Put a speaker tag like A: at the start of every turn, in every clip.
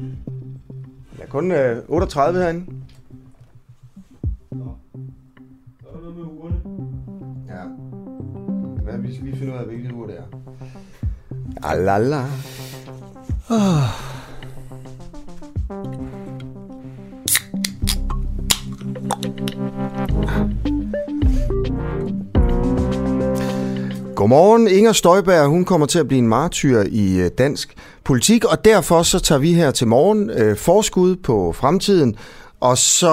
A: Der er kun 38 herinde. Nå. Så er der noget med ugerne. Ja. Vi skal lige finde ud af, hvilke uger det er. Alala. Godmorgen. Inger Støjberg, hun kommer til at blive en martyr i dansk politik, og derfor så tager vi her til morgen forskud på fremtiden, og så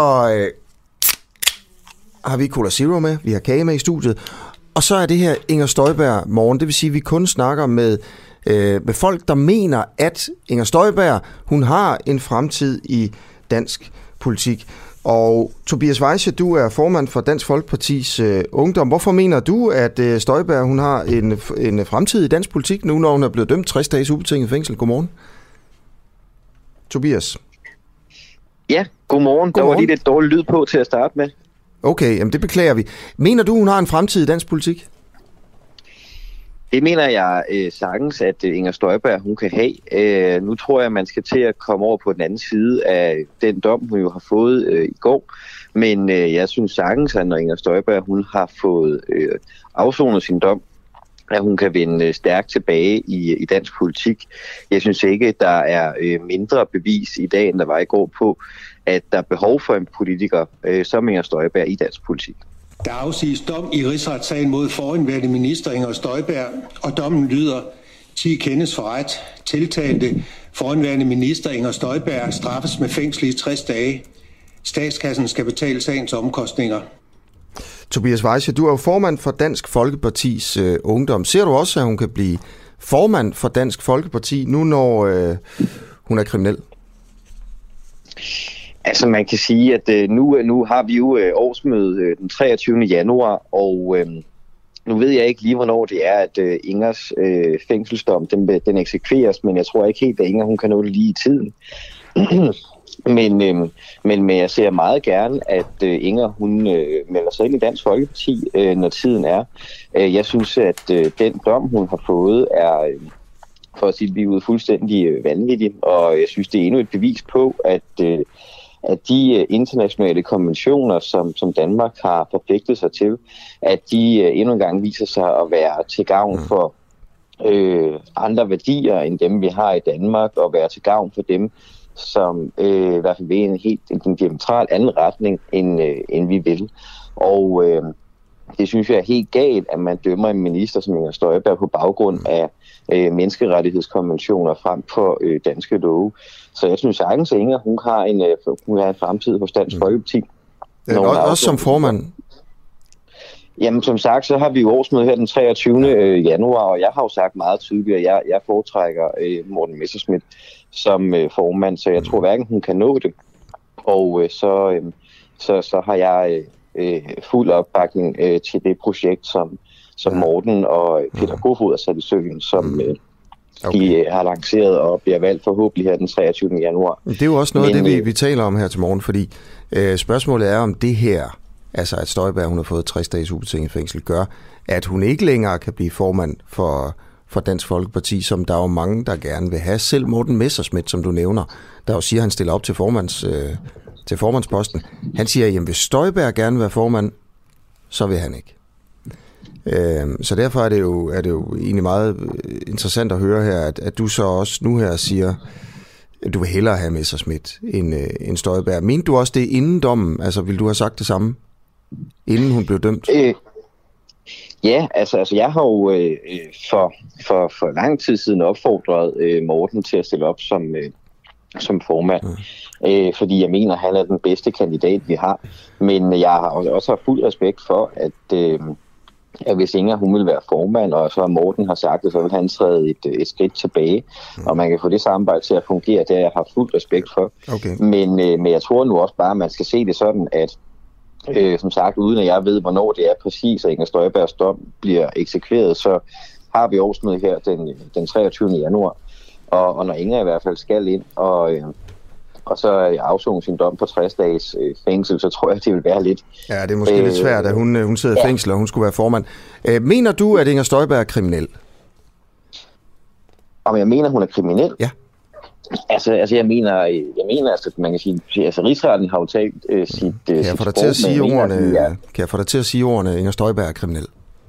A: har vi Cola Zero med, vi har kage med i studiet, og så er det her Inger Støjberg morgen. Det vil sige, at vi kun snakker med folk, der mener, at Inger Støjberg, hun har en fremtid i dansk politik. Og Tobias Weisse, du er formand for Dansk Folkepartis Ungdom. Hvorfor mener du, at Støjberg hun har en fremtid i dansk politik nu, når hun er blevet dømt 60 dages ubetinget fængsel? Godmorgen. Tobias.
B: Ja, godmorgen. Der var lige lidt dårlig lyd på til at starte med.
A: Okay, jamen det beklager vi. Mener du, hun har en fremtid i dansk politik?
B: Det mener jeg sagtens, at Inger Støjberg hun kan have. Nu tror jeg, man skal til at komme over på den anden side af den dom, hun jo har fået i går. Men jeg synes sagtens, at når Inger Støjberg hun har fået afsonet sin dom, at hun kan vende stærkt tilbage i dansk politik. Jeg synes ikke, der er mindre bevis i dag, end der var i går på, at der er behov for en politiker som Inger Støjberg i dansk politik.
C: Der afsiges dom i rigsretssagen mod forhenværende minister Inger Støjberg, og dommen lyder: 10 kendes for ret. Tiltalte forhenværende minister Inger Støjberg straffes med fængsel i 60 dage. Statskassen skal betale sagens omkostninger.
A: Tobias Weisse, du er jo formand for Dansk Folkepartis Ungdom. Ser du også, at hun kan blive formand for Dansk Folkeparti, nu når hun er kriminel?
B: Altså man kan sige, at nu har vi jo årsmøde den 23. januar, og nu ved jeg ikke lige, hvornår det er, at Ingers fængselsdom den eksekveres, men jeg tror ikke helt, at Inger hun kan nå det lige i tiden. Men jeg ser meget gerne, at Inger hun melder sig ind i Dansk Folkeparti, når tiden er. Jeg synes, at den dom, hun har fået, er for at sige livet fuldstændig vanvittig, og jeg synes, det er endnu et bevis på, at de internationale konventioner, som Danmark har forpligtet sig til, at de endnu en gang viser sig at være til gavn for andre værdier end dem, vi har i Danmark, og være til gavn for dem, som i hvert fald vil en diametral anden retning, end vi vil. Og det synes jeg er helt galt, at man dømmer en minister som Inger Støjberg på baggrund af menneskerettighedskonventioner frem for danske love. Så jeg synes sagtens, at Inger hun har en fremtid hos Dansk Folkeparti.
A: Også som formand?
B: Jamen som sagt, så har vi jo årsmøde her den 23. januar, og jeg har jo sagt meget tydeligt, at jeg foretrækker Morten Messerschmidt som formand, så jeg tror hverken hun kan nå det. Og så har jeg fuld opbakning til det projekt, som Morten og Peter Kofod har sat i søen, som de har lanceret og bliver valgt forhåbentlig her den 23. januar.
A: Det er jo også noget af det, vi taler om her til morgen, fordi spørgsmålet er, om det her, altså at Støjberg hun har fået 60 dages ubetinget fængsel, gør, at hun ikke længere kan blive formand for Dansk Folkeparti, som der er jo mange, der gerne vil have. Selv Morten Messerschmidt, som du nævner, der jo siger, at han stiller op til formandsposten. Han siger, at hvis Støjberg gerne vil være formand, så vil han ikke. Så derfor er det jo egentlig meget interessant at høre her, at du så også nu her siger, at du vil hellere have Messerschmidt end Støjberg. Mente du også det inden dommen? Altså, ville du have sagt det samme, inden hun blev dømt?
B: Ja, altså jeg har jo for lang tid siden opfordret Morten til at stille op som formand, fordi jeg mener, at han er den bedste kandidat, vi har. Men jeg har også fuld respekt for, at hvis Inger hun vil være formand, og så Morten har sagt det, så vil han træde et skridt tilbage, og man kan få det samarbejde til at fungere, det har jeg haft fuld respekt for.
A: Okay.
B: Men jeg tror nu også bare, at man skal se det sådan, at som sagt, uden at jeg ved, hvornår det er præcis, at Inger Støjbergs dom bliver eksekveret, så har vi årsmøde her den 23. januar, og når Inger i hvert fald skal ind, og så afsoner sin dom på 60 dages fængsel, så tror jeg, det vil være lidt...
A: Ja, det er måske lidt svært, at hun sidder i fængsel, og hun skulle være formand. Mener du, at Inger Støjberg er kriminel?
B: Om jeg mener, hun er kriminel?
A: Ja.
B: Altså, jeg mener, altså, man kan sige, altså Rigsretten har jo talt sit
A: Kan jeg få dig til at sige ordene? Kan jeg få dig til at sige ordene, Inger Støjberg er kriminel?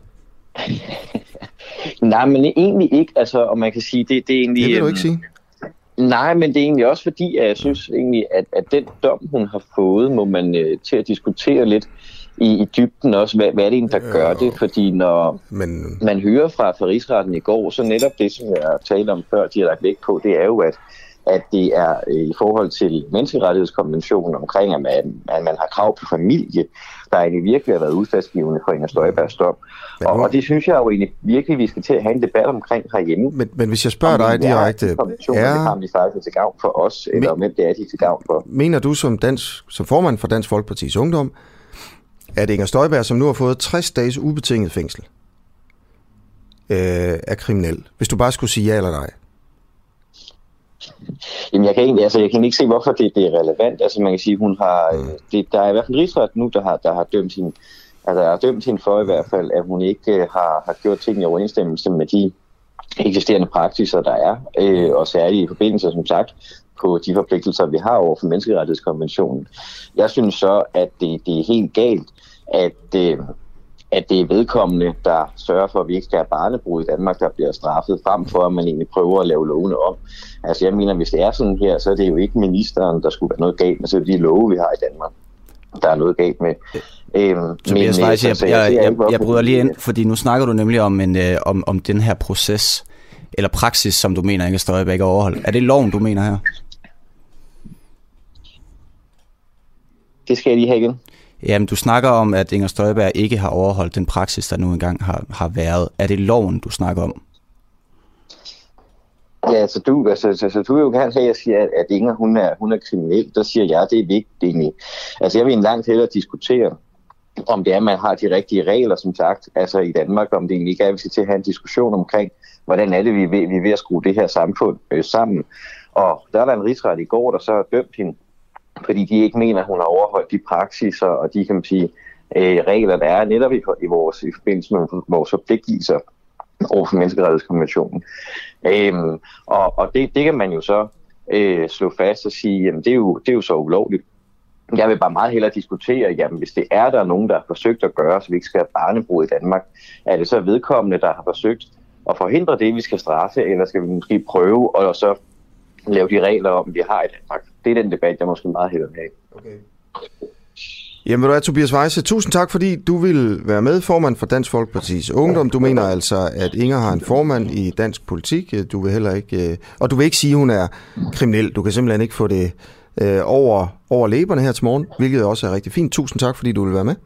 B: Nej, men egentlig ikke. Altså, og man kan sige, det er egentlig.
A: Det vil du ikke sige.
B: Nej, men det er egentlig også fordi, at jeg synes egentlig, at den dom, hun har fået, må man til at diskutere lidt i dybden også, hvad er det egentlig, der gør det? Fordi når man hører fra Rigsretten i går, så netop det, som jeg talte om før, de har lagt vægt på, det er jo, at det er i forhold til menneskerettighedskonventionen omkring, at man har krav på familie, der egentlig virkelig har været udslagsgivende for Inger Støjbergs dom. Og det synes jeg jo egentlig virkelig, vi skal til at have en debat omkring herhjemme.
A: Men hvis jeg spørger dig direkte,
B: det har de faktisk til gavn for os, eller hvem det er, de til gavn for.
A: Mener du som formand for Dansk Folkepartis Ungdom, at Inger Støjberg, som nu har fået 60 dages ubetinget fængsel, er kriminel? Hvis du bare skulle sige ja eller nej.
B: Jamen, jeg kan egentlig ikke se, hvorfor det er relevant. Altså, man kan sige, hun har, der er i hvert fald Rigsret nu, der har dømt hende, altså, har dømt hende for i hvert fald, at hun ikke har gjort ting i overensstemmelse med de eksisterende praksiser, der er, og særligt i forbindelse, som sagt, på de forpligtelser, vi har over for menneskerettighedskonventionen. Jeg synes så, at det er helt galt, at det er vedkommende, der sørger for, at vi ikke skal have barnebrud i Danmark, der bliver straffet, frem for at man egentlig prøver at lave lovene om. Altså jeg mener, hvis det er sådan her, så er det jo ikke ministeren, der skulle være noget galt med, så er det de love, vi har i Danmark, der er noget galt med.
D: Jeg bryder lige ind, fordi nu snakker du nemlig om den her proces, eller praksis, som du mener, Inger Støjberg ikke overholdt. Er det loven, du mener her?
B: Det skal jeg lige have igen.
D: Jamen, du snakker om, at Inger Støjberg ikke har overholdt den praksis, der nu engang har været. Er det loven, du snakker om?
B: Ja, altså du vil jo gerne have, at jeg siger, at Inger, hun er kriminel. Der siger jeg, det er vigtigt egentlig. Altså jeg vil en langt hellere diskutere, om det er, at man har de rigtige regler, som sagt, altså i Danmark, om det egentlig ikke er, at vi skal til at have en diskussion omkring, hvordan er det, vi er ved at skrue det her samfund sammen. Og der er der en rigsret i går, der så har dømt hende, fordi de ikke mener, at hun har overholdt de praksiser og de, kan man sige, regler, der er netop i forbindelse med vores forpligtelser over for menneskerettighedskonventionen. Og det kan man jo så slå fast og sige, jamen det er jo så ulovligt. Jeg vil bare meget hellere diskutere, jamen hvis det er, der er nogen, der har forsøgt at gøre, så vi ikke skal have barnebrud i Danmark, er det så vedkommende, der har forsøgt at forhindre det, vi skal straffe, eller skal vi måske prøve og så lave de regler om, vi har i Danmark? Det er den debat, jeg måske meget hellere vil have.
A: Okay. Jamen, du er Tobias Weise. Tusind tak, fordi du vil være med, formand for Dansk Folkepartis Ungdom. Du mener altså, at Inger har en formand i dansk politik. Du vil heller ikke, og du vil ikke sige, at hun er kriminel. Du kan simpelthen ikke få det over læberne her til morgen, hvilket også er rigtig fint. Tusind tak, fordi du vil være med.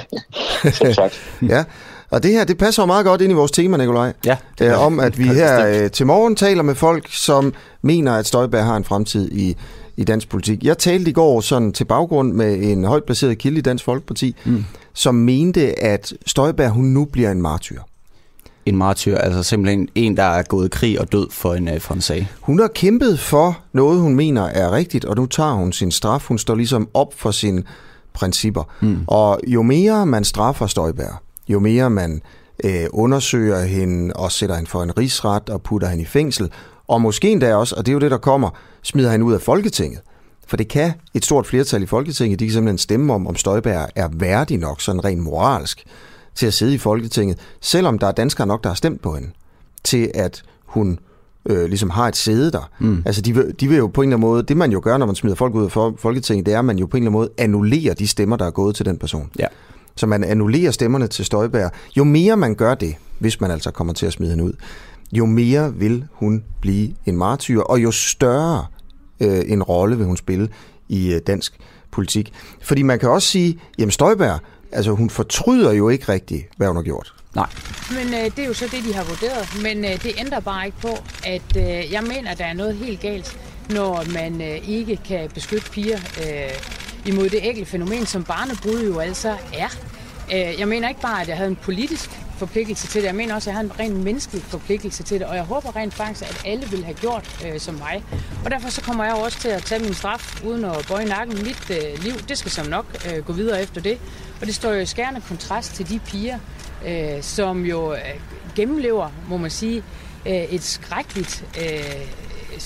B: Tak.
A: Ja. Og det her, det passer jo meget godt ind i vores tema, Nikolaj.
D: Ja,
A: om at vi her til morgen taler med folk, som mener, at Støjberg har en fremtid i dansk politik. Jeg talte i går sådan til baggrund med en højt placeret kilde i Dansk Folkeparti, som mente, at Støjberg hun nu bliver en martyr.
D: En martyr, altså simpelthen en, der er gået i krig og død for en sag.
A: Hun har kæmpet for noget, hun mener er rigtigt, og nu tager hun sin straf. Hun står ligesom op for sine principper. Og jo mere man straffer Støjberg, jo mere man undersøger hende og sætter hende for en rigsret og putter hende i fængsel, og måske endda også, og det er jo det, der kommer, smider hende ud af Folketinget. For det kan et stort flertal i Folketinget, de kan simpelthen stemme om Støjberg er værdig nok, sådan rent moralsk, til at sidde i Folketinget, selvom der er danskere nok, der har stemt på hende, til at hun ligesom har et sæde der. Altså de vil jo på en eller anden måde, det man jo gør, når man smider folk ud af Folketinget, det er, at man jo på en eller anden måde annullerer de stemmer, der er gået til den person.
D: Ja.
A: Så man annullerer stemmerne til Støjberg. Jo mere man gør det, hvis man altså kommer til at smide hende ud, jo mere vil hun blive en martyr, og jo større en rolle vil hun spille i dansk politik. Fordi man kan også sige, jamen Støjberg, altså hun fortryder jo ikke rigtigt, hvad hun har gjort.
D: Nej.
E: Men det er jo så det, de har vurderet. Men det ændrer bare ikke på, at jeg mener, at der er noget helt galt, når man ikke kan beskytte piger imod det ægle fænomen, som barnebrud jo altså er. Jeg mener ikke bare, at jeg havde en politisk forpligtelse til det. Jeg mener også, at jeg har en rent menneskelig forpligtelse til det. Og jeg håber rent faktisk, at alle vil have gjort som mig. Og derfor så kommer jeg jo også til at tage min straf uden at bøje nakken. Mit liv, det skal så nok gå videre efter det. Og det står jo i skærende kontrast til de piger, som jo gennemlever, må man sige, et skrækkeligt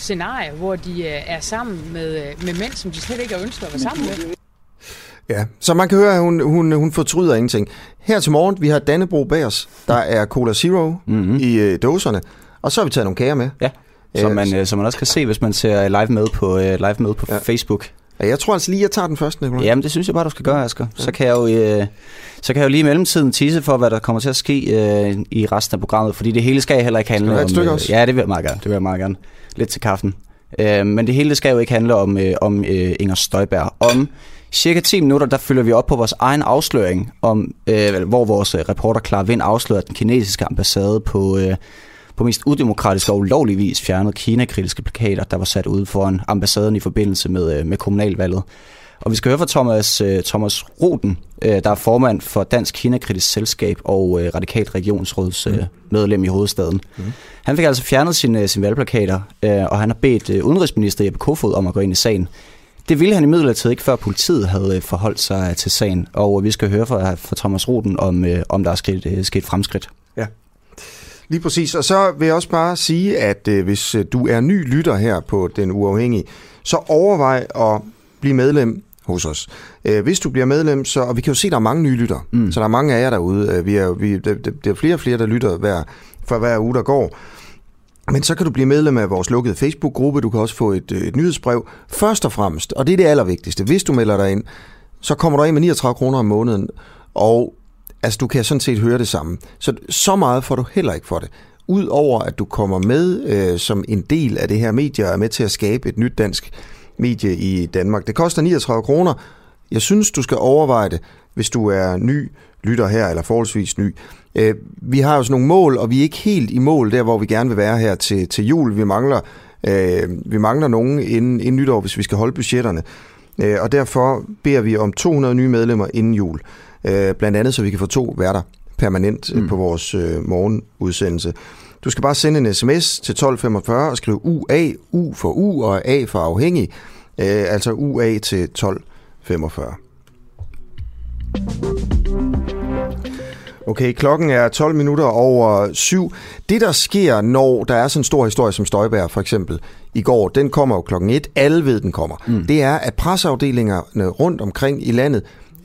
E: scenarier, hvor de er sammen med mænd, som de slet ikke har ønsket at være sammen med.
A: Ja, så man kan høre, at hun fortryder ingenting. Her til morgen, vi har Dannebro bag os. Der er Cola Zero i dåserne, og så har vi taget nogle kager med.
D: Ja, som man også kan se, hvis man ser live med på Facebook.
A: Ja, jeg tror altså lige, jeg tager den først, Nicolai.
D: Jamen, det synes jeg bare, du skal gøre, Asger. Ja. Så kan jeg jo lige i mellemtiden tease for, hvad der kommer til at ske i resten af programmet, fordi det hele skal heller ikke handle om... Ja, det vil jeg meget gerne. Lidt til kaffen. Men det hele det skal jo ikke handle om Inger Støjberg. Om cirka 10 minutter, der følger vi op på vores egen afsløring, hvor vores reporter Clara Vind afslører, at den kinesiske ambassade på mest udemokratisk og ulovlig vis fjernede Kina-kritiske plakater, der var sat ude foran ambassaden i forbindelse med kommunalvalget. Og vi skal høre fra Thomas Roden, der er formand for Dansk Kina-kritisk Selskab og Radikalt Regionsråds medlem i hovedstaden. Han fik altså fjernet sine valgplakater, og han har bedt udenrigsminister Jeppe Kofod om at gå ind i sagen. Det ville han imidlertid ikke, før politiet havde forholdt sig til sagen, og vi skal høre fra Thomas Roden, om der er sket fremskridt.
A: Ja. Lige præcis, og så vil jeg også bare sige, at hvis du er ny lytter her på Den Uafhængige, så overvej at blive medlem hos os. Hvis du bliver medlem, og vi kan jo se, at der er mange nye lytter, så der er mange af jer derude. Der er flere og flere, der lytter for hver uge, der går. Men så kan du blive medlem af vores lukkede Facebook-gruppe. Du kan også få et nyhedsbrev. Først og fremmest, og det er det allervigtigste, hvis du melder dig ind, så kommer du ind med 39 kroner om måneden, og altså, du kan sådan set høre det samme. Så meget får du heller ikke for det. Udover at du kommer med som en del af det her medie, og er med til at skabe et nyt dansk medie i Danmark. Det koster 39 kroner. Jeg synes, du skal overveje det, hvis du er ny lytter her, eller forholdsvis ny. Vi har jo sådan nogle mål, og vi er ikke helt i mål der, hvor vi gerne vil være her til jul. Vi mangler nogen inden nytår, hvis vi skal holde budgetterne. Og derfor beder vi om 200 nye medlemmer inden jul. Blandt andet, så vi kan få 2 værter permanent på vores morgenudsendelse. Du skal bare sende en sms til 1245 og skrive UA, U for U og A for afhængig. Altså UA til 1245. Okay, klokken er 12 minutter over 7. Det, der sker, når der er sådan en stor historie som Støjberg, for eksempel, i går, den kommer jo klokken 1. Alle ved, den kommer. Det er, at presseafdelingerne rundt omkring i landet,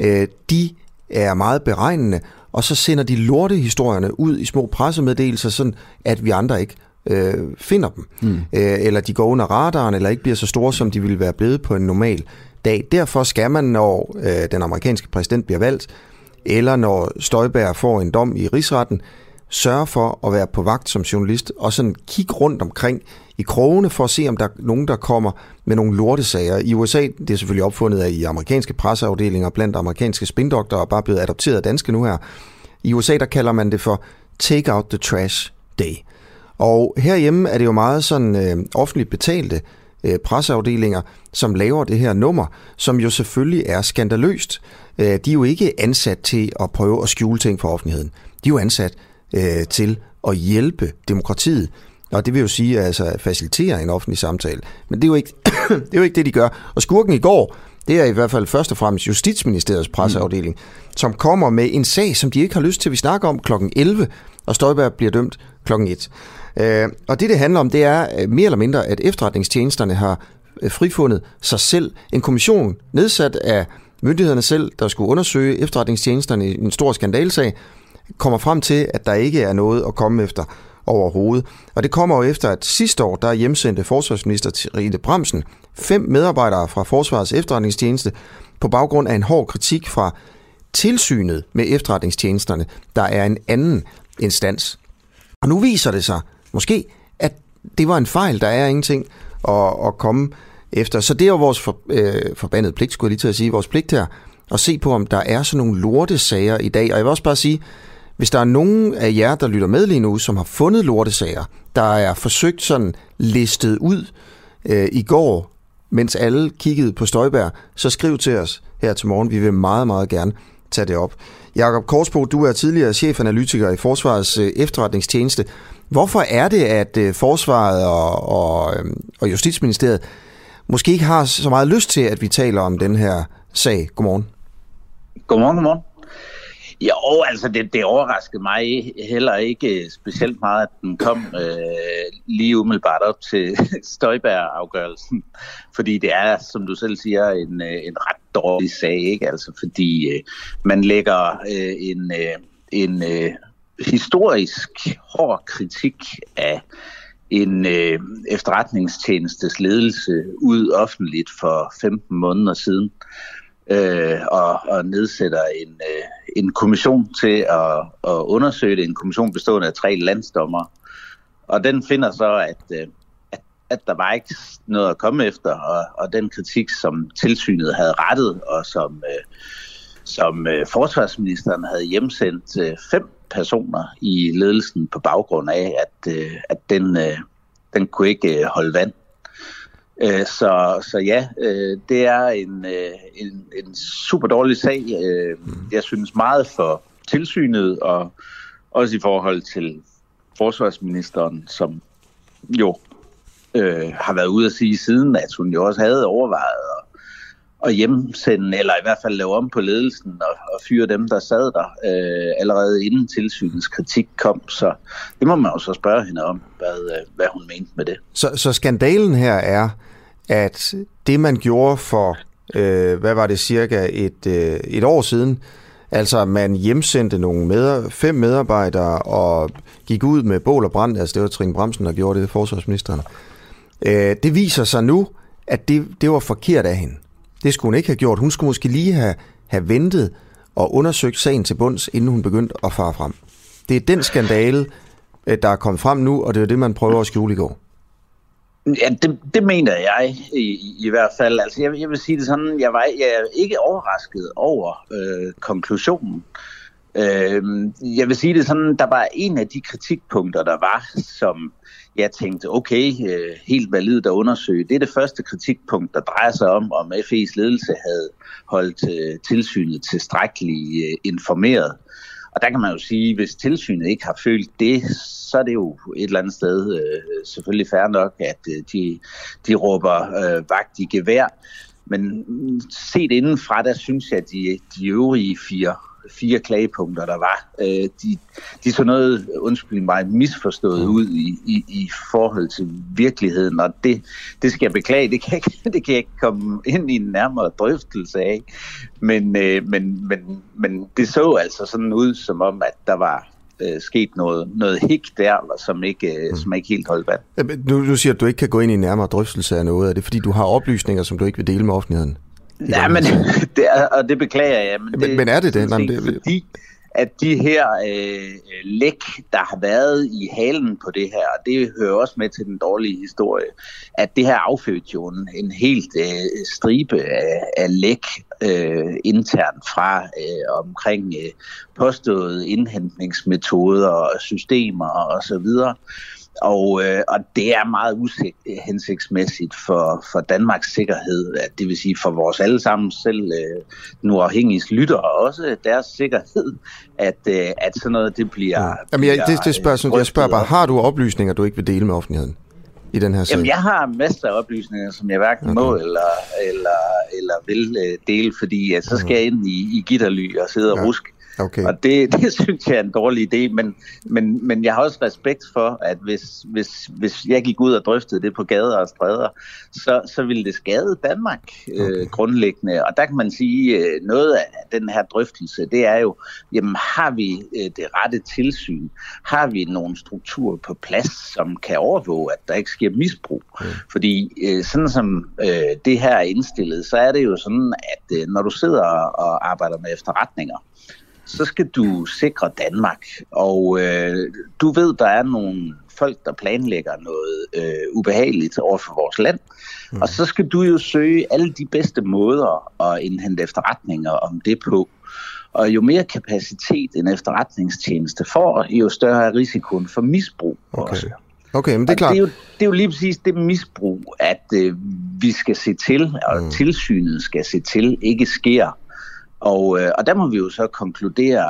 A: de er meget beregnende, og så sender de lortehistorierne ud i små pressemeddelelser, sådan at vi andre ikke finder dem. Eller de går under radaren, eller ikke bliver så store, som de ville være blevet på en normal dag. Derfor skal man, når den amerikanske præsident bliver valgt, eller når Støjberg får en dom i rigsretten, sørge for at være på vagt som journalist, og sådan kigge rundt omkring i krogene for at se, om der er nogen, der kommer med nogle lortesager. I USA, det er selvfølgelig opfundet af i amerikanske presseafdelinger blandt amerikanske spindoktorer, og bare blevet adopteret af danske nu her. I USA, der kalder man det for Take Out the Trash Day. Og herhjemme er det jo meget sådan offentligt betalte presseafdelinger, som laver det her nummer, som jo selvfølgelig er skandaløst. De er jo ikke ansat til at prøve at skjule ting for offentligheden. De er jo ansat til at hjælpe demokratiet. Og det vil jo sige, altså at facilitere en offentlig samtale. Men det er jo ikke det, de gør. Og skurken i går, det er i hvert fald først og fremmest Justitsministeriets presseafdeling, som kommer med en sag, som de ikke har lyst til, vi snakker om klokken 11, og Støjberg bliver dømt klokken 1. Og det handler om, det er mere eller mindre, at efterretningstjenesterne har frifundet sig selv. En kommission nedsat af myndighederne selv, der skulle undersøge efterretningstjenesterne i en stor skandalsag, kommer frem til, at der ikke er noget at komme efter overhovedet. Og det kommer jo efter, at sidste år, der hjemsendte forsvarsminister Trine Bramsen 5 medarbejdere fra Forsvarets efterretningstjeneste på baggrund af en hård kritik fra tilsynet med efterretningstjenesterne, der er en anden instans. Og nu viser det sig måske, at det var en fejl, der er ingenting at komme efter. Så det er jo vores forbandede pligt, skulle jeg lige til at sige, vores pligt her, at se på, om der er sådan nogle lortesager i dag. Og jeg vil også bare sige, hvis der er nogen af jer, der lytter med lige nu, som har fundet lortesager, der er forsøgt sådan listet ud i går, mens alle kiggede på Støjberg, så skriv til os her til morgen. Vi vil meget, meget gerne tage det op. Jakob Korsbo, du er tidligere chefanalytiker i Forsvarets efterretningstjeneste. Hvorfor er det, at Forsvaret og Justitsministeriet måske ikke har så meget lyst til, at vi taler om den her sag? Godmorgen.
F: Godmorgen. Jo, altså det overraskede mig heller ikke specielt meget, at den kom lige umiddelbart op til Støjberg-afgørelsen. Fordi det er, som du selv siger, en ret dårlig sag, ikke? Altså fordi man lægger en historisk hård kritik af en efterretningstjenestes ledelse ud offentligt for 15 måneder siden, og nedsætter en kommission til at undersøge det, en kommission bestående af 3 landsdommere. Og den finder så, at der var ikke noget at komme efter, og den kritik, som tilsynet havde rettet, og som forsvarsministeren havde hjemsendt 5 personer i ledelsen på baggrund af, at den kunne ikke holde vand. Så ja, det er en super dårlig sag. Jeg synes meget for tilsynet, og også i forhold til forsvarsministeren, som jo har været ude at sige siden, at hun jo også havde overvejet at hjemsende, eller i hvert fald lave om på ledelsen og fyre dem, der sad der allerede inden tilsynets kritik kom. Så det må man jo så spørge hende om, hvad hun mente med det.
A: Så skandalen her er, at det man gjorde for, hvad var det, cirka et år siden, altså man hjemsendte nogle 5 medarbejdere og gik ud med bål og brand, altså det var Trine Bramsen, der gjorde det, forsvarsministeren. Det viser sig nu, at det var forkert af hende. Det skulle hun ikke have gjort. Hun skulle måske lige have ventet og undersøgt sagen til bunds, inden hun begyndte at fare frem. Det er den skandale, der er kommet frem nu, og det er det, man prøver at skjule i går.
F: Ja, det mener jeg i hvert fald. Altså, jeg vil sige det sådan, jeg er ikke overrasket over konklusionen. Jeg vil sige det sådan, der var en af de kritikpunkter, der var, som jeg tænkte, okay, helt validt at undersøge. Det er det første kritikpunkt, der drejer sig om FE's ledelse havde holdt tilsynet tilstrækkeligt informeret. Og der kan man jo sige, hvis tilsynet ikke har følt det, så er det jo et eller andet sted selvfølgelig fair nok, at de råber vagt i gevær. Men set indenfra, der synes jeg, at de øvrige fire klagepunkter, der var, de så noget, undskyld mig, misforstået ud i forhold til virkeligheden, og det skal jeg beklage, det kan jeg ikke komme ind i en nærmere drøftelse af, men det så altså sådan ud, som om, at der var sket noget hik der, som ikke helt holdt vand.
A: Nu siger du, at du ikke kan gå ind i en nærmere drøftelse af noget. Er det fordi, du har oplysninger, som du ikke vil dele med offentligheden?
F: Ja, men det beklager jeg.
A: Men er det det?
F: Fordi at de her læk, der har været i halen på det her, og det hører også med til den dårlige historie, at det her affødte jo en helt stribe af læk internt fra omkring påståede indhentningsmetoder og systemer og så videre. Og det er meget uhensigtsmæssigt for Danmarks sikkerhed, det vil sige for vores allesammen selv nu afhængige lyttere, og også deres sikkerhed, at sådan noget det bliver...
A: Jamen, jeg spørger bare, har du oplysninger, du ikke vil dele med offentligheden i den her sag?
F: Jamen, jeg har masser af oplysninger, som jeg hverken må eller vil dele, fordi så skal jeg ind i gitterly og sidde og ruske.
A: Okay. Og
F: det synes jeg er en dårlig idé, men jeg har også respekt for, at hvis jeg gik ud og drøftede det på gader og stræder, så ville det skade Danmark grundlæggende. Og der kan man sige, noget af den her drøftelse, det er jo, jamen har vi det rette tilsyn? Har vi nogle strukturer på plads, som kan overvåge, at der ikke sker misbrug? Fordi sådan som det her er indstillet, så er det jo sådan, at når du sidder og arbejder med efterretninger, så skal du sikre Danmark, og du ved, der er nogle folk, der planlægger noget ubehageligt over for vores land, og så skal du jo søge alle de bedste måder at indhente efterretninger om det på. Og jo mere kapacitet en efterretningstjeneste får, jo større er risikoen for misbrug også.
A: Okay, men det er klart.
F: Det er jo lige præcis det misbrug, at vi skal se til, og tilsynet skal se til, ikke sker. Og der må vi jo så konkludere,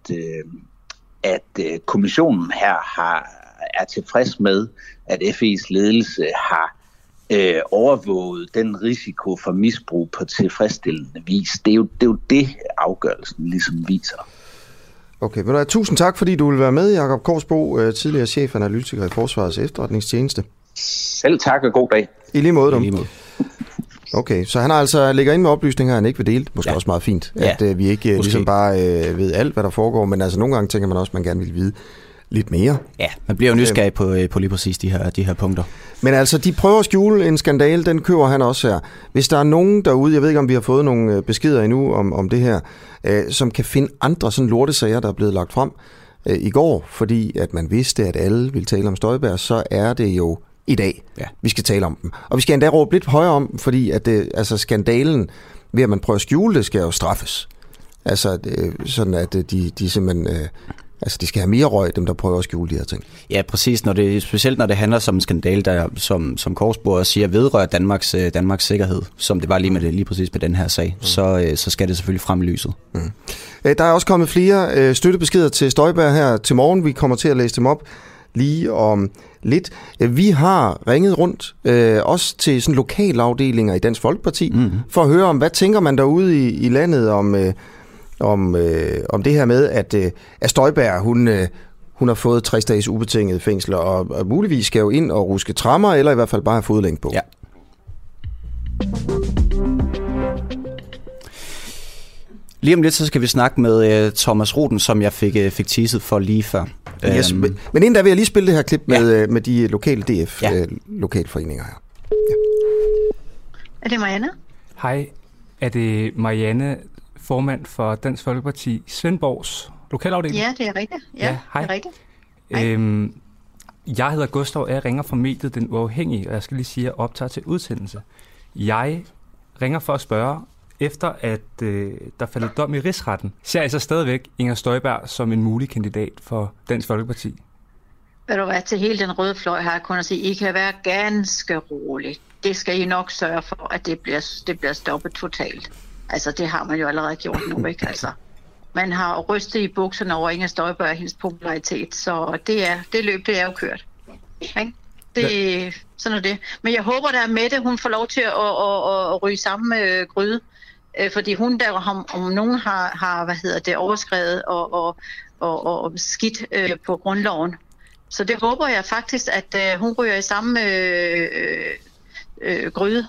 F: at kommissionen her er tilfreds med, at FE's ledelse har overvåget den risiko for misbrug på tilfredsstillende vis. Det er jo det, afgørelsen ligesom viser.
A: Okay, tusind tak, fordi du vil være med, Jakob Korsbo, tidligere chefanalytiker i Forsvarets Efterretningstjeneste.
B: Selv tak og god dag.
A: I lige måde, du. Okay, så han altså ligger ind med oplysninger, han ikke vil dele. Måske også meget fint, at vi ikke ligesom bare ved alt, hvad der foregår, men altså nogle gange tænker man også, at man gerne vil vide lidt mere.
D: Ja, man bliver jo nysgerrig på lige præcis de her punkter.
A: Men altså, de prøver at skjule en skandale, den køber han også her. Hvis der er nogen derude, jeg ved ikke, om vi har fået nogle beskeder endnu om det her, som kan finde andre sådan lortesager, der er blevet lagt frem i går, fordi at man vidste, at alle ville tale om Støjberg, så er det jo i dag, vi skal tale om dem. Og vi skal endda råbe lidt højere om, fordi at skandalen, ved at man prøver at skjule det, skal jo straffes. Altså, sådan at de simpelthen... de skal have mere røg, dem der prøver at skjule de her ting.
D: Ja, præcis. Specielt når det handler om en skandale, der, som Korsbo siger, vedrører Danmarks sikkerhed, som det var lige præcis på den her sag, så skal det selvfølgelig frem i lyset.
A: Der er også kommet flere støttebeskeder til Støjberg her til morgen. Vi kommer til at læse dem op lige om lidt. Vi har ringet rundt, også til sådan lokalafdelinger i Dansk Folkeparti, for at høre om, hvad tænker man derude i landet om det her med, at Støjberg, hun har fået 60 dages ubetinget fængsel, og muligvis skal jo ind og ruske trammer, eller i hvert fald bare have fodlænke på. Ja.
D: Lige om lidt, så skal vi snakke med Thomas Roden, som jeg fik teaset for lige før.
A: Yes, men inden da vil jeg lige spille det her klip med de lokale DF-lokalforeninger her. Ja.
G: Er det Marianne?
H: Hej, er det Marianne, formand for Dansk Folkeparti Svendborgs lokalafdeling?
G: Ja, det er rigtigt. Ja, hej. Det er
H: rigtigt. Jeg hedder Gustav, og jeg ringer fra mediet Den Uafhængige, og jeg skal lige sige, at jeg optager til udsendelse. Jeg ringer for at spørge, efter at der faldt dom i Rigsretten, ser I så stadigvæk Inger Støjberg som en mulig kandidat for Dansk Folkeparti?
G: Ved du hvad, til hele den røde fløj har jeg kun at sige, I kan være ganske roligt. Det skal I nok sørge for, at det bliver stoppet totalt. Altså, det har man jo allerede gjort nu, ikke? Altså, man har rystet i bukserne over Inger Støjberg og hendes popularitet, så det løb er jo kørt. Ikke? Sådan er det. Men jeg håber, der Mette, hun får lov til at ryge samme gryde, fordi hun der om nogen har overskredet og skidt på grundloven. Så det håber jeg faktisk, at hun ryger i samme gryde.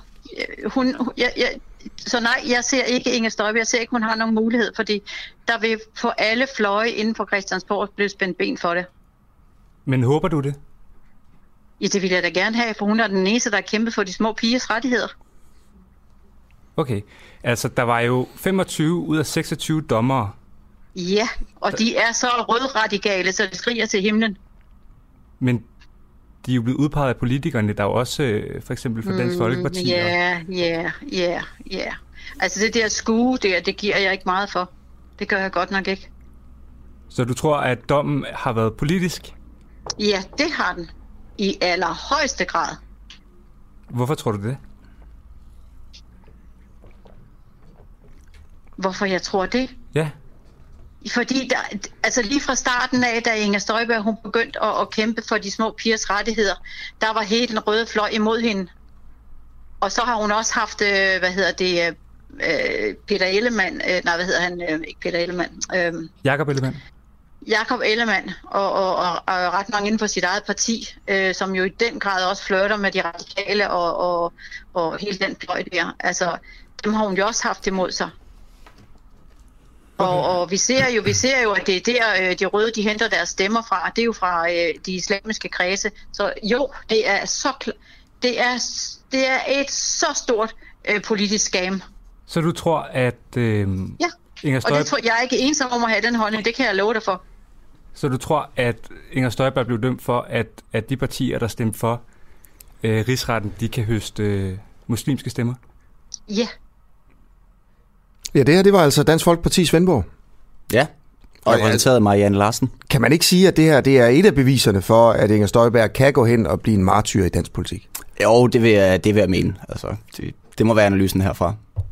G: Så nej, jeg ser ikke Inger Støjberg. Jeg ser ikke, hun har nogen mulighed, fordi der vil på alle fløje inden for Christiansborg blive spændt ben for det.
H: Men håber du det?
G: Ja, det vil jeg da gerne have, for hun er den eneste, der har kæmpet for de små pigers rettigheder.
H: Okay, altså der var jo 25 ud af 26 dommere.
G: Ja, og de er så rødradikale, så det skriger til himlen.
H: Men de er jo blevet udpeget af politikerne, der er jo også for eksempel for Dansk Folkeparti.
G: Ja. Altså det der skue der, det giver jeg ikke meget for. Det gør jeg godt nok ikke.
H: Så du tror, at dommen har været politisk?
G: Ja, det har den. I allerhøjeste grad.
H: Hvorfor tror du det?
G: Hvorfor jeg tror det?
H: Ja.
G: Fordi lige fra starten af, da Inger Støjberg hun begyndte at kæmpe for de små pigers rettigheder, der var hele den røde fløj imod hende. Og så har hun også haft, Peter Ellemann, ikke Peter Ellemann. Jakob Ellemann og ret mange inden for sit eget parti, som jo i den grad også flirter med de radikale og hele den fløj der. Altså, dem har hun jo også haft imod sig. Okay. Og vi ser jo, at det er der, de røde, de henter deres stemmer fra. Det er jo fra de islamiske kredse. Så jo, det er et så stort politisk scam.
H: Så du tror, at Inger Støjberg...
G: og det tror jeg ikke ensom om at have den holdning. Det kan jeg love dig for.
H: Så du tror, at Inger Støjberg blev dømt for, at de partier, der stemte for rigsretten, de kan høste muslimske stemmer?
G: Ja.
A: Ja, det her, det var altså Dansk Folkeparti Svendborg.
D: Ja, og repræsenteret Marianne Larsen.
A: Kan man ikke sige, at det her det er et af beviserne for, at Inger Støjberg kan gå hen og blive en martyr i dansk politik?
D: Jo, det vil jeg mene. Altså, det må være analysen herfra.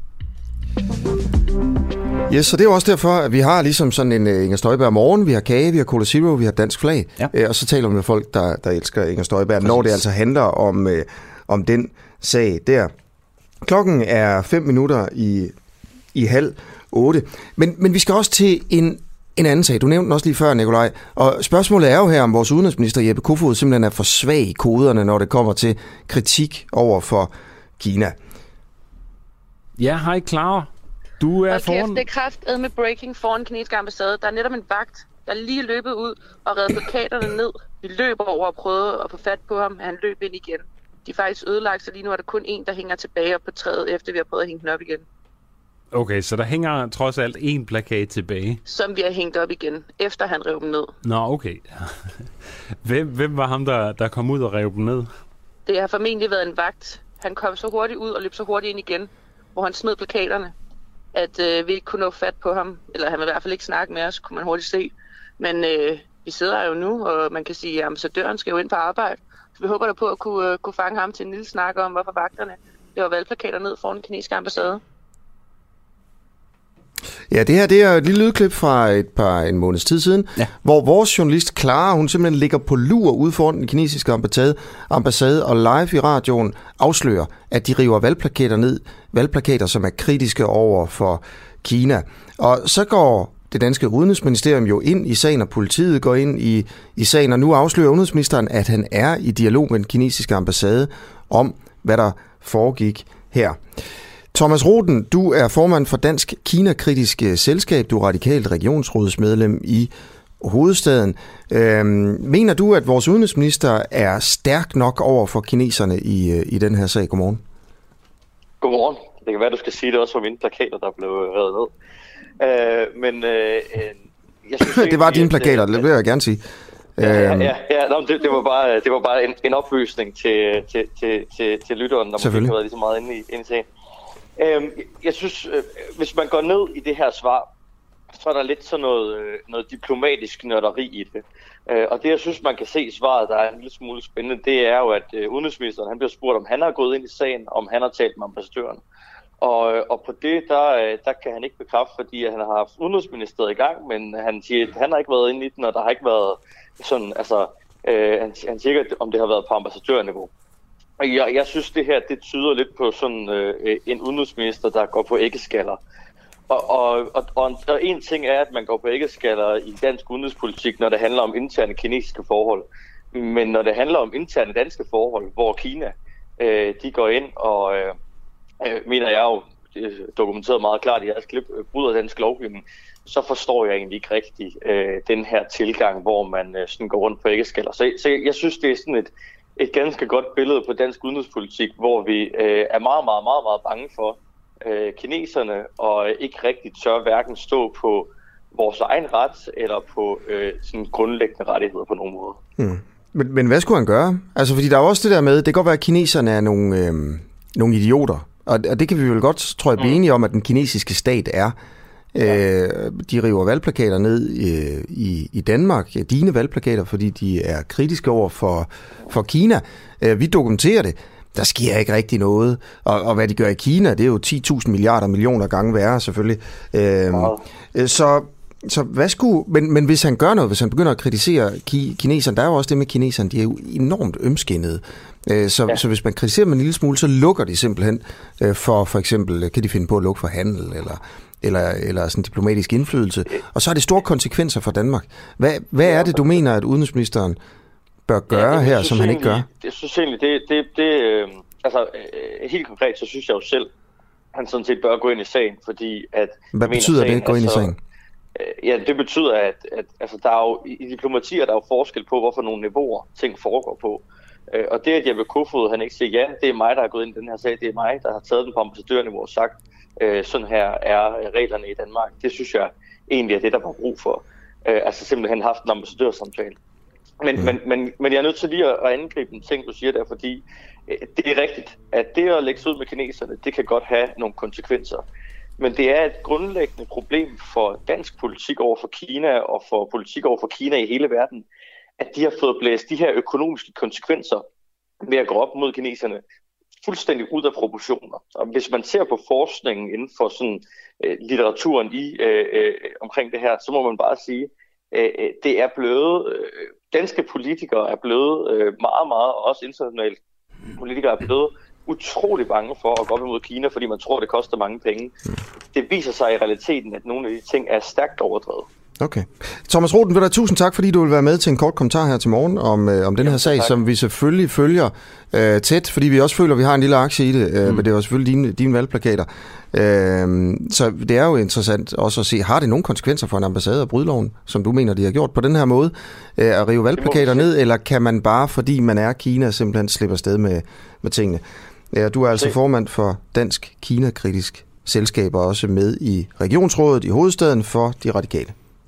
A: Yes, så det er jo også derfor, at vi har ligesom sådan en Inger Støjberg morgen, vi har kage, vi har Cola Zero, vi har dansk flag, og så taler vi med folk, der elsker Inger Støjberg, når det altså handler om den sag der. Klokken er 5 minutter i 7:30. Men vi skal også til En anden sag, du nævnte den også lige før, Nikolaj, og spørgsmålet er jo her, om vores udenrigsminister Jeppe Kofod simpelthen er for svag i koderne, når det kommer til kritik over for Kina.
I: Ja, hej Clara. Du er foran...
J: Det er kraftedme med breaking foran den kinesiske ambassade. Der er netop en vagt, der lige er løbet ud og reddet plakaterne ned. Vi løber over og prøvede at få fat på ham, han løb ind igen. De er faktisk ødelagt, så lige nu er der kun en, der hænger tilbage op på træet, efter vi har prøvet at hænge den op igen.
I: Okay, så der hænger trods alt en plakat tilbage.
J: Som vi har hængt op igen, efter han rev dem ned.
I: Nå, okay. Hvem var ham, der kom ud og rev dem ned?
J: Det har formentlig været en vagt. Han kom så hurtigt ud og løb så hurtigt ind igen, hvor han smed plakaterne, at vi ikke kunne nå fat på ham. Eller han vil i hvert fald ikke snakke med os, kunne man hurtigt se. Men vi sidder her jo nu, og man kan sige, at ambassadøren skal jo ind på arbejde. Så vi håber da på at kunne fange ham til en lille snak om, hvorfor vagterne laver valgplakater ned foran den kinesiske ambassade.
A: Ja, det er et lille lydklip fra en måneds tid siden, hvor vores journalist Clara, hun simpelthen ligger på lur ude foran den kinesiske ambassade og live i radioen afslører, at de river valgplakater ned, valgplakater, som er kritiske over for Kina. Og så går det danske udenrigsministerium jo ind i sagen, og politiet går ind i sagen, og nu afslører udenrigsministeren, at han er i dialog med den kinesiske ambassade om, hvad der foregik her. Thomas Roden, du er formand for Dansk Kina-kritisk Selskab. Du er radikalt regionsrådsmedlem i hovedstaden. Mener du, at vores udenrigsminister er stærk nok over for kineserne i den her sag? Godmorgen.
K: Godmorgen. Det kan være, du skal sige det også for mine plakater, der blev revet ned. Jeg synes, det var dine plakater, det vil jeg gerne sige. Det var bare en oplysning til lytteren, der måske ikke har været lige så meget inde i sagen. Jeg synes, hvis man går ned i det her svar, så er der lidt sådan noget diplomatisk nørderi i det. Og det, jeg synes, man kan se i svaret, der er en lille smule spændende, det er jo, at udenrigsministeren han bliver spurgt, om han har gået ind i sagen, om han har talt med ambassadøren. Og på det, der kan han ikke bekræfte, fordi han har haft udenrigsministeriet i gang, men han siger, at han har ikke været inde i den, og der har ikke været sådan, altså, han siger ikke, om det har været på ambassadørniveau. Og jeg synes, det her, det tyder lidt på sådan en udenrigsminister, der går på æggeskaller. Og en ting er, at man går på æggeskaller i dansk udenrigspolitik, når det handler om interne kinesiske forhold. Men når det handler om interne danske forhold, hvor Kina, de går ind og, mener jeg jo, dokumenteret meget klart i jeres klip, bryder dansk lovgivning, så forstår jeg egentlig ikke rigtig den her tilgang, hvor man sådan går rundt på æggeskaller. Så jeg synes, det er sådan et ganske godt billede på dansk udenrigspolitik, hvor vi er meget, meget, meget, meget bange for kineserne, og ikke rigtig tør hverken stå på vores egen ret, eller på sådan grundlæggende rettigheder på nogen måde.
A: Men hvad skulle han gøre? Altså, fordi der er også det der med, det kan godt være, at kineserne er nogle idioter, og det kan vi vel godt, tror jeg, blive enige om, at den kinesiske stat er. De river valgplakater ned i Danmark, dine valgplakater, fordi de er kritiske over for Kina. Vi dokumenterer det. Der sker ikke rigtig noget. Og hvad de gør i Kina, det er jo 10.000 millioner gange værre, selvfølgelig. Så hvad skulle... Men hvis han gør noget, hvis han begynder at kritisere kineserne, der er jo også det med kineserne, de er jo enormt ømskinnede. Så hvis man kritiserer dem en lille smule, så lukker de simpelthen for eksempel, kan de finde på at lukke for handel, eller sådan diplomatisk indflydelse. Og så har det store konsekvenser for Danmark. Hvad er det, du mener, at udenrigsministeren bør gøre her, som han ikke gør?
K: Jeg synes egentlig, helt konkret, så synes jeg jo selv, han sådan set bør gå ind i sagen, fordi at...
A: Hvad betyder det, gå ind i sagen?
K: Ja, det betyder, at der er jo, i diplomati er der jo forskel på, hvorfor nogle niveauer ting foregår på. Og det, at Jeppe Kofod, han ikke siger, ja, det er mig, der har gået ind i den her sag, det er mig, der har taget den på ambassadørniveau og sagt, sådan her er reglerne i Danmark. Det synes jeg egentlig er det, der var brug for. Altså simpelthen haft en ambassadørsamtale. Men jeg er nødt til lige at angribe en ting, du siger der, fordi det er rigtigt, at det at lægge sig ud med kineserne, det kan godt have nogle konsekvenser. Men det er et grundlæggende problem for dansk politik over for Kina og for politik over for Kina i hele verden, at de har fået blæst de her økonomiske konsekvenser ved at gå op mod kineserne fuldstændig ud af proportioner. Og hvis man ser på forskningen inden for sådan litteraturen omkring det her, så må man bare sige, det er blevet, danske politikere er blevet meget, meget, og også internationale politikere er blevet utrolig bange for at gå op imod Kina, fordi man tror, det koster mange penge. Det viser sig i realiteten, at nogle af de ting er stærkt overdrevet.
A: Okay. Thomas Roden, tusind tak, fordi du vil være med til en kort kommentar her til morgen om den her sag, som vi selvfølgelig følger tæt, fordi vi også føler, at vi har en lille aktie i det, men det er jo selvfølgelig dine valgplakater. Så det er jo interessant også at se, har det nogle konsekvenser for en ambassade at bryde loven, som du mener, de har gjort på den her måde, at rive valgplakater ned, eller kan man bare, fordi man er Kina, simpelthen slippe afsted med tingene? Du er altså formand for Dansk Kina-kritisk Selskab, og også med i regionsrådet i hovedstaden for De Radikale.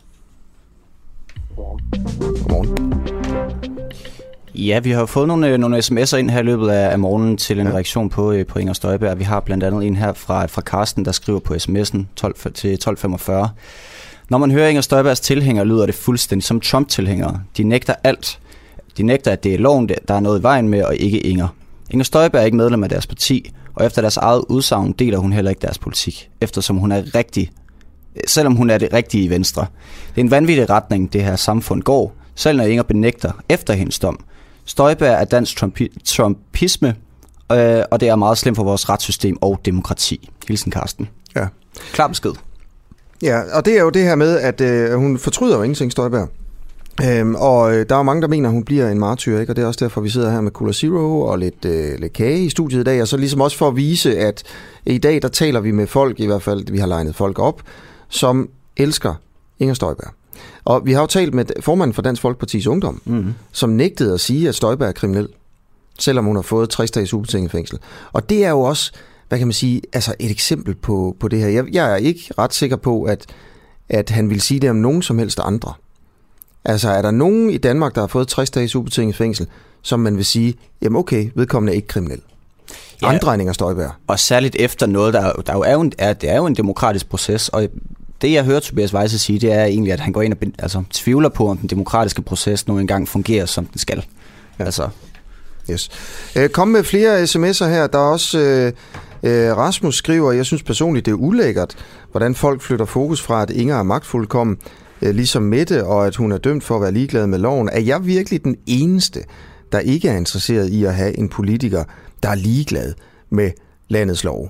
A: Godmorgen.
D: Ja, vi har fået nogle sms'er ind her i løbet af morgenen til en reaktion på Inger Støjberg. Vi har blandt andet en her fra Carsten, der skriver på sms'en 12 til 1245. Når man hører Inger Støjbergs tilhængere, lyder det fuldstændig som Trump-tilhængere. De nægter alt. De nægter, at det er loven, der er noget i vejen med, og ikke Inger. Inger Støjberg er ikke medlem af deres parti, og efter deres eget udsagn deler hun heller ikke deres politik, eftersom hun er rigtig, selvom hun er det rigtige i Venstre. Det er en vanvittig retning, det her samfund går, selv når Inger benægter efter hendes dom. Støjberg er dansk trumpisme, og det er meget slemt for vores retssystem og demokrati. Hilsen Carsten.
A: Ja.
D: Klar besked.
A: Ja, og det er jo det her med, at hun fortryder jo ingenting, Støjberg. Og der er jo mange, der mener, at hun bliver en martyr, ikke? Og det er også derfor, vi sidder her med Cola Zero og lidt kage i studiet i dag, og så ligesom også for at vise, at i dag, der taler vi med folk, i hvert fald, vi har legnet folk op, som elsker Inger Støjberg. Og vi har jo talt med formanden for Dansk Folkepartis Ungdom, som nægtede at sige, at Støjberg er kriminel, selvom hun har fået 60 dages ubetinget fængsel. Og det er jo også, hvad kan man sige, altså et eksempel på det her. Jeg er ikke ret sikker på, at han vil sige det om nogen som helst andre. Altså, er der nogen i Danmark, der har fået 60 dages ubetinget fængsel, som man vil sige, jamen okay, vedkommende er ikke kriminel? Ja, andre end Inger Støjberg.
D: Og særligt efter noget, det er jo en demokratisk proces, og det, jeg hører Tobias Weise sige, det er egentlig, at han går ind og tvivler på, om den demokratiske proces nu engang fungerer, som den skal. Ja. Altså.
A: Yes. Kom med flere sms'er her. Der er også Rasmus skriver, jeg synes personligt, det er ulækkert, hvordan folk flytter fokus fra, at Inger er magtfuldkommen, ligesom Mette, og at hun er dømt for at være ligeglad med loven. Er jeg virkelig den eneste, der ikke er interesseret i at have en politiker, der er ligeglad med landets lov?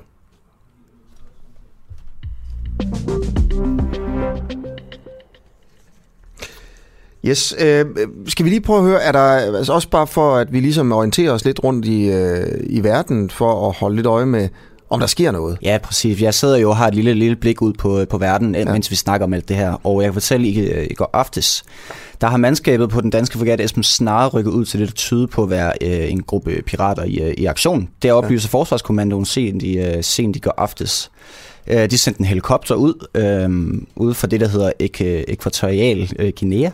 A: Yes, skal vi lige prøve at høre, er der altså også bare for, at vi ligesom orienterer os lidt rundt i verden, for at holde lidt øje med, om der sker noget?
D: Ja, præcis. Jeg sidder jo og har et lille blik ud på verden, mens vi snakker om alt det her. Og jeg kan fortælle, i går aftes, der har mandskabet på den danske fregat Esben Snare rykket ud til det, der tyder på at være en gruppe pirater i aktion. Det oplyser Forsvarskommandoen sent i går aftes. De sendte en helikopter ud for det, der hedder Ækvatorial Guinea,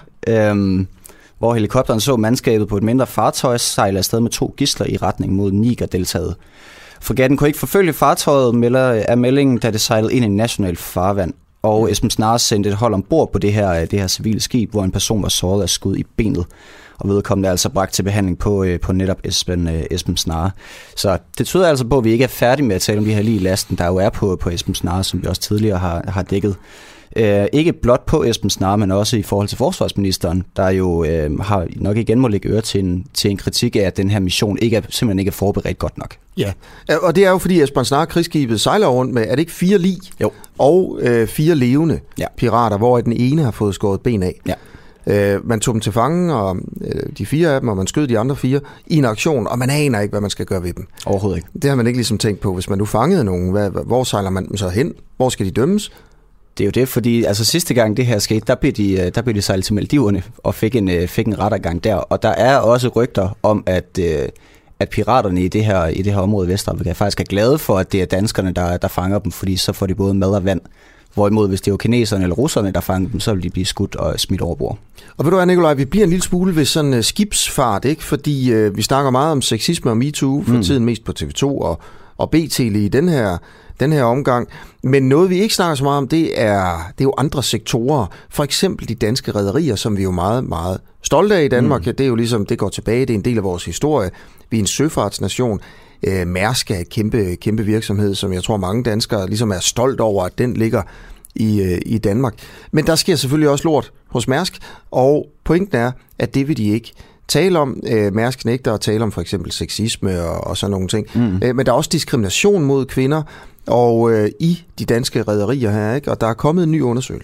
D: hvor helikopteren så mandskabet på et mindre fartøj sejle afsted med 2 gidsler i retning mod Niger-deltaet. Fregatten kunne ikke forfølge fartøjet, er meldingen, da det sejlede ind i national farvand. Og Esben Snare sendte et hold ombord på det her civile skib, hvor en person var såret af skud i benet. Og vedkommende er altså bragt til behandling på netop Esben Snare. Så det tyder altså på, at vi ikke er færdige med at tale om de her lige lasten, der jo er på Esben Snare, som vi også tidligere har dækket. Ikke blot på Esben Snare, men også i forhold til forsvarsministeren, der jo har nok igen må lægge øre til en kritik af, at den her mission simpelthen ikke er forberedt godt nok.
A: Ja, og det er jo fordi Esben Snare krigsskibet sejler rundt med, er det ikke 4 lig?
D: Jo.
A: Og 4 levende pirater, hvor den ene har fået skåret ben af. Ja. Man tog dem til fange, og de 4 af dem, og man skød de andre 4 i en aktion, og man aner ikke, hvad man skal gøre ved dem.
D: Overhovedet ikke.
A: Det har man ikke ligesom tænkt på. Hvis man nu fangede nogen, hvor sejler man dem så hen? Hvor skal de dømmes?
D: Det er jo det, fordi altså sidste gang det her skete, der blev de sejlet til Maldiverne og fik en rettergang der, og der er også rygter om, at piraterne i det her område i Vestafrika faktisk er glade for, at det er danskerne, der fanger dem, fordi så får de både mad og vand. Hvorimod, hvis det var kineserne eller russerne, der fanger dem, så vil de blive skudt og smidt over bord.
A: Og ved du hvad, Nikolaj, vi bliver en lille smule ved sådan skibsfart, ikke? Fordi vi snakker meget om sexisme og MeToo, for tiden mest på TV2 og BT i den her omgang. Men noget, vi ikke snakker så meget om, det er jo andre sektorer. For eksempel de danske rederier, som vi er jo meget, meget stolte af i Danmark. Det er jo ligesom, det går tilbage, det er en del af vores historie. Vi er en søfartsnation. Mærsk er et kæmpe virksomhed, som jeg tror mange danskere ligesom er stolt over, at den ligger i Danmark. Men der sker selvfølgelig også lort hos Mærsk, og pointen er, at det vil de ikke tale om. Mærsk nægter at tale om for eksempel sexisme og sådan nogle ting. Men der er også diskrimination mod kvinder og i de danske rederier her, ikke? Og der er kommet en ny undersøgelse.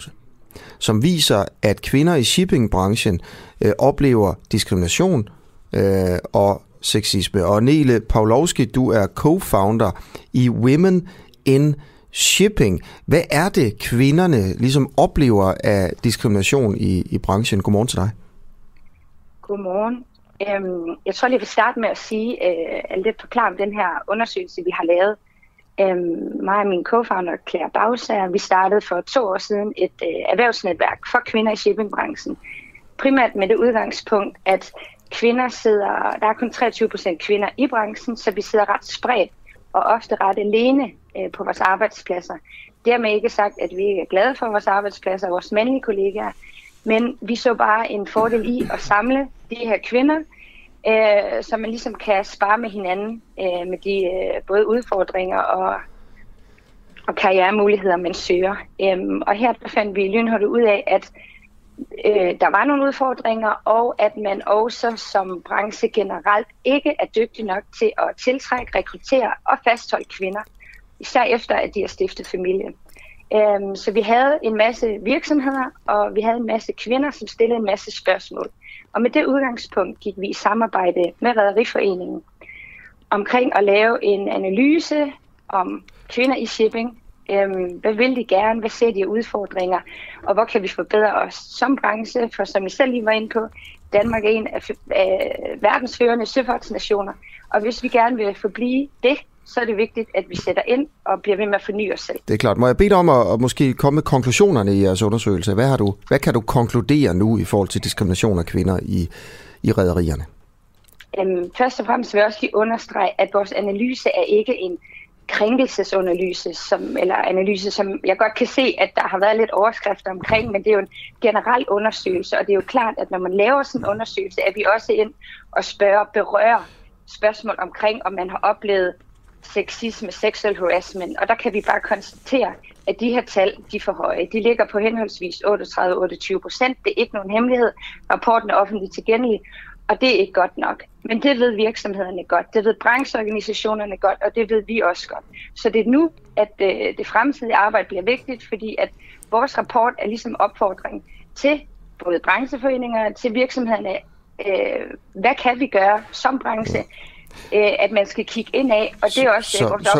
A: som viser, at kvinder i shippingbranchen oplever diskrimination og sexisme. Og Nele Pawlowski, du er co-founder i Women in Shipping. Hvad er det, kvinderne ligesom oplever af diskrimination i branchen? Godmorgen til dig.
L: Godmorgen. Jeg tror, jeg vil starte med at sige, lidt forklare om den her undersøgelse, vi har lavet. Mig og min co-founder, Claire Bausager, vi startede for 2 år siden et erhvervsnetværk for kvinder i shippingbranchen. Primært med det udgangspunkt, at der er kun 23% kvinder i branchen, så vi sidder ret spredt og ofte ret alene på vores arbejdspladser. Dermed ikke sagt, at vi ikke er glade for vores arbejdspladser og vores mandlige kollegaer, men vi så bare en fordel i at samle de her kvinder, så man ligesom kan spare med hinanden med de både udfordringer og karrieremuligheder, man søger. Og her fandt vi lynhurtigt ud af, at der var nogle udfordringer, og at man også som branche generelt ikke er dygtig nok til at tiltrække, rekruttere og fastholde kvinder, især efter at de har stiftet familie. Så vi havde en masse virksomheder, og vi havde en masse kvinder, som stillede en masse spørgsmål. Og med det udgangspunkt gik vi i samarbejde med Rederiforeningen omkring at lave en analyse om kvinder i shipping. Hvad vil de gerne? Hvad ser de af udfordringer? Og hvor kan vi forbedre os som branche? For som I selv lige var inde på, Danmark er en af verdens førende søfartsnationer. Og hvis vi gerne vil forblive det, så er det vigtigt, at vi sætter ind og bliver ved med at forny os selv.
A: Det er klart. Må jeg bede dig om at måske komme med konklusionerne i jeres undersøgelse? Hvad kan du konkludere nu i forhold til diskrimination af kvinder i rederierne?
L: Først og fremmest vil jeg også lige understrege, at vores analyse er ikke en krænkelsesanalyse, analyse, som jeg godt kan se, at der har været lidt overskrifter omkring, men det er jo en generel undersøgelse, og det er jo klart, at når man laver sådan en undersøgelse, er vi også ind og berører spørgsmål omkring, om man har oplevet sexisme, sexual harassment, og der kan vi bare konstatere, at de her tal, de er for høje. De ligger på henholdsvis 38-28%. Det er ikke nogen hemmelighed. Rapporten er offentligt tilgængelig, og det er ikke godt nok. Men det ved virksomhederne godt, det ved brancheorganisationerne godt, og det ved vi også godt. Så det er nu, at det fremtidige arbejde bliver vigtigt, fordi at vores rapport er ligesom opfordring til både brancheforeninger, til virksomhederne. Hvad kan vi gøre som branche? At man skal kigge ind af, og det er også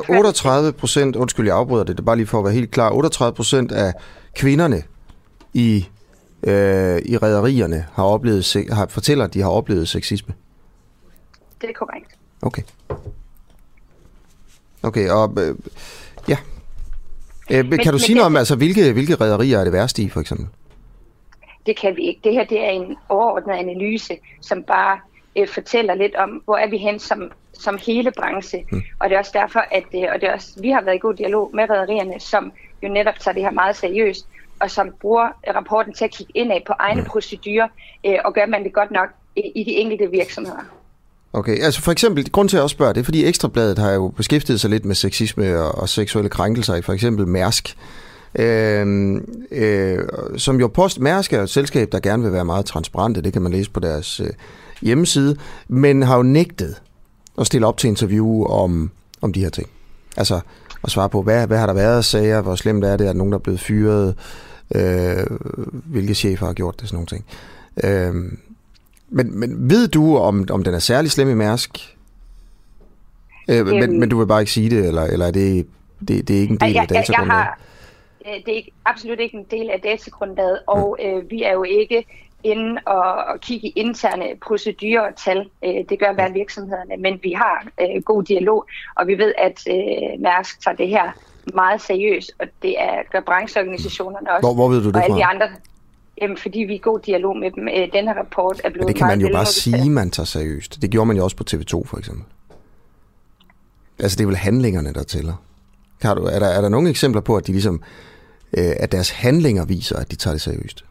A: så 38%, undskyld jeg afbryder det er bare lige for at være helt klar, 38% af kvinderne i rederierne fortæller, at de har oplevet sexisme.
L: Det er korrekt.
A: Okay, og ja. Kan du sige noget om, altså, hvilke rederier er det værste i, for eksempel?
L: Det kan vi ikke. Det her, det er en overordnet analyse, som bare fortæller lidt om, hvor er vi hen som hele branche. Og det er også derfor, at vi har været i god dialog med rederierne, som jo netop tager det her meget seriøst, og som bruger rapporten til at kigge indad på egne procedurer, og gør man det godt nok i de enkelte virksomheder.
A: Okay, altså for eksempel, grund til at også spørge det, fordi Ekstrabladet har jo beskæftiget sig lidt med sexisme og seksuelle krænkelser i for eksempel Mærsk. Som jo Mærsk er et selskab, der gerne vil være meget transparente, det kan man læse på deres hjemmeside, men har jo nægtet at stille op til interview om de her ting. Altså at svare på, hvad har der været af sager, hvor slemt er det, at nogen der er blevet fyret, hvilke chefer har gjort det, sådan nogle ting. Men ved du, om den er særlig slem i Mærsk? Men du vil bare ikke sige det, eller er det ikke en del af datagrundlaget?
L: Det er absolut ikke en del af datagrundlaget, og vi er jo ikke inde og kigge i interne procedurer og tal. Det gør hver virksomhederne, men vi har god dialog, og vi ved, at Mærsk tager det her meget seriøst, og det gør brancheorganisationerne også.
A: Hvor ved du det fra?
L: Og alle de andre, fordi vi er i god dialog med dem. Den her rapport er blevet
A: det kan man jo bare sige, man tager seriøst. Det gjorde man jo også på TV2 for eksempel. Altså det er vel handlingerne, der tæller. Er der nogle eksempler på, at de ligesom, at deres handlinger viser, at de tager det seriøst?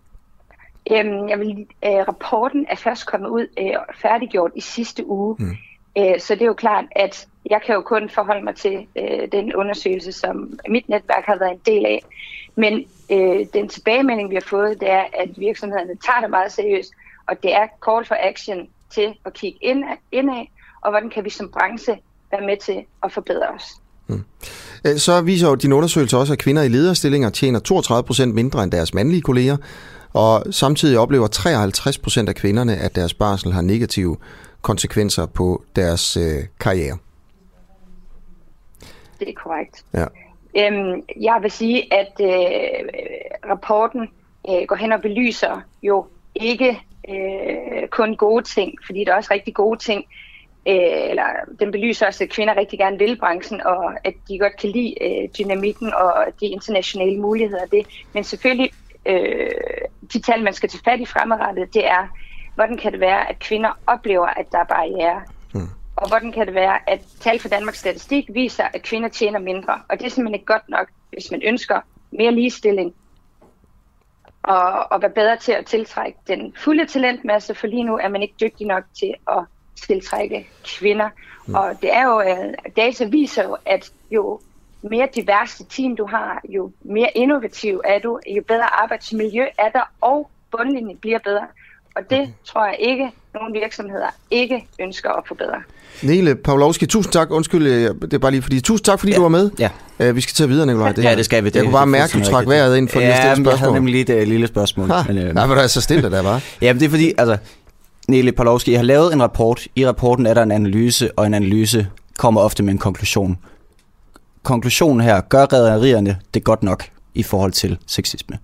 L: Rapporten er først kommet ud færdiggjort i sidste uge. Så det er jo klart, at jeg kan jo kun forholde mig til den undersøgelse, som mit netværk har været en del af. Men den tilbagemelding, vi har fået, det er, at virksomhederne tager det meget seriøst, og det er call for action til at kigge indad, og hvordan kan vi som branche være med til at forbedre os.
A: Så viser jo din undersøgelse også, at kvinder i lederstillinger tjener 32% mindre end deres mandlige kolleger, og samtidig oplever 53% af kvinderne, at deres barsel har negative konsekvenser på deres karriere.
L: Det er korrekt.
A: Ja.
L: Jeg vil sige, at rapporten går hen og belyser jo ikke kun gode ting, fordi der er også rigtig gode ting. Eller den belyser også, at kvinder rigtig gerne vil branchen, og at de godt kan lide dynamikken og de internationale muligheder af det. Men selvfølgelig, de tal, man skal tage fat i fremadrettet, det er, hvordan kan det være, at kvinder oplever, at der er barrierer? Og hvordan kan det være, at tal fra Danmarks Statistik viser, at kvinder tjener mindre? Og det er simpelthen ikke godt nok, hvis man ønsker mere ligestilling og være bedre til at tiltrække den fulde talentmasse, for lige nu er man ikke dygtig nok til at tiltrække kvinder. Og det er jo, data viser jo, at jo mere diverse team du har, jo mere innovativ er du, jo bedre arbejdsmiljø er der, og bundlinjen bliver bedre. Og det tror jeg ikke, nogen virksomheder ikke ønsker at forbedre.
A: Nele Pawlowski, tusind tak. Undskyld, det er bare lige fordi. Tusind tak, fordi du var med.
D: Ja.
A: Vi skal tage videre, Nikolaj.
D: Ja, det skal vi.
A: Jeg kunne bare mærke, at du trak vejret ind for lige spørgsmål.
D: Jeg havde nemlig lige et lille spørgsmål.
A: Nej, men der er så stille der, var.
D: Jamen, det er fordi, altså, Nele Pawlowski, jeg har lavet en rapport. I rapporten er der en analyse, og en analyse kommer ofte med en konklusion. Konklusionen her, gør rederierne det godt nok i forhold til sexisme?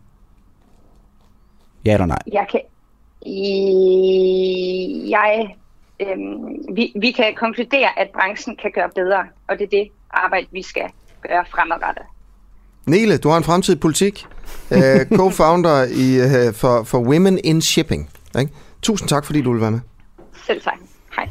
D: Ja eller nej?
L: Vi kan konkludere, at branchen kan gøre bedre, og det er det arbejde, vi skal gøre fremadrettet.
A: Nele, du har en fremtidig politik. Co-founder for Women in Shipping. Ikke? Tusind tak, fordi du vil være med.
L: Selv tak. Hej.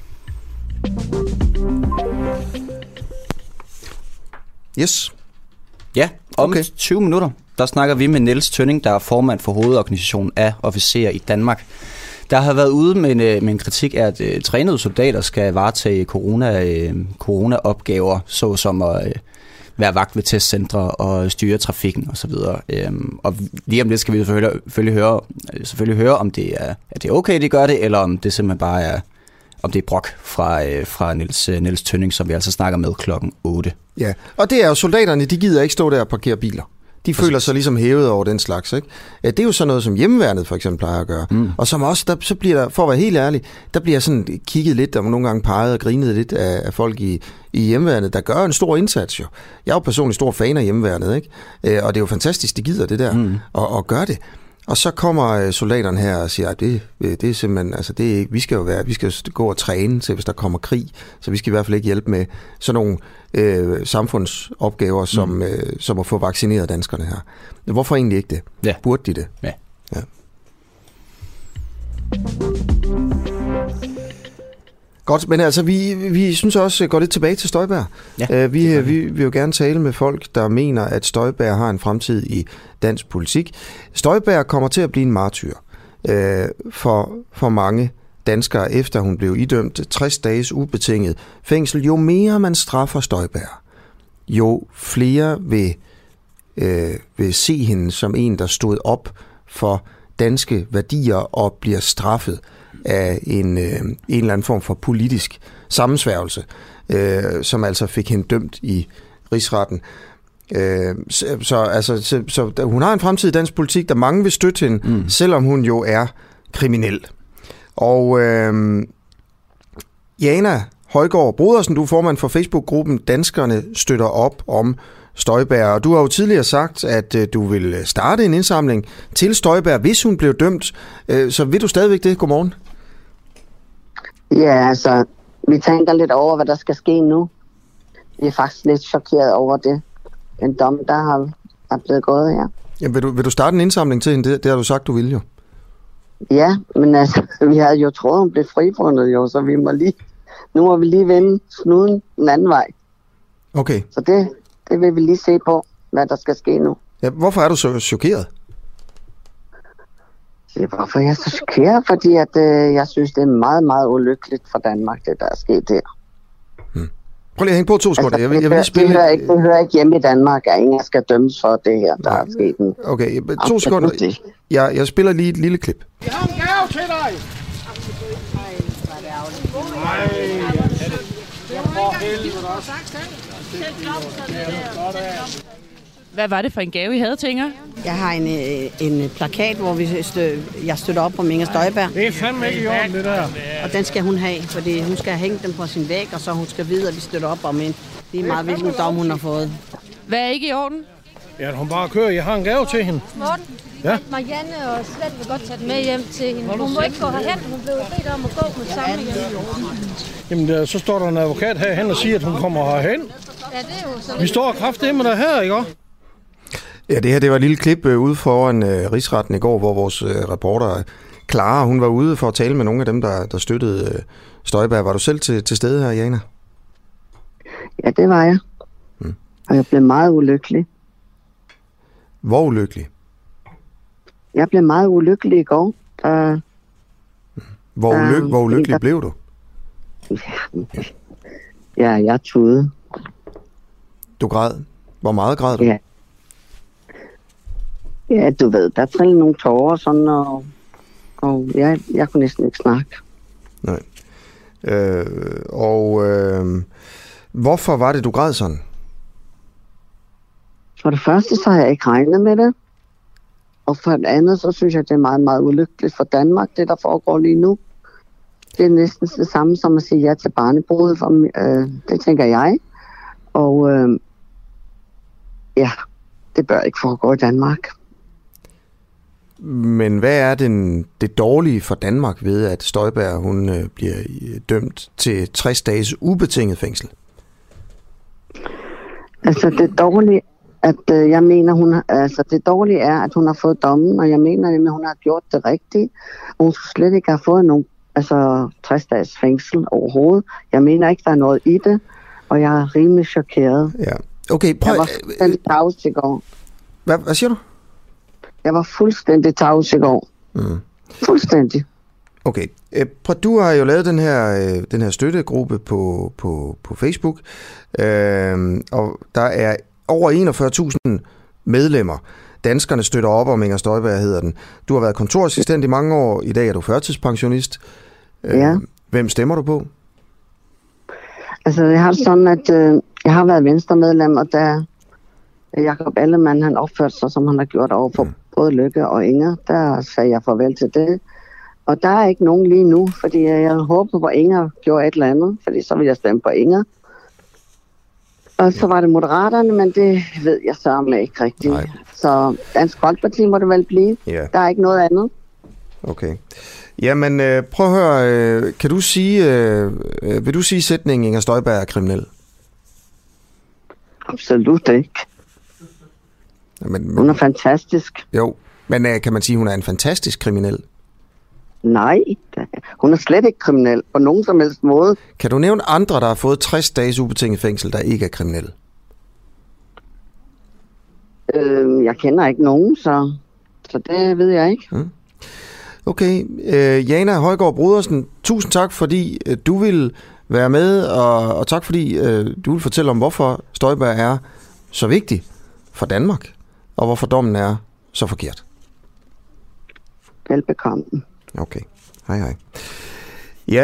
A: Yes.
D: Ja, om 20 minutter, der snakker vi med Niels Tønning, der er formand for hovedorganisationen af officerer i Danmark. Der har været ude med en kritik af, at trænede soldater skal varetage corona-opgaver, såsom at være vagt ved testcentre og styre trafikken osv. Og lige om det skal vi selvfølgelig høre, om det er okay, de gør det, eller om det simpelthen bare er, om det er brok fra Niels Tønning, som vi altså snakker med klokken 8.
A: Ja, og det er jo soldaterne, de gider ikke stå der og parkere biler. De føler sig ligesom hævet over den slags, ikke? Det er jo sådan noget, som hjemmeværnet for eksempel plejer at gøre. Og som også, så bliver der, for at være helt ærlig, der bliver sådan kigget lidt, og nogle gange peget og grinet lidt af folk i hjemmeværnet, der gør en stor indsats jo. Jeg er jo personligt stor fan af hjemmeværnet, ikke? Og det er jo fantastisk, de gider det der, og gør det. Og så kommer soldaterne her og siger, at det er simpelthen, altså det er ikke, vi skal gå og træne til, hvis der kommer krig, så vi skal i hvert fald ikke hjælpe med sådan nogle samfundsopgaver, som at få vaccineret danskerne her. Hvorfor egentlig ikke det?
D: Ja.
A: Burde de det?
D: Ja.
A: Godt, men altså, vi synes også, går lidt tilbage til Støjberg.
D: Ja,
A: vi vil jo gerne tale med folk, der mener, at Støjberg har en fremtid i dansk politik. Støjberg kommer til at blive en martyr for mange danskere, efter hun blev idømt 60 dages ubetinget fængsel. Jo mere man straffer Støjberg, jo flere vil se hende som en, der stod op for danske værdier og bliver straffet af en eller anden form for politisk sammensværgelse, som altså fik hende dømt i rigsretten. Så hun har en fremtid i dansk politik, der mange vil støtte hende, selvom hun jo er kriminel. Og Jana Højgaard Brodersen, du er formand for Facebook-gruppen Danskerne støtter op om Støjberg, og du har jo tidligere sagt, at du vil starte en indsamling til Støjberg, hvis hun blev dømt. Så vil du stadigvæk det? Godmorgen.
M: Ja, altså, vi tænker lidt over, hvad der skal ske nu. Vi er faktisk lidt chokeret over det. En dom, der er blevet gået her.
A: Jamen, vil du starte en indsamling til hende? Det har du sagt, du vil jo.
M: Ja, men altså, vi havde jo troet, hun blev frifundet jo, så nu må vi lige vende snuden den anden vej.
A: Okay.
M: Så det vil vi lige se på, hvad der skal ske nu.
A: Ja, hvorfor er du så chokeret?
M: Ja, hvorfor er jeg så chokeret? Fordi at, jeg synes, det er meget, meget ulykkeligt for Danmark, det der er sket her.
A: Prøv lige at hænge på 2 sekunder.
M: Altså, det hører ikke hjemme i Danmark, at ingen skal dømmes for det her, der er sket.
A: Okay, 2 sekunder. Jeg spiller lige et lille klip.
N: Vi har en gave til dig! Nej, det var for helvede også. Hvad var det for en gave, I havde til Inger?
O: Jeg har en plakat, hvor jeg støtter op på Inger Støjberg.
P: Det er fandme ikke i orden, det der.
O: Og den skal hun have, fordi hun skal hænge den på sin væg, og så hun skal vide, at vi støtter op om hende. Det er meget hvilken dom, hun har fået.
N: Hvad er ikke i orden?
P: Ja, hun bare kører. Jeg har en gave til hende.
Q: Morten,
P: ja?
Q: Marianne og Svend vil godt tage den med hjem til hende. Hun må ikke gå herhen. Hun blev bedt om at gå med samme hjem.
P: Jamen, så står der en advokat herhen og siger, at hun kommer herhen.
Q: Ja, det er jo så...
P: Vi står kraftedeme der her, ikke?
A: Ja, det her det var et lille klip ude foran rigsretten i går, hvor vores reporter Clara, hun var ude for at tale med nogle af dem, der støttede Støjberg. Var du selv til stede her, Jana?
M: Ja, det var jeg. Og jeg blev meget ulykkelig.
A: Hvor ulykkelig?
M: Jeg blev meget ulykkelig i går.
A: Hvor ulykkelig blev du?
M: Ja, jeg tudede.
A: Du græd? Hvor meget græd du?
M: Ja. Ja, du ved, der trillede nogle tårer sådan, og jeg kunne næsten ikke snakke.
A: Nej. Hvorfor var det, du græd sådan?
M: For det første, så har jeg ikke regnet med det. Og for det andet, så synes jeg, det er meget, meget ulykkeligt for Danmark, det der foregår lige nu. Det er næsten det samme som at sige ja til barnebrudet. Det tænker jeg. Og ja, det bør ikke foregå i Danmark.
A: Men hvad er det dårlige for Danmark ved, at Støjberg hun bliver dømt til 60 dages ubetinget fængsel?
M: Altså det dårlige, at jeg mener, det dårlige er, at hun har fået dommen, og jeg mener nemlig, at hun har gjort det rigtigt. Og hun slet ikke har fået nogen 60 dages fængsel overhovedet. Jeg mener ikke, der er noget i det, og jeg er rimelig chokeret.
A: Ja. Okay, prøv...
M: Jeg var fuldstændig tavs i går.
A: Hvad siger du?
M: Jeg var fuldstændig tavs i går. Fuldstændig.
A: Okay. Du har jo lavet den her støttegruppe på Facebook, og der er over 41.000 medlemmer. Danskerne støtter op om Inger Støjberg, hedder den. Du har været kontorassistent i mange år. I dag er du førtidspensionist.
M: Ja.
A: Hvem stemmer du på?
M: Altså, jeg har sådan, at jeg har været venstremedlem, og da Jakob Ellemann, han opførte sig, som han har gjort over for både Løkke og Inger, der sagde jeg farvel til det. Og der er ikke nogen lige nu, fordi jeg håber på, at Inger gjorde et eller andet, fordi så vil jeg stemme på Inger. Og så var det Moderaterne, men det ved jeg så ikke rigtigt. Nej. Så Dansk Folkeparti må det vel blive.
A: Ja.
M: Der er ikke noget andet.
A: Okay. Jamen, prøv at høre. Vil du sige sætningen, Inger Støjberg er kriminel?
M: Absolut ikke.
A: Men,
M: hun er fantastisk.
A: Jo, men kan man sige, at hun er en fantastisk kriminel?
M: Nej, hun er slet ikke kriminel på nogen som helst måde.
A: Kan du nævne andre, der har fået 60 dages ubetinget fængsel, der ikke er kriminelle?
M: Jeg kender ikke nogen, så det ved jeg ikke.
A: Okay, Jana Højgaard Brodersen, tusind tak, fordi du vil være med, og tak fordi du vil fortælle om, hvorfor Støjberg er så vigtig for Danmark, og hvorfor dommen er så forkert.
M: Velbekomme.
A: Okay, hej. Ja,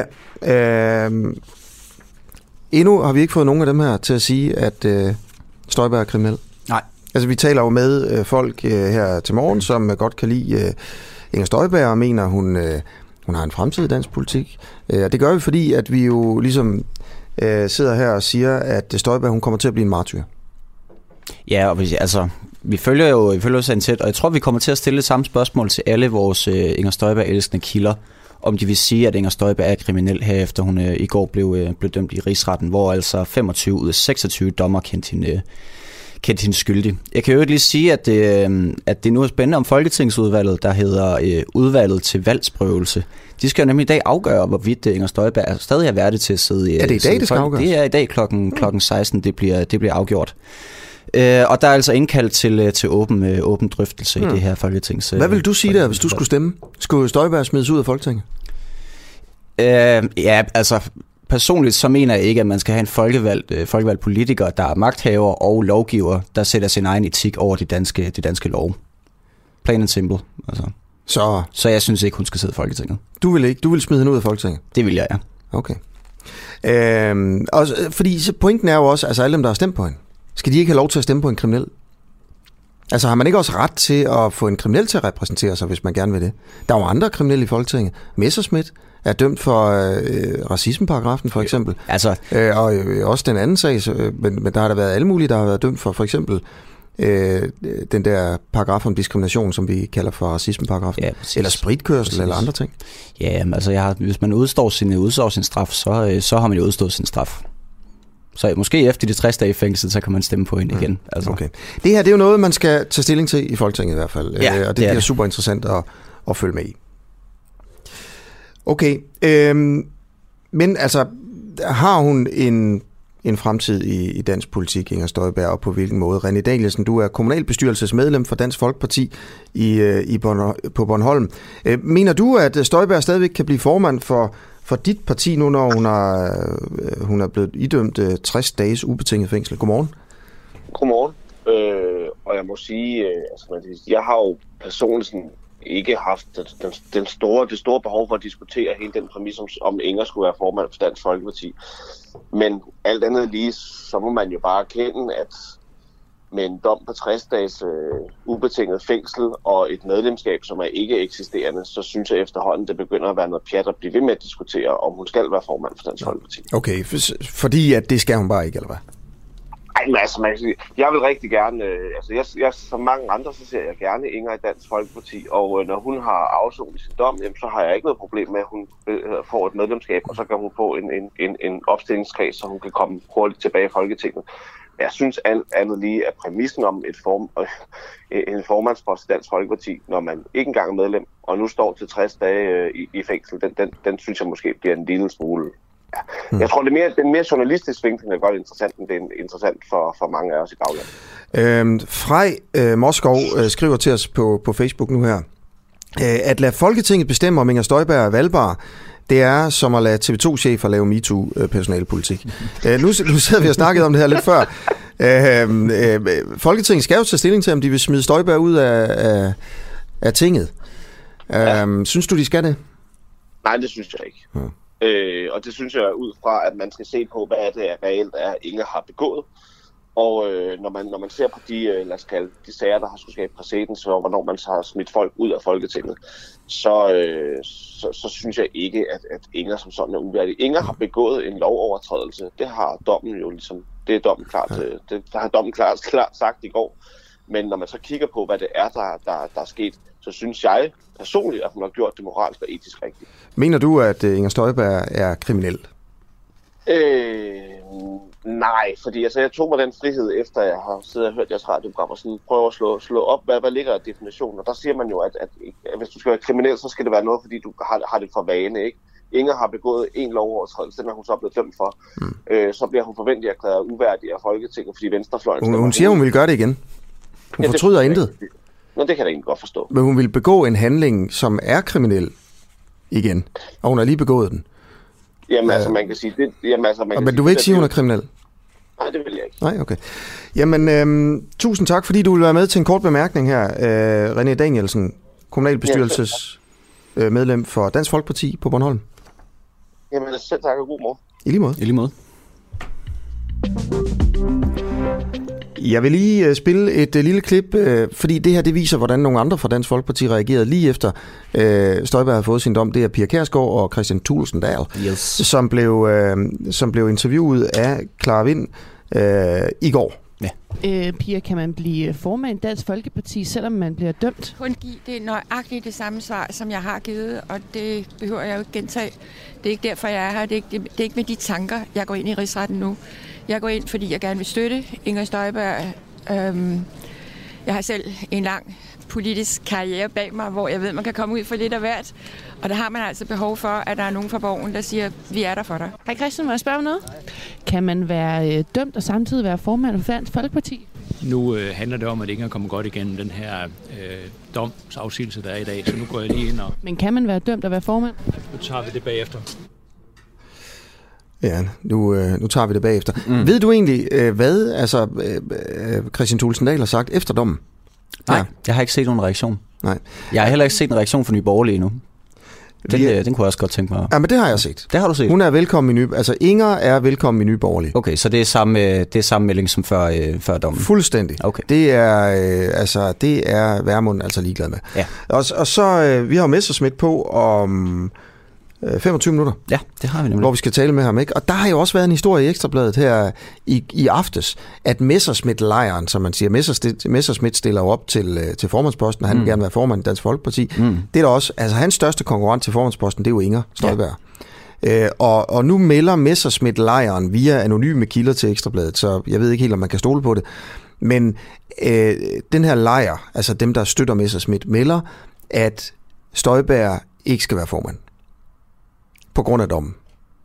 A: endnu har vi ikke fået nogen af dem her til at sige, at Støjberg er kriminel.
D: Nej.
A: Altså, vi taler jo med folk her til morgen, som godt kan lide Inger Støjberg, og mener, hun har en fremtid i dansk politik. Det gør vi, fordi at vi jo ligesom sidder her og siger, at Støjberg hun kommer til at blive en martyr.
D: Ja, og vi følger sagen tæt, og jeg tror, vi kommer til at stille det samme spørgsmål til alle vores Inger Støjberg-elskende kilder, om de vil sige, at Inger Støjberg er kriminel herefter hun i går blev dømt i rigsretten, hvor altså 25 ud af 26 dommer kendte hende skyldig. Jeg kan jo lige sige, at det nu er spændende om Folketingsudvalget, der hedder udvalget til valgsprøvelse. De skal jo nemlig i dag afgøre, hvorvidt Inger Støjberg stadig er værdig til at sidde i...
A: Er det i dag, det skal afgøres?
D: Det er i dag klokken 16, det bliver afgjort. Og der er altså indkaldt til åben drøftelse i det her Folketings...
A: Hvad vil du sige der, hvis du skulle stemme? Skulle Støjberg smides ud af Folketinget?
D: Ja, altså... Personligt så mener jeg ikke, at man skal have en folkevalgt politiker, der er magthaver og lovgiver, der sætter sin egen etik over de danske love. Plain and simple. Altså.
A: Så
D: jeg synes ikke, hun skal sidde i Folketinget.
A: Du vil smide hende ud af Folketinget?
D: Det vil jeg, ja.
A: Okay. Fordi pointen er jo også, altså alle dem, der har stemt på hende, skal de ikke have lov til at stemme på en kriminel? Altså har man ikke også ret til at få en kriminel til at repræsentere sig, hvis man gerne vil det? Der er jo andre kriminelle i Folketinget. Messerschmidt er dømt for racismeparagrafen, for eksempel. Altså. Og også den anden sag, men der har der været alle mulige, der har været dømt for eksempel den der paragraf om diskrimination, som vi kalder for racismeparagrafen. Ja, eller spritkørsel, eller andre ting.
D: Ja, altså hvis man udstår sin straf, så har man jo udstået sin straf. Så måske efter de 60 dage i fængsel, så kan man stemme på hende igen. Altså. Okay.
A: Det her, det er jo noget, man skal tage stilling til i Folketinget i hvert fald. Ja, og det bliver super interessant at følge med i. Okay. Men altså, har hun en fremtid i dansk politik, Inger Støjberg, og på hvilken måde? René Danielsen, du er kommunalbestyrelsesmedlem for Dansk Folkeparti på Bornholm. Mener du, at Støjberg stadigvæk kan blive formand for dit parti nu, når hun er blevet idømt 60 dages ubetinget fængsel? Godmorgen.
R: Godmorgen. Og jeg må sige, jeg har jo personligt ikke haft det store behov for at diskutere hele den præmis, om Inger skulle være formand for Dansk Folkeparti. Men alt andet lige, så må man jo bare erkende, at med en dom på 60 dages ubetinget fængsel og et medlemskab, som er ikke eksisterende, så synes jeg efterhånden, det begynder at være noget pjat at blive ved med at diskutere, om hun skal være formand for Dansk Folkeparti.
A: Okay, fordi at det skal hun bare ikke, eller hvad?
R: Ej, men altså, jeg vil rigtig gerne, jeg som mange andre, så ser jeg gerne Inger i Dansk Folkeparti, og når hun har afsonet sin dom, jamen, så har jeg ikke noget problem med, at hun får et medlemskab, og så kan hun få en opstillingskreds, så hun kan komme hurtigt tilbage i Folketinget. Jeg synes andet lige, at præmissen om en formandspost i Dansk Folkeparti, når man ikke engang er medlem, og nu står til 60 dage i fængsel, den synes jeg måske bliver en lille smule. Ja. Jeg tror, det er mere journalistisk vinkling, der gør det interessant, end det er interessant for mange af os i baglandet.
A: Frej Moskov skriver til os på Facebook nu her, at lade Folketinget bestemme, om Inger Støjberg er valgbar, det er som at lade TV2-chefer lave MeToo-personalepolitik. Nu sidder vi og snakket om det her lidt før. Folketinget skal jo tage stilling til, om de vil smide Støjberg ud af tinget. Synes du, de skal det?
R: Nej, det synes jeg ikke. Og det synes jeg ud fra, at man skal se på, hvad det er reelt er, Inger har begået. Og når man ser på de sager, der har skulle skabe præcedens, og hvornår man har smidt folk ud af Folketinget, så synes jeg ikke, at Inger som sådan er uværdig. Inger har begået en lovovertrædelse. Det har dommen jo ligesom, det er dommen klart, det har dommen klart sagt i går. Men når man så kigger på, hvad det er, der er sket, så synes jeg personligt, at hun har gjort det moralsk og etisk rigtigt.
A: Mener du, at Inger Støjberg er kriminel?
R: Nej, fordi jeg tog mig den frihed, efter jeg har siddet og hørt jeres radioprogram, og sådan prøver at slå op, hvad ligger af definitionen. Og der siger man jo, at hvis du skal være kriminel, så skal det være noget, fordi du har det for vane, ikke? Inger har begået en lovovertrædelse, den har hun så blevet dømt for. Så bliver hun forventet erklæret uværdig af Folketinget, fordi venstrefløjen...
A: Hun siger, hun vil gøre det igen. Hun fortryder intet.
R: Nå, det kan jeg da egentlig godt forstå.
A: Men hun vil begå en handling, som er kriminel igen, og hun har lige begået den.
R: Jamen altså, man kan sige det.
A: Men du vil ikke sige, hun er kriminel?
R: Nej, det vil jeg ikke.
A: Nej, okay. Jamen, tusind tak, fordi du vil være med til en kort bemærkning her. René Danielsen, kommunalbestyrelsesmedlem for Dansk Folkeparti på Bornholm.
R: Jamen, selv tak og god morgen.
A: I lige måde.
D: I lige måde.
A: Jeg vil lige spille et lille klip, fordi det her det viser, hvordan nogle andre fra Dansk Folkeparti reagerede lige efter Støjberg havde fået sin dom. Det er Pia Kjærsgaard og Kristian Thulesen Dahl, som blev interviewet af Clara Vind i går.
N: Ja. Pia, kan man blive formand i Dansk Folkeparti, selvom man bliver dømt?
S: Kun give det nøjagtigt det samme svar, som jeg har givet, og det behøver jeg jo ikke gentage. Det er ikke derfor, jeg er her. Det er ikke med de tanker, jeg går ind i rigsretten nu. Jeg går ind, fordi jeg gerne vil støtte Inger Støjberg. Jeg har selv en lang politisk karriere bag mig, hvor jeg ved, man kan komme ud for lidt af hvert. Og der har man altså behov for, at der er nogen fra borgen, der siger, vi er der for dig.
N: Hej Christian, må jeg spørge om noget? Kan man være dømt og samtidig være formand for Dansk Folkeparti?
T: Nu handler det om, at Inger kommer godt igennem den her domsafsigelse, der er i dag, så nu går jeg lige ind og...
N: Men kan man være dømt og være formand?
T: Nu tager vi det bagefter.
A: Ja, nu tager vi det bagefter. Ved du egentlig, hvad Kristian Thulesen Dahl har sagt efter dommen?
D: Nej, jeg har ikke set nogen reaktion.
A: Nej.
D: Jeg har heller ikke set en reaktion fra Nye Borgerlige endnu. Den kunne jeg også godt tænke mig.
A: Ja, men det har jeg set.
D: Det har du set?
A: Hun er velkommen i Inger er velkommen i Nye Borgerlige.
D: Okay, så det er samme melding som før dommen?
A: Fuldstændig.
D: Okay.
A: Det er Vermund altså ligeglad med.
D: Ja.
A: Og så, vi har Messerschmidt på om 25 minutter.
D: Ja, det har vi nemlig.
A: Hvor vi skal tale med ham, ikke? Og der har jo også været en historie i Ekstrabladet her i aftes, at Messerschmidt-lejren, som man siger, Messerschmidt stiller jo op til formandsposten, og han vil gerne være formand i Dansk Folkeparti. Det er da også, altså hans største konkurrent til formandsposten, det er jo Inger Støjberg. Ja. Og nu melder Messerschmidt-lejren via anonyme kilder til Ekstrabladet, så jeg ved ikke helt, om man kan stole på det. Men den her lejr, altså dem, der støtter Messerschmidt, melder, at Støjberg ikke skal være formand. På grund af dommen.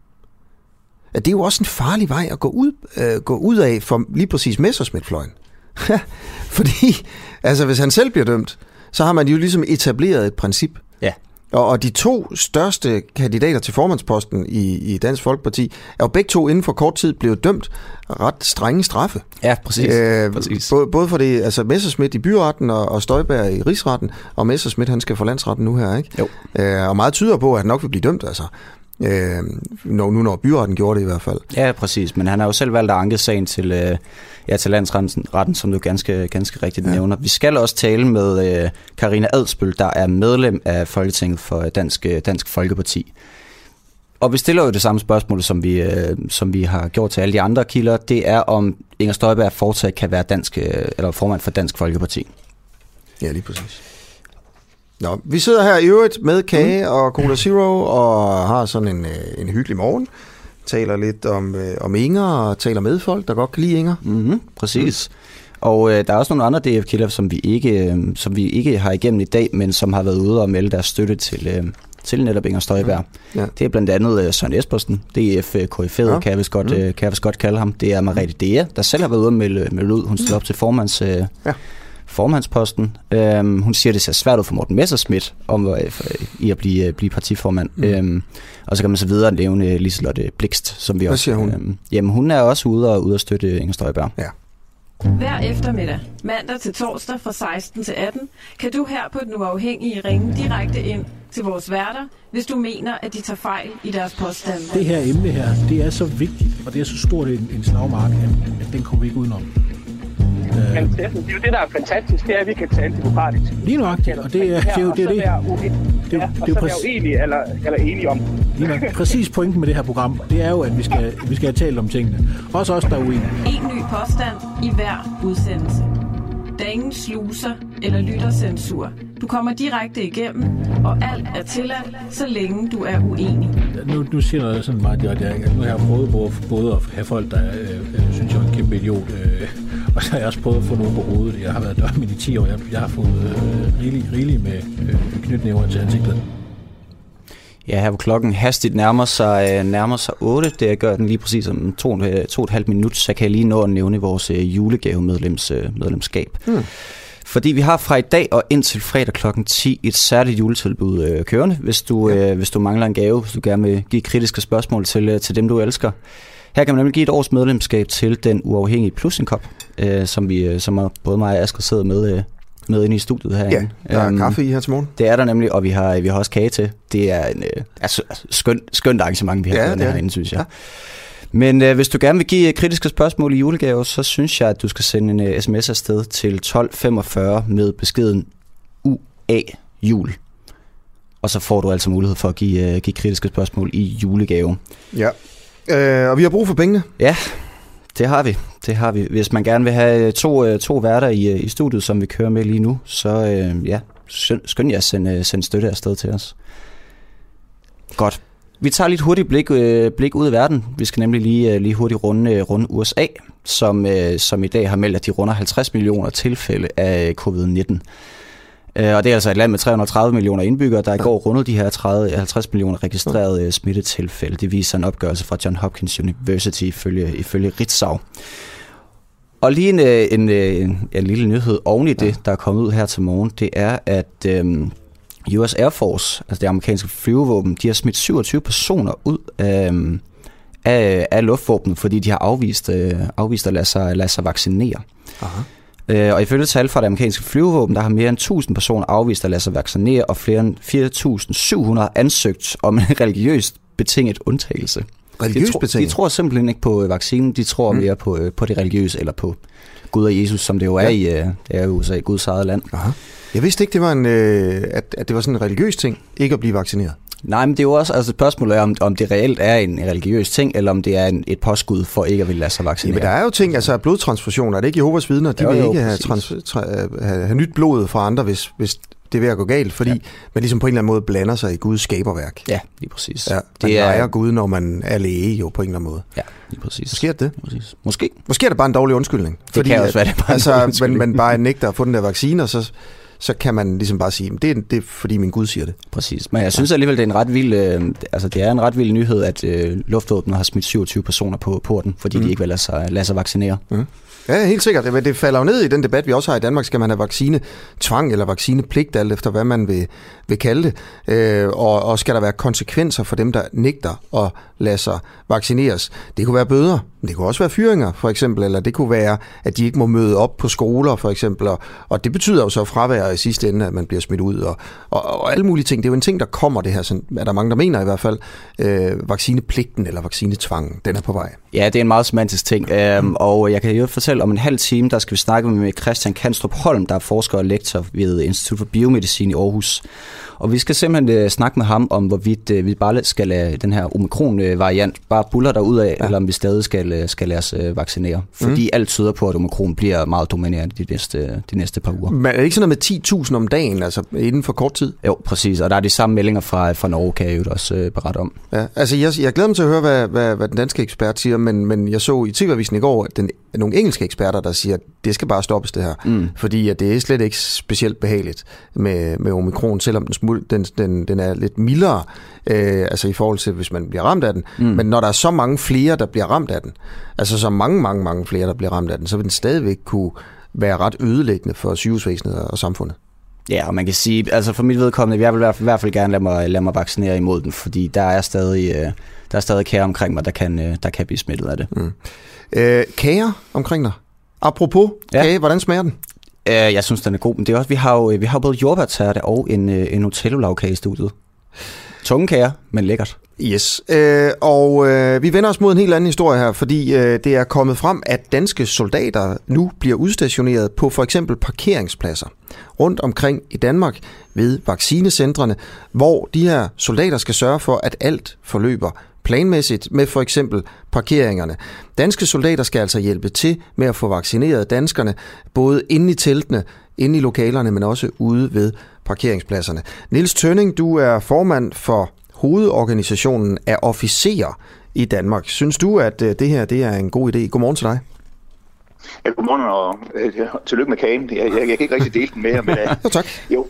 A: Ja, det er jo også en farlig vej at gå ud af for lige præcis Messerschmidt-fløjen. Fordi, altså hvis han selv bliver dømt, så har man jo ligesom etableret et princip.
D: Ja.
A: Og de to største kandidater til formandsposten i Dansk Folkeparti er jo begge to inden for kort tid blevet dømt ret strenge straffe.
D: Ja, præcis.
A: Både for det, altså Messerschmidt i byretten og Støjberg i rigsretten, og Messerschmidt han skal for landsretten nu her, ikke?
D: Jo.
A: Og meget tyder på, at han nok vil blive dømt, altså. Når byretten gjorde det i hvert fald.
D: Ja, præcis. Men han har jo selv valgt at anke sagen til landsretten, som du ganske rigtigt nævner. Vi skal også tale med Karina Adsbøl, der er medlem af Folketinget for Dansk Folkeparti. Og vi stiller jo det samme spørgsmål, som vi har gjort til alle de andre kilder. Det er, om Inger Støjberg fortsat kan være formand for Dansk Folkeparti.
A: Ja, lige præcis. Nå, vi sidder her i øvrigt med kage og Cola Zero og har sådan en hyggelig morgen. Taler lidt om Inger og taler med folk, der godt kan lide Inger.
D: Præcis. Og der er også nogle andre DF-kilder, som vi ikke har igennem i dag, men som har været ude og melde deres støtte til netop Inger Støjberg. Ja. Det er blandt andet Søren Espersen, DF-KF'et, kan jeg vist godt kalde ham. Det er Merete Dea, der selv har været ude og melde ud. Hun stiller op til formandsposten. Hun siger, det ser svært ud for Morten Messerschmidt i at blive partiformand. Og så kan man så videre nævne Liselotte Blixt, som vi også...
A: Hvad siger hun?
D: Jamen, hun er også ude at støtte Inger Støjberg.
A: Ja.
U: Hver eftermiddag, mandag til torsdag fra 16 til 18, kan du her på Den Uafhængige ringe direkte ind til vores værter, hvis du mener, at de tager fejl i deres påstande.
V: Det her emne her, det er så vigtigt, og det er så stort en slagmark, at den kommer vi ikke udenom.
W: Men det er jo det, der er fantastisk, det er, at vi kan tale demokratisk.
V: Lige nok, og det er jo det.
W: Og så være uenige eller enige om.
V: Lige nok. Præcis pointen med det her program, det er jo, at vi skal have talt om tingene. Også os, der er uenige.
U: En ny påstand i hver udsendelse. Der er ingen sluser eller lyttercensur. Du kommer direkte igennem, og alt er tilladt, så længe du er uenig.
V: Nu siger jeg sådan meget direkte, at nu har jeg prøvet både at have folk, der synes, jeg er en kæmpe idiot, og så har jeg også prøvet at få nogen på hovedet. Jeg har været dørmænd i 10 år, jeg har fået rigeligt med knytnæver til ansigtet.
D: Ja, her på klokken hastigt nærmer sig 8. Det gør den lige præcis om 2,5 minutter, så kan jeg lige nå at nævne vores julegave-medlemskab. Fordi vi har fra i dag og indtil fredag klokken 10 et særligt juletilbud kørende, hvis du mangler en gave, hvis du gerne vil give kritiske spørgsmål til dem, du elsker. Her kan man nemlig give et års medlemskab til Den Uafhængige plus en kop, som både mig og Asger sidder med inde i studiet herinde.
A: Ja, der er kaffe i her til morgen.
D: Det er der nemlig, og vi har også kage til. Det er en skønt arrangement, vi har herinde, synes jeg. Ja. Men hvis du gerne vil give kritiske spørgsmål i julegave, så synes jeg, at du skal sende en sms afsted til 1245 med beskeden UA-jul. Og så får du altså mulighed for at give kritiske spørgsmål i julegave. Ja,
A: og vi har brug for pengene.
D: Ja, det har vi. Hvis man gerne vil have to værter i studiet, som vi kører med lige nu, så skynd jer at sende støtte afsted til os. Godt. Vi tager lidt hurtigt blik ud i verden. Vi skal nemlig lige hurtigt runde USA, som i dag har meldt, at de runder 50 millioner tilfælde af covid-19. Og det er altså et land med 330 millioner indbyggere, der i går rundede de her 50 millioner registrerede smittetilfælde. Det viser en opgørelse fra Johns Hopkins University ifølge Ritzau. Og lige en lille nyhed oven i det, der er kommet ud her til morgen, det er, at US Air Force, altså det amerikanske flyvevåben, de har smidt 27 personer ud af luftvåbnet, fordi de har afvist at lade sig vaccinere. Aha. Og ifølge tal fra det amerikanske flyvevåben, der har mere end 1000 personer afvist at lade sig vaccinere, og flere end 4.700 ansøgt om en religiøst betinget undtagelse.
A: Religiøst betinget?
D: De tror simpelthen ikke på vaccinen, de tror mere på det religiøse, eller på Gud og Jesus, som det jo er i USA, Guds eget land.
A: Aha. Jeg vidste ikke, det var at det var sådan en religiøs ting, ikke at blive vaccineret.
D: Nej, men det er jo også, altså spørgsmålet er, om det reelt er en religiøs ting, eller om det er et påskud for ikke at ville lade sig vaccinere.
A: Men der er jo ting, altså blodtransfusioner, er det ikke Jehovas vidner? De vil ikke have nyt blod fra andre, hvis det er ved at gå galt, fordi man ligesom på en eller anden måde blander sig i Guds skaberværk.
D: Ja, lige præcis.
A: Ja, det er Gud, når man er læge jo på en eller anden måde.
D: Ja, lige præcis.
A: Måske er det?
D: Præcis. Måske
A: er det bare en dårlig undskyldning.
D: Det fordi, kan også være, det bare
A: altså, en undskyldning. Man bare nægter at få den der vaccine, og så kan man ligesom bare sige, det er fordi min Gud siger det.
D: Præcis, men jeg synes alligevel, det er en ret vild nyhed, at luftvåbnet har smidt 27 personer på porten, fordi de ikke vil lade sig vaccinere. Mm.
A: Ja, helt sikkert. Det falder jo ned i den debat, vi også har i Danmark. Skal man have vaccinetvang eller vaccinepligt, alt efter hvad man vil kalde det? Og skal der være konsekvenser for dem, der nægter at lade sig vaccineres? Det kunne være bøder, men det kunne også være fyringer, for eksempel. Eller det kunne være, at de ikke må møde op på skoler, for eksempel. Og det betyder jo så fravær i sidste ende, at man bliver smidt ud. Og alle mulige ting. Det er jo en ting, der kommer, det her. Sådan, er der mange, der mener i hvert fald, vaccinepligten eller vaccinetvangen, den er på vej.
D: Ja, det er en meget semantisk ting. Og jeg kan jo fortælle, om en halv time, der skal vi snakke med Christian Kanstrup Holm, der er forsker og lektor ved Institut for Biomedicin i Aarhus. Og vi skal simpelthen snakke med ham om, hvorvidt vi bare skal lade den her omikron-variant bare buller derudad, eller om vi stadig skal lade os vaccinere. Fordi alt tyder på, at omikron bliver meget dominerende de næste par uger.
A: Men er det ikke sådan noget med 10.000 om dagen, altså inden for kort tid?
D: Jo, præcis. Og der er de samme meldinger fra Norge, kan jeg jo også berette om.
A: Ja, altså jeg glæder mig til at høre, hvad den danske ekspert siger, men jeg så i TV-avisen i går, at nogle engelske eksperter, der siger, at det skal bare stoppes det her. Fordi at det er slet ikke specielt behageligt med omikron, selvom den er lidt mildere, altså i forhold til, hvis man bliver ramt af den. Men når der er så mange flere, der bliver ramt af den, altså så mange flere, der bliver ramt af den, så vil den stadigvæk kunne være ret ødelæggende for sygehusvæsenet og samfundet.
D: Ja, og man kan sige, altså for mit vedkommende, jeg vil i hvert fald gerne lade mig vaccinere imod den, fordi der er stadig kære omkring mig, der kan blive smittet af det.
A: Kager omkring dig? Apropos kage, hvordan smager den?
D: Jeg synes, den er god, men det er også, vi har både jordbærtærte og en Nutella-lavkage i studiet. Tunge kager, men lækkert.
A: Yes, vi vender os mod en helt anden historie her, fordi det er kommet frem, at danske soldater nu bliver udstationeret på for eksempel parkeringspladser rundt omkring i Danmark ved vaccinecentrene, hvor de her soldater skal sørge for, at alt forløber planmæssigt med for eksempel parkeringerne. Danske soldater skal altså hjælpe til med at få vaccineret danskerne, både inde i teltene, inde i lokalerne, men også ude ved parkeringspladserne. Niels Tønning, du er formand for hovedorganisationen af officerer i Danmark. Synes du, at det her er en god idé? Godmorgen til dig.
C: Ja, godmorgen og tillykke med kagen. Jeg kan ikke rigtig dele den med jer, men
A: jo, tak.
C: Jo.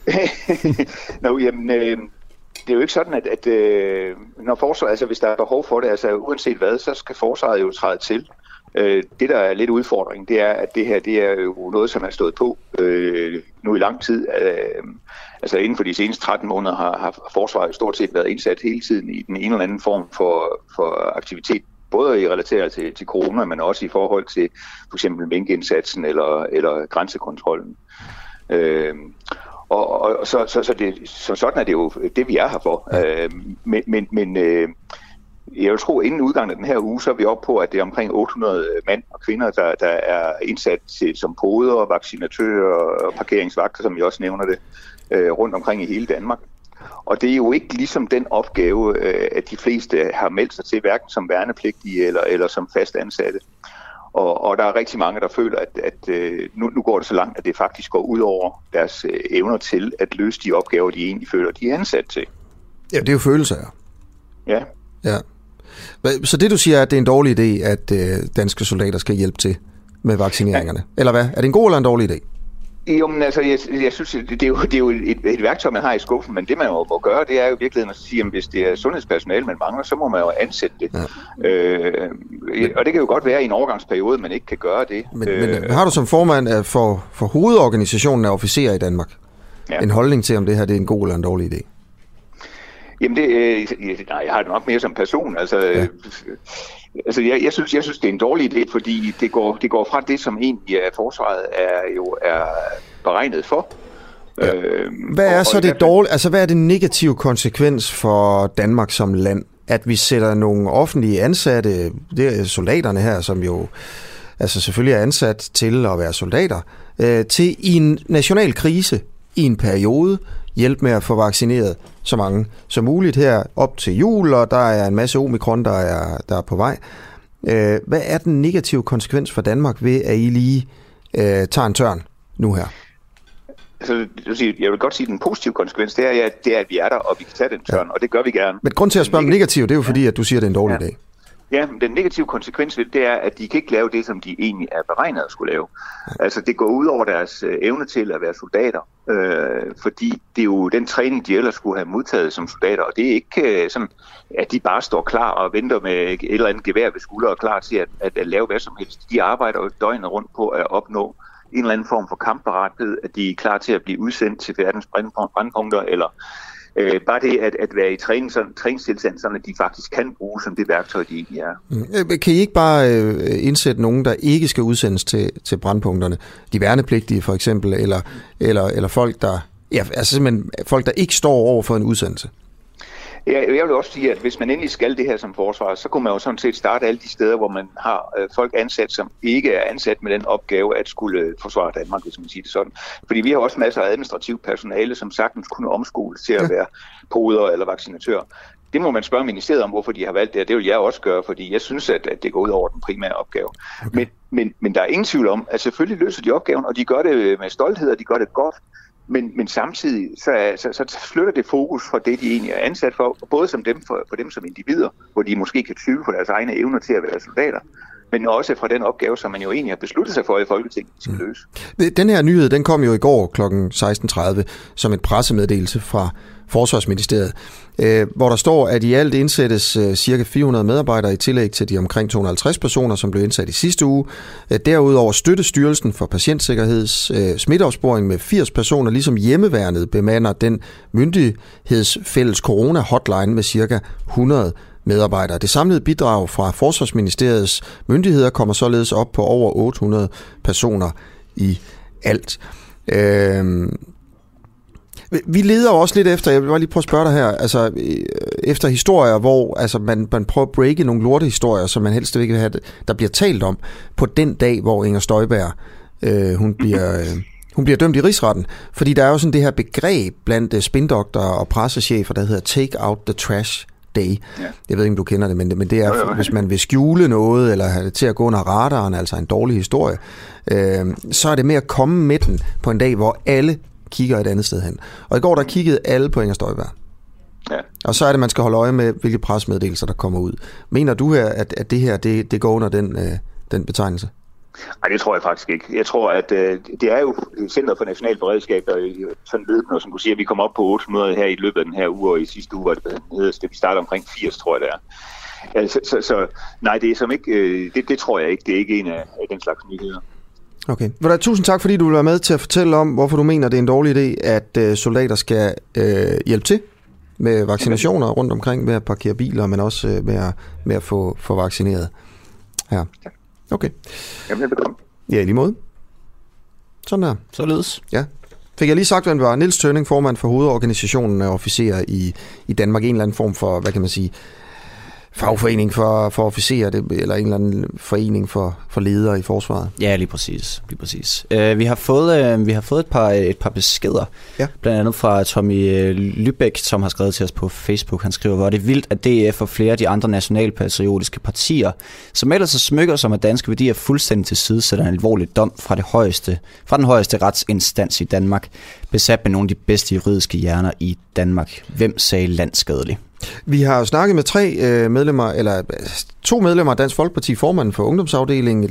C: Det er jo ikke sådan, at når forsvaret, altså hvis der er behov for det, altså uanset hvad, så skal forsvaret jo træde til. Det, der er lidt udfordring, det er, at det her, det er jo noget, som er stået på nu i lang tid. Altså inden for de seneste 13 måneder har forsvaret stort set været indsat hele tiden i den ene eller anden form for aktivitet, både i relateret til corona, men også i forhold til for eksempel minkindsatsen eller grænsekontrollen. Og så sådan er det jo det, vi er her for. Men jeg vil tro, inden udgangen af den her uge, så er vi oppe på, at det er omkring 800 mænd og kvinder, der er indsat som poder, vaccinatører og parkeringsvagter, som jeg også nævner det, rundt omkring i hele Danmark. Og det er jo ikke ligesom den opgave, at de fleste har meldt sig til, hverken som værnepligtige eller som fast ansatte. Og der er rigtig mange, der føler, at nu går det så langt, at det faktisk går ud over deres evner til at løse de opgaver, de egentlig føler, de er ansat til.
A: Ja, det er jo følelser.
C: Ja.
A: Så det, du siger, er, at det er en dårlig idé, at danske soldater skal hjælpe til med vaccineringerne? Ja. Eller hvad? Er det en god eller en dårlig idé?
C: Jo, men altså, jeg synes, det er jo et værktøj, man har i skuffen, men det, man jo må gøre, det er jo i virkeligheden at sige, at hvis det er sundhedspersonale, man mangler, så må man jo ansætte det. Ja. Og det kan jo godt være i en overgangsperiode, man ikke kan gøre det.
A: Men har du som formand for hovedorganisationen af officerer i Danmark en holdning til, om det her det er en god eller en dårlig idé?
C: Jamen, jeg har det nok mere som person. Altså, Altså, jeg synes, det er en dårlig idé, fordi det går fra det, som egentlig forsvaret er beregnet for.
A: Ja. Hvad er så det dårlige? Altså, hvad er det negative konsekvens for Danmark som land, at vi sætter nogle offentlige ansatte, det er soldaterne her, som jo altså selvfølgelig er ansat til at være soldater, til i en national krise i en periode hjælpe med at få vaccineret så mange som muligt her op til jul, og der er en masse omikron, der er på vej. Hvad er den negative konsekvens for Danmark ved, at I lige tager en tørn nu her?
C: Altså, jeg vil godt sige, at den positive konsekvens, det er, at vi er der, og vi kan tage den tørn, og det gør vi gerne.
A: Men grund til at spørge om negativ, det er jo fordi, at du siger, at det er en dårlig dag.
C: Ja, men den negative konsekvens ved det er, at de kan ikke lave det, som de egentlig er beregnet at skulle lave. Altså, det går ud over deres evne til at være soldater, fordi det er jo den træning, de ellers skulle have modtaget som soldater, og det er ikke sådan, at de bare står klar og venter med et eller andet gevær ved skulder og klar til at lave hvad som helst. De arbejder jo døgnet rundt på at opnå en eller anden form for kampparathed, at de er klar til at blive udsendt til verdens brandpunkter, eller bare det at være i træningstilstand, sådan at de faktisk kan bruge som det værktøj, de egentlig er.
A: Kan I ikke bare indsætte nogen, der ikke skal udsendes til brandpunkterne? De værnepligtige for eksempel, eller folk, der, ja, altså simpelthen folk, der ikke står over for en udsendelse?
C: Ja, jeg vil også sige, at hvis man endelig skal det her som forsvar, så kunne man jo sådan set starte alle de steder, hvor man har folk ansat, som ikke er ansat med den opgave at skulle forsvare Danmark, hvis man siger det sådan. Fordi vi har også masser af administrativt personale, som sagtens kunne omskoles til at være poder eller vaccinatør. Det må man spørge ministeriet om, hvorfor de har valgt det, og det vil jeg også gøre, fordi jeg synes, at det går ud over den primære opgave. Okay. Men der er ingen tvivl om, at selvfølgelig løser de opgaven, og de gør det med stolthed, og de gør det godt. Men samtidig så flytter det fokus fra det, de egentlig er ansat for, både som for dem som individer, hvor de måske kan tvivle på deres egne evner til at være soldater, men også fra den opgave, som man jo egentlig har besluttet sig for i Folketinget, skal løse.
A: Den her nyhed, den kom jo i går kl. 16.30 som et pressemeddelelse fra Forsvarsministeriet, hvor der står, at i alt indsættes ca. 400 medarbejdere i tillæg til de omkring 250 personer, som blev indsat i sidste uge. Derudover støtter Styrelsen for Patientsikkerheds smitteopsporing med 80 personer, ligesom hjemmeværnet bemander den myndighedsfælles corona-hotline med ca. 100 medarbejdere. Det samlede bidrag fra Forsvarsministeriets myndigheder kommer således op på over 800 personer i alt. Vi leder også lidt efter, jeg vil bare lige prøve at spørge dig her, altså efter historier, hvor altså, man prøver at breake nogle lortehistorier, som man helst ikke vil have, der bliver talt om på den dag, hvor Inger Støjberg hun bliver dømt i rigsretten. Fordi der er jo sådan det her begreb blandt spindoktorer og pressechefer, der hedder take out the trash day. Ja. Jeg ved ikke, om du kender det, men det er, hvis man vil skjule noget, eller have det til at gå under radaren, altså en dårlig historie, så er det med at komme med den på en dag, hvor alle kigger et andet sted hen. Og i går, der kiggede alle på Inger Støjberg. Ja. Og så er det, man skal holde øje med, hvilke pressemeddelelser, der kommer ud. Mener du her, at det her, det går under den betegnelse?
C: Nej, det tror jeg faktisk ikke. Jeg tror, at det er jo Center for National Beredskab, der er sådan løbende, som du siger, vi kommer op på 800 her i løbet af den her uge, og i sidste uge var det vi starter omkring 80, tror jeg det er. Altså, så nej, det er som ikke, det tror jeg ikke. Det er ikke en af den slags nyheder.
A: Okay. Tusind tak, fordi du vil være med til at fortælle om, hvorfor du mener, det er en dårlig idé, at soldater skal hjælpe til med vaccinationer rundt omkring, med at parkere biler, men også med at få vaccineret. Ja. Okay.
C: Jamen, velkommen.
A: Ja, lige måde. Sådan der.
D: Således.
A: Ja. Fik jeg lige sagt, hvem det var? Niels Tønning, formand for hovedorganisationen af officerer i Danmark. En eller anden form for, hvad kan man sige, fagforening for officerer, eller en eller anden forening for ledere i forsvaret.
D: Ja, lige præcis. Vi har fået et par beskeder, ja. Blandt andet fra Tommy Lübeck, som har skrevet til os på Facebook. Han skriver, hvor det er vildt, at DF og flere af de andre nationalpatriotiske partier, som ellers smykker sig med danske værdier, fuldstændig til side, sætter en alvorlig dom fra den højeste retsinstans i Danmark, besat med nogle af de bedste juridiske hjerner i Danmark. Hvem sagde landskadelig?
A: Vi har snakket med to medlemmer af Dansk Folkeparti, formanden for ungdomsafdelingen,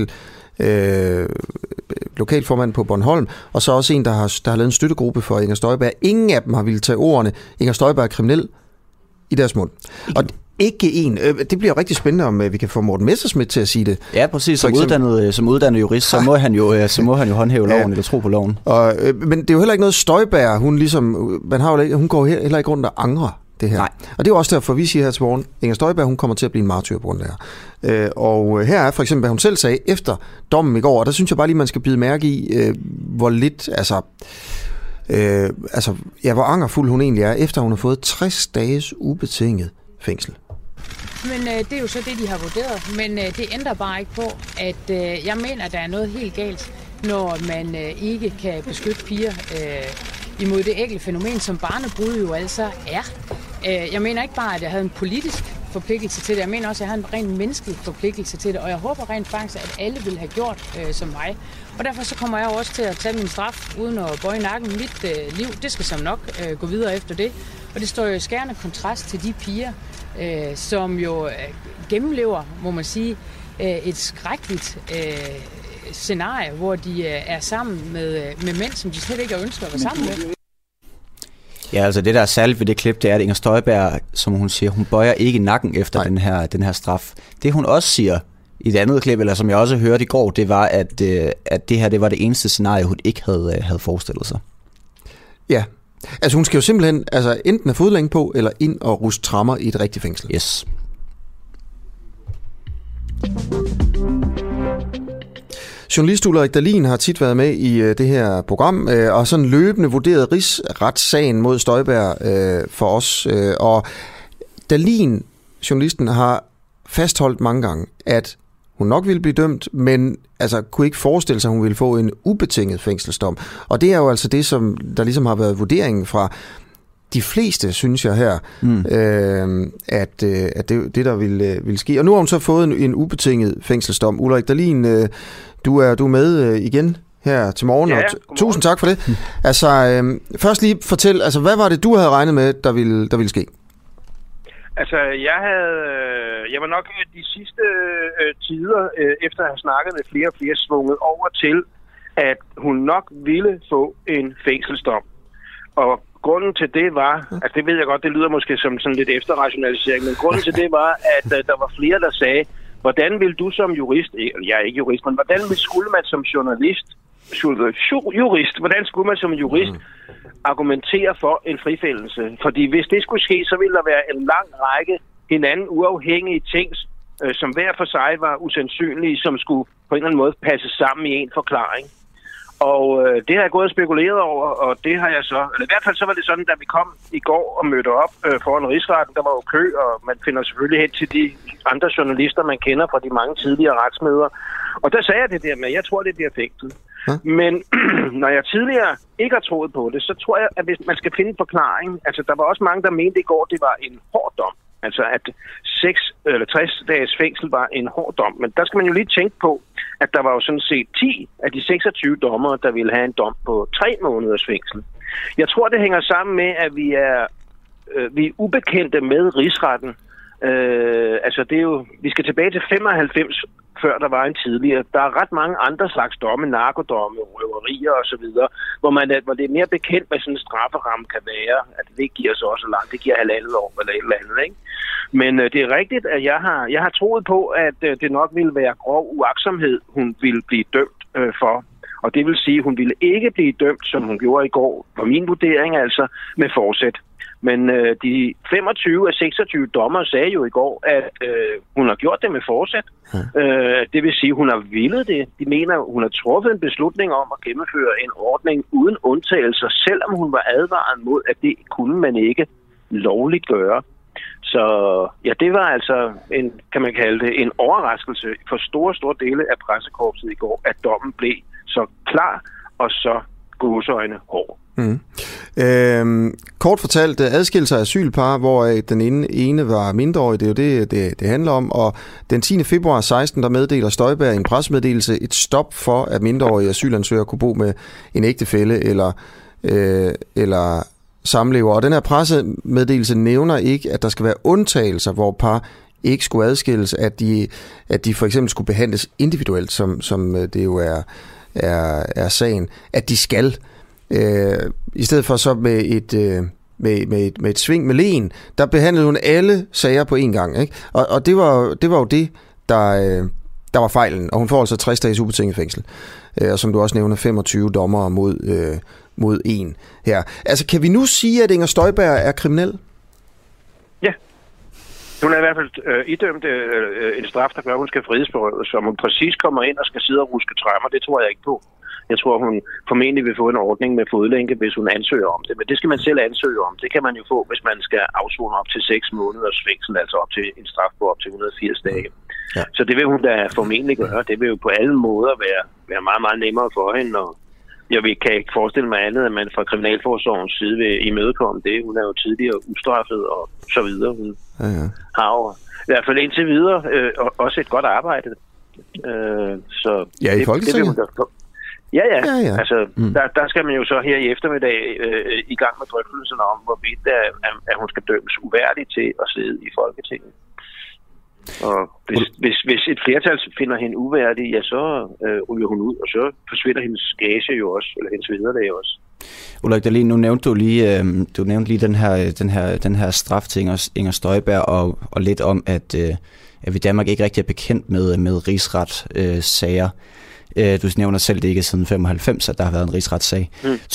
A: lokalformand på Bornholm, og så også en, der har lavet en støttegruppe for Inger Støjberg. Ingen af dem har ville tage ordene Inger Støjberg er kriminel i deres mund. Og ikke en. Det bliver rigtig spændende, om vi kan få Morten Messerschmidt til at sige det.
D: Ja, præcis. Som uddannet jurist, så må han jo håndhæve loven, eller tro på loven.
A: Men det er jo heller ikke noget Støjberg, hun går heller ikke rundt og angrer det her.
D: Nej.
A: Og det er også derfor, vi siger her til morgen, Inger Støjberg, hun kommer til at blive en martyr på grund af det her. Og her er for eksempel, hvad hun selv sagde efter dommen i går, og der synes jeg bare lige, man skal bide mærke i, hvor lidt, hvor angerfuld hun egentlig er, efter hun har fået 60 dages ubetinget fængsel.
B: Men det er jo så det, de har vurderet. Men det ændrer bare ikke på, at jeg mener, at der er noget helt galt, når man ikke kan beskytte piger imod det ægle fænomen, som barnebrud jo altså er. Jeg mener ikke bare, at jeg havde en politisk forpligtelse til det. Jeg mener også, at jeg havde en rent menneskelig forpligtelse til det. Og jeg håber rent faktisk, at alle vil have gjort som mig. Og derfor så kommer jeg også til at tage min straf uden at bøje nakken. Mit liv, det skal som nok gå videre efter det. Og det står jo i skærende kontrast til de piger, som jo gennemlever, må man sige, et skrækkeligt scenarie, hvor de er sammen med mænd, som de slet ikke ønsker at være sammen med.
D: Ja, altså det der er særligt ved det klip, det er, at Inger Støjberg, som hun siger, hun bøjer ikke nakken efter den her straf. Det hun også siger i det andet klip, eller som jeg også hørte i går, det var, at det her det var det eneste scenarie, hun ikke havde forestillet sig.
A: Ja, altså hun skal jo simpelthen enten have fodlænge på, eller ind og ruste trammer i et rigtigt fængsel.
D: Yes.
A: Journalist Ulrik Dahlin har tit været med i det her program, og sådan løbende vurderet rigsretssagen mod Støjberg for os. Og Dahlin, journalisten, har fastholdt mange gange, at hun nok ville blive dømt, men kunne ikke forestille sig, at hun ville få en ubetinget fængselsdom. Og det er jo altså det, som der ligesom har været vurderingen fra de fleste, synes jeg her, at det der ville ske. Og nu har hun så fået en ubetinget fængselsdom. Ulrik Dahlin, du er med igen her til morgen,
W: ja,
A: og tusind tak for det. Først lige fortæl, hvad var det, du havde regnet med, der ville ske?
W: Jeg var nok de sidste tider, efter at have snakket med flere svunget over til, at hun nok ville få en fængselsdom. Og grunden til det var, det ved jeg godt, det lyder måske som sådan lidt efterrationalisering, men grunden til det var, at der var flere, der sagde, hvordan vil du som jurist, jeg er ikke jurist, men hvordan skulle man som hvordan skulle man som jurist argumentere for en frifældelse? Fordi hvis det skulle ske, så ville der være en lang række hinanden uafhængige ting, som hver for sig var usandsynlige, som skulle på en eller anden måde passe sammen i en forklaring. Og det har jeg gået og spekuleret over, og det har jeg så... Eller i hvert fald så var det sådan, da vi kom i går og mødte op foran Rigsretten, der var jo kø, og man finder selvfølgelig hen til de andre journalister, man kender fra de mange tidligere retsmøder. Og der sagde jeg det der med, at jeg tror, det bliver fængsel. Men når jeg tidligere ikke har troet på det, så tror jeg, at hvis man skal finde en forklaring... der var også mange, der mente i går, det var en hård dom. At 6 eller 60 dages fængsel var en hård dom. Men der skal man jo lige tænke på, at der var jo sådan set 10 af de 26 dommere, der ville have en dom på 3 måneders fængsel. Jeg tror, det hænger sammen med, at vi er ubekendte med rigsretten. Det er jo, vi skal tilbage til 95, før der var en tidligere. Der er ret mange andre slags domme, narkodomme, røverier osv., hvor det er mere bekendt, hvad sådan en strafferamme kan være. At det giver så også langt. Det giver 1,5 år eller et eller andet, ikke? Men det er rigtigt, at jeg har troet på, at det nok ville være grov uagtsomhed, hun ville blive dømt for. Og det vil sige, at hun ville ikke blive dømt, som hun gjorde i går, på min vurdering med forsæt. Men de 25 af 26 dommer sagde jo i går, at hun har gjort det med forsæt. Det vil sige, at hun har villet det. De mener, at hun har truffet en beslutning om at gennemføre en ordning uden undtagelser, selvom hun var advaret mod, at det kunne man ikke lovligt gøre. Så ja, det var kan man kalde det, en overraskelse for store dele af pressekorpset i går, at dommen blev så klar og så gåseøjne hård.
A: Kort fortalt, adskillelse af asylpar, hvor den ene var mindreårig, det er jo det handler om, og den 10. februar 16, der meddeler Støjberg i en pressemeddelelse et stop for, at mindreårige asylansøgere kunne bo med en ægtefælle eller samlever. Og den her pressemeddelelse nævner ikke, at der skal være undtagelser, hvor par ikke skulle adskilles, at de for eksempel skulle behandles individuelt, som det jo er sagen, at de skal. I stedet for så med et sving med len, der behandlede hun alle sager på én gang, ikke? Og det var jo det, der var fejlen, og hun får altså 60 dages ubetinget fængsel. Og som du også nævner, 25 dommere mod en her. Kan vi nu sige, at Inger Støjberg er kriminel?
W: Ja. Hun er i hvert fald idømt en straf, der gør, at hun skal frihedsberøves. Om hun præcis kommer ind og skal sidde og ruske tremmer, det tror jeg ikke på. Jeg tror, hun formentlig vil få en ordning med fodlænke, hvis hun ansøger om det. Men det skal man selv ansøge om. Det kan man jo få, hvis man skal afsone op til 6 måneders fængsel, altså op til en straf på op til 180 dage. Ja. Så det vil hun da formentlig gøre. Det vil jo på alle måder være meget, meget nemmere for hende. Og kan ikke forestille mig andet, at man fra Kriminalforsorgens side vil imødekomme det. Hun er jo tidligere ustraffet og så videre. Hun har jo i hvert fald indtil videre også et godt arbejde.
A: Så ja, i Folketinget?
W: Ja. Altså, der skal man jo så her i eftermiddag i gang med drøftelserne om, hvorvidt at hun skal dømmes uværdigt til at sidde i Folketinget. Og hvis et flertal finder hende uværdig, ja, så ryger hun ud, og så forsvinder hendes gage jo også, eller hendes vederlag også.
D: Ulrik Dahlin, nu nævnte du lige den her straf til Inger Støjberg, og lidt om, at vi i Danmark ikke rigtig er bekendt med rigsretssager. Du nævner selv, det ikke er siden 95, at der har været en rigsretssag.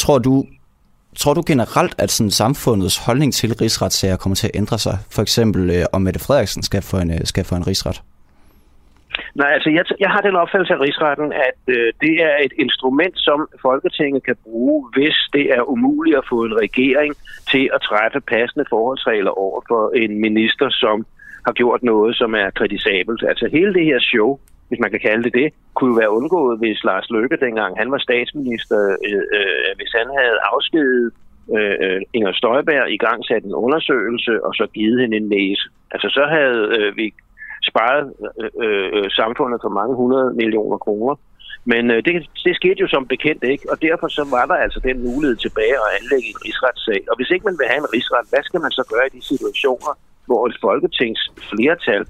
D: Tror du generelt, at sådan samfundets holdning til rigsretssager kommer til at ændre sig? For eksempel, om Mette Frederiksen skal få en rigsret?
W: Nej, altså jeg har den opfattelse af rigsretten, at det er et instrument, som Folketinget kan bruge, hvis det er umuligt at få en regering til at træffe passende forholdsregler over for en minister, som har gjort noget, som er kritisabelt. Altså hele det her show, hvis man kan kalde det, kunne jo være undgået, hvis Lars Løkke, dengang han var statsminister, hvis han havde afskediget Inger Støjberg, i gang sat en undersøgelse, og så givet hende en næse. Altså så havde vi sparet samfundet for mange 100 millioner kroner. Men det skete jo som bekendt ikke, og derfor så var der altså den mulighed tilbage at anlægge en rigsretssag. Og hvis ikke man vil have en rigsret, hvad skal man så gøre i de situationer, hvor et folketingsflertal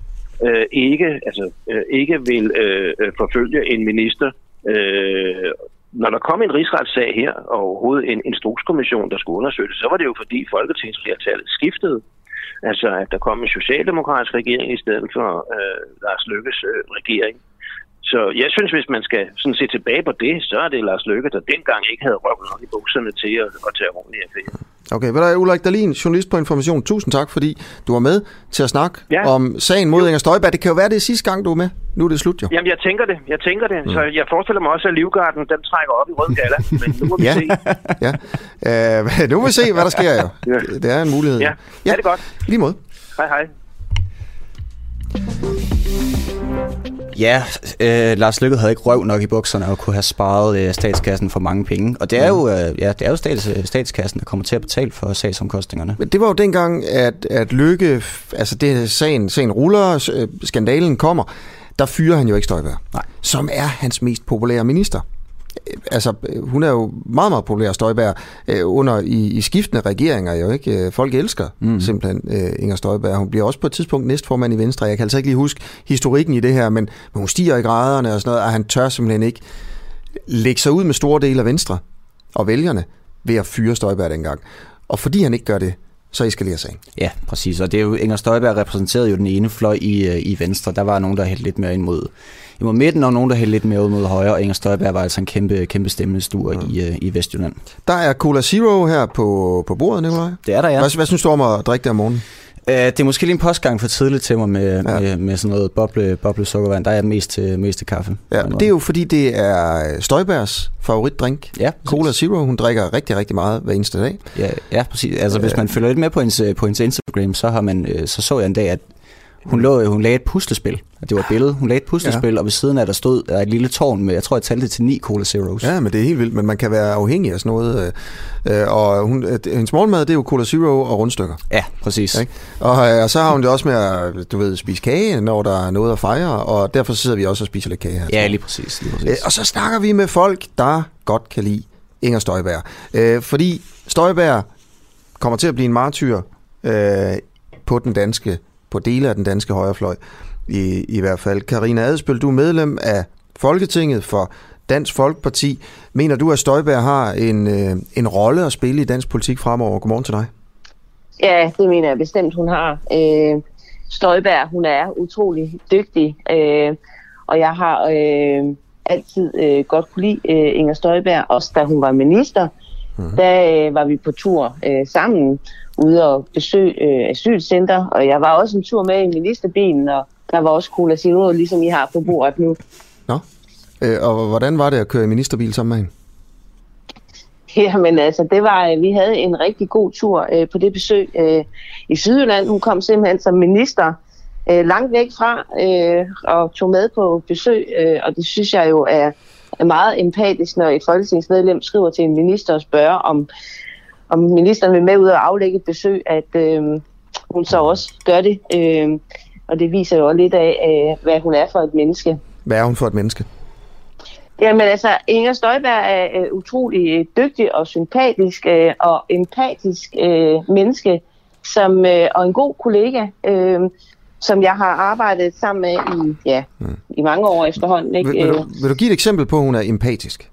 W: ikke vil forfølge en minister? Når der kom en rigsretssag her, og overhovedet en instrukskommission, der skulle undersøge det, så var det jo fordi folketingsflertallet skiftede. Altså at der kom en socialdemokratisk regering i stedet for Lars Løkkes regering. Så jeg synes, hvis man skal sådan se tilbage på det, så er det Lars Løkke, der dengang ikke havde røvet nok i bukserne til at tage ordentligt affære.
A: Okay, hvad der er Ulrik Dahlin, journalist på Information. Tusind tak, fordi du var med til at snakke om sagen mod Inger Støjberg. Det kan jo være, det er sidste gang, du er med. Nu er det slut, jo.
W: Jamen, jeg tænker det. Så jeg forestiller mig også, at Livgarden, den trækker op i rød galla. Men nu må vi se.
A: Nu må vi se, hvad der sker, jo. Det er en mulighed.
W: Ja, det er godt.
A: I lige måde.
W: Hej.
D: Ja, Lars Løkke havde ikke røv nok i bukserne og kunne have sparet statskassen for mange penge. Og det er jo, statskassen, der kommer til at betale for sagsomkostningerne.
A: Men det var jo dengang, at Løkke, altså det sagen ruller, skandalen kommer, der fyrer han jo ikke Støjberg, som er hans mest populære minister. Altså, hun er jo meget, meget populær, Støjberg, i skiftende regeringer, jo ikke? Folk elsker simpelthen Inger Støjberg. Hun bliver også på et tidspunkt næstformand i Venstre. Jeg kan altså ikke lige huske historikken i det her, men hun stiger i graderne og sådan noget, og han tør simpelthen ikke lægge sig ud med store dele af Venstre og vælgerne ved at fyre Støjberg dengang. Og fordi han ikke gør det, så eskalerer sagen.
D: Ja, præcis. Og det er jo, Inger Støjberg repræsenterede jo den ene fløj i Venstre. Der var nogen, der hældte lidt mere ind mod midten, og nogen, der hældte lidt mere ud mod højre. Og Inger Støjberg var altså en kæmpe stemmestuer i Vestjylland. Der er Cola Zero her på bordet, Nikolaj. Det er der, ja. Hvad synes du om at drikke det om morgenen? Det er måske lige en postgang for tidligt til mig med sådan noget boble-sukkervand. Der er mest til kaffe. Ja, det er jo fordi, det er Støjbergs favoritdrink. Ja, Cola Zero. Hun drikker rigtig, rigtig meget hver eneste dag. Ja, præcis. Altså, hvis man følger lidt med på hendes Instagram, så jeg en dag, at hun lagde et puslespil. Det var et billede. Hun lagde et puslespil, og ved siden af der stod et lille tårn med, jeg tror, jeg talte det til 9 Cola Zeros. Ja, men det er helt vildt, men man kan være afhængig af sådan noget. Og hendes morgenmad, det er jo Cola Zero og rundstykker. Ja, præcis. Okay? Og så har hun det også med at, spise kage, når der er noget at fejre, og derfor sidder vi også og spiser lidt kage her. Ja, lige præcis. Og så snakker vi med folk, der godt kan lide Inger Støjberg. Fordi Støjberg kommer til at blive en martyr på dele af den danske højrefløj, i hvert fald. Karina Adsbøl, du er medlem af Folketinget for Dansk Folkeparti. Mener du, at Støjberg har en rolle at spille i dansk politik fremover? Godmorgen til dig.
E: Ja, det mener jeg bestemt, hun har. Støjberg, hun er utrolig dygtig, og jeg har altid godt kunne lide Inger Støjberg, også da hun var minister. der var vi på tur sammen ude og besøge asylcenter, og jeg var også en tur med i ministerbilen, og der var også Cola Zero, ligesom I har på bordet nu.
A: Nå, og hvordan var det at køre i ministerbil sammen med hende?
E: Jamen altså, vi havde en rigtig god tur på det besøg i Sydjylland. Hun kom simpelthen som minister langt væk fra og tog med på besøg, og det synes jeg jo er meget empatisk, når et folketingsmedlem skriver til en minister og spørger, om ministeren vil med ud og aflægge et besøg, at hun så også gør det. Og det viser jo lidt af, hvad hun er for et menneske.
A: Hvad er hun for et menneske?
E: Jamen altså, Inger Støjberg er utrolig dygtig og sympatisk og empatisk menneske, og en god kollega, som jeg har arbejdet sammen med i mange år efterhånden. Ikke?
A: Vil du give et eksempel på, at hun er empatisk?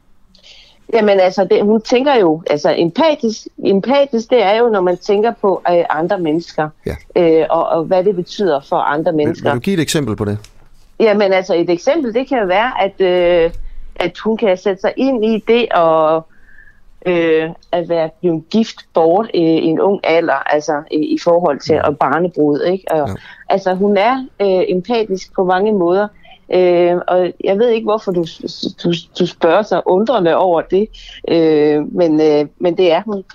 E: Jamen altså, hun tænker jo, altså empatisk det er jo, når man tænker på andre mennesker, og hvad det betyder for andre mennesker.
A: Vil du give et eksempel på det?
E: Jamen altså, et eksempel, det kan jo være, at hun kan sætte sig ind i det og at være blevet gift bort i en ung alder, altså i forhold til at barnebrud, ikke? Og, altså, hun er empatisk på mange måder, og jeg ved ikke, hvorfor du spørger så undrende over det, men det er hun.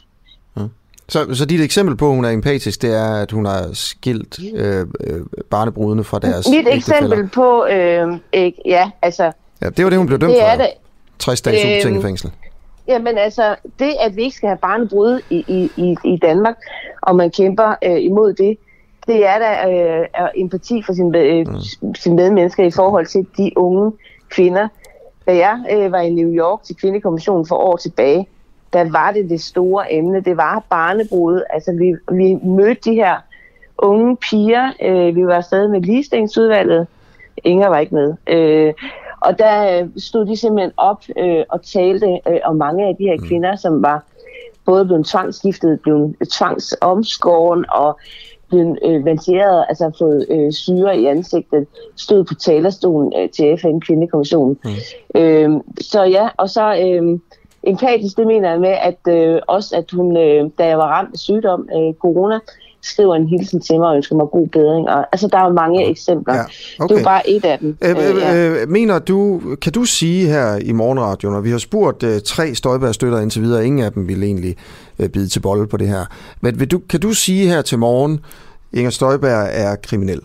A: Så dit eksempel på, at hun er empatisk, det er, at hun har skilt barnebrudene fra deres
E: Mit eksempel på, altså...
A: Ja, det var det, hun blev dømt for. 60 dages ubetinget fængsel.
E: Jamen altså, det at vi ikke skal have barnebrud i Danmark, og man kæmper imod det er da empati for sine medmennesker i forhold til de unge kvinder. Da jeg var i New York til Kvindekommissionen for år tilbage, der var det store emne. Det var barnebrud. Altså, vi mødte de her unge piger. Vi var afsted med ligestillingsudvalget. Inger var ikke med. Og der stod de simpelthen op og talte om mange af de her kvinder, som var både blevet tvangsgiftet, blevet tvangsomskåren og blevet ventileret, altså fået syre i ansigtet, stod på talerstolen til FN-kvindekommissionen. Så ja, og så empatisk, det mener jeg med, at også at hun, da jeg var ramt af sygdom, corona, skriver en hilsen til mig og ønsker mig god bedring. Og, altså, der er mange eksempler. Ja, okay. Det er bare et af dem.
A: Mener du, kan du sige her i Morgenradio, når vi har spurgt 3 Støjberg-støtter indtil videre, ingen af dem vil egentlig bide til bolle på det her. Men kan du sige her til morgen, Inger Støjberg er kriminel?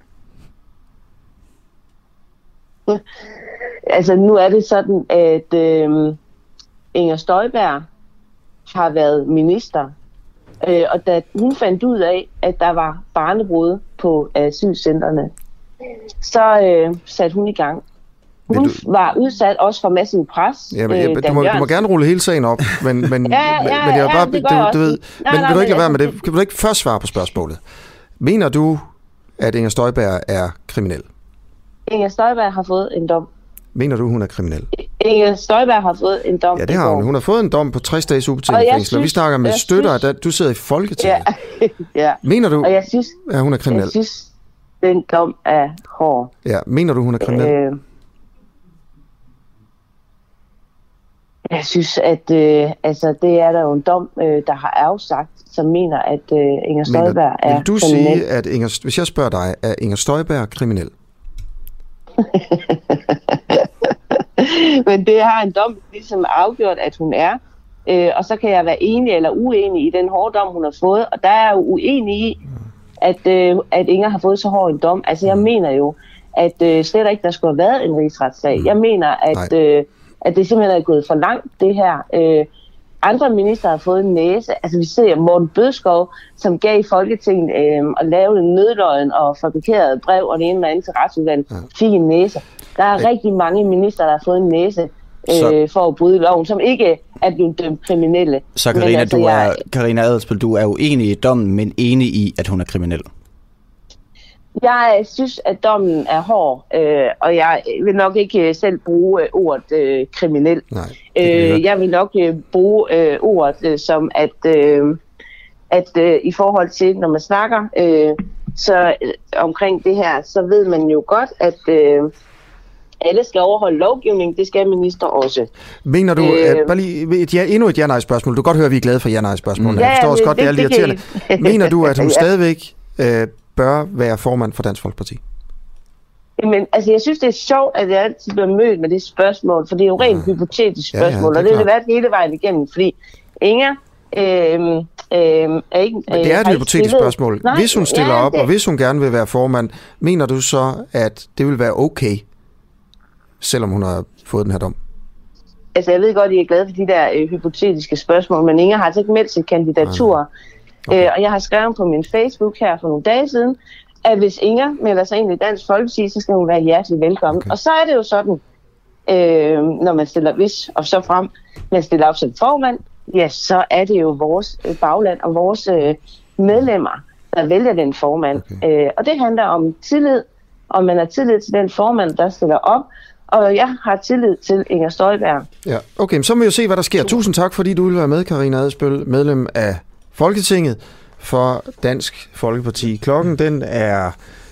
E: Altså, nu er det sådan, at Inger Støjberg har været minister, og da hun fandt ud af, at der var barnebrud på asylcentrene, så satte hun i gang. Hun var udsat også for massiv pres.
A: Ja, men, du må gerne rulle hele sagen op, men jeg vil bare, du ved, men vil du ikke lade være med det? Kan du ikke først svare på spørgsmålet? Mener du, at Inger Støjberg er kriminel?
E: Inger Støjberg har fået en dom.
A: Mener du, hun er kriminel?
E: Inger Støjberg har fået en dom.
A: Ja, det har hun. Hun har fået en dom på 60 dages ubetinget fængsel. Vi snakker med støtter, da du sidder i Folketinget.
E: Ja.
A: Mener du, at hun er kriminel?
E: Jeg synes, den dom er hård.
A: Ja, mener du, hun er kriminel?
E: Jeg synes, at altså, det er der jo en dom, der har afsagt, som mener, at Inger Støjberg er kriminel.
A: Vil du sige, at hvis jeg spørger dig, er Inger Støjberg kriminel?
E: Men det har en dom ligesom afgjort, at hun er. Og så kan jeg være enig eller uenig i den hårde dom, hun har fået. Og der er jeg jo uenig i, at Inger har fået så hård en dom. Altså jeg mener jo, at slet ikke der skulle have været en rigsretssag. Jeg mener, at det simpelthen er gået for langt, det her. Andre minister har fået en næse. Altså vi ser Morten Bødskov, som gav Folketinget og lavede en nødløgn og fabrikerede brev og det ene og andet til retsudvalget, fik en næse. Der er rigtig mange minister, der har fået en næse for at bryde loven, som ikke er blevet dømt kriminelle.
D: Så Karina Adelspøl, du er uenig i dommen, men enig i, at hun er kriminel?
E: Jeg synes, at dommen er hård, og jeg vil nok ikke selv bruge ordet kriminel. Jeg vil nok bruge ordet som, at i forhold til, når man snakker så omkring det her, så ved man jo godt, alle skal overholde lovgivningen, det skal minister også.
A: Mener du, bare lige endnu et ja-nej-spørgsmål, du kan godt høre, at vi er glade for ja-nej-spørgsmål. Jeg forstår også godt, det er lidt irriterende. Mener du, at hun stadigvæk bør være formand for Dansk Folkeparti?
E: Men altså, jeg synes, det er sjovt, at jeg altid bliver mødt med det spørgsmål, for det er jo rent hypotetisk spørgsmål, og det har det været hele vejen igennem, fordi Inger er ikke...
A: Men det er et hypotetisk spørgsmål. Nej, hvis hun stiller op, og hvis hun gerne vil være formand, mener du så, at det vil være okay, selvom hun har fået den her dom?
E: Altså, jeg ved godt, at I er glade for de der hypotetiske spørgsmål, men Inger har altså ikke meldt sit kandidatur. Okay. Og jeg har skrevet på min Facebook her for nogle dage siden, at hvis Inger melder sig ind i Dansk Folkeparti, så skal hun være hjertelig velkommen. Okay. Og så er det jo sådan, når man stiller man stiller op som formand, ja, så er det jo vores bagland og vores medlemmer, der vælger den formand. Okay. Og det handler om tillid, om man har tillid til den formand, der stiller op, og jeg har tillid til Inger Støjberg.
A: Ja, okay, så må vi jo se, hvad der sker. Tusind tak, fordi du vil være med, Karina Adsbøl, medlem af Folketinget for Dansk Folkeparti. Klokken den er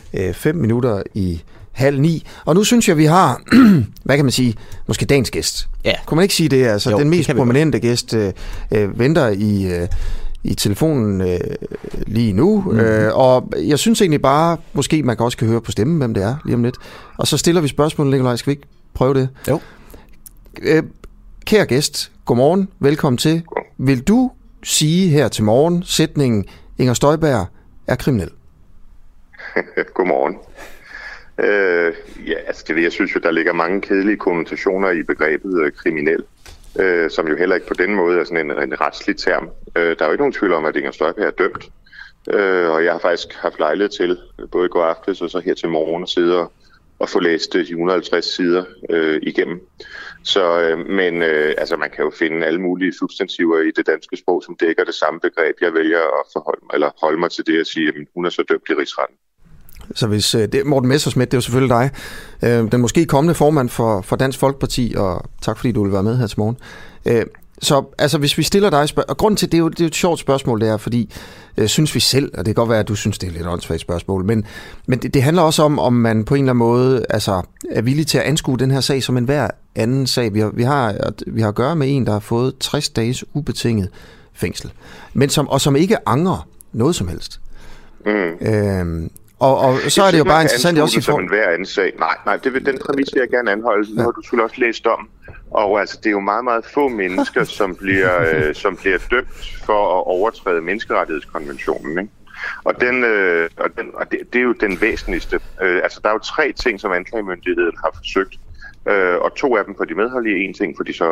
A: 8:05, og nu synes jeg, vi har, hvad kan man sige, måske dagens gæst. Ja. Kunne man ikke sige det? Altså, den mest prominente gæst venter i telefonen lige nu, og jeg synes egentlig bare, måske man kan også høre på stemmen, hvem det er lige om lidt. Og så stiller vi spørgsmålet, Nikolaj, skal vi ikke prøve det?
D: Jo.
A: Kære gæst, godmorgen, velkommen til. Vil du sige her til morgen sætningen, Inger Støjberg er kriminel?
F: Godmorgen. Jeg synes jo, der ligger mange kedelige konnotationer i begrebet kriminel, som jo heller ikke på den måde er sådan en retslig term. Der er jo ikke nogen tvivl om, at Inger Støjberg er dømt, og jeg har faktisk haft lejlighed til, både i går aftes og så her til morgen, at sidde og få læst de 150 sider igennem. Så, men man kan jo finde alle mulige substantiver i det danske sprog, som dækker det samme begreb. Jeg vælger at holde mig til det og sige, at hun er så dømt i rigsretten.
A: Så hvis Morten Messerschmidt, det er jo selvfølgelig dig, den måske kommende formand for Dansk Folkeparti, og tak fordi du vil være med her til morgen. Så altså, hvis vi stiller dig og grunden til, det er jo et sjovt spørgsmål, det er, fordi synes vi selv, og det kan godt være, at du synes, det er et lidt åndssvagt spørgsmål, men det handler også om man på en eller anden måde er villig til at anskue den her sag som enhver anden sag. Vi har at gøre med en, der har fået 60 dages ubetinget fængsel, men som ikke angrer noget som helst. Og så er det jo bare interessant også i
F: forhold til hver anden sag. Nej, den præmis vil jeg gerne anholde. Nu har du selvfølgelig også læst om. Og altså, det er jo meget, meget få mennesker, som bliver dømt for at overtræde menneskerettighedskonventionen, ikke? Og det er jo den væsentligste. Der er jo 3 ting, som anklagemyndigheden har forsøgt. Og 2 af dem får de medhold i, 1 ting får de så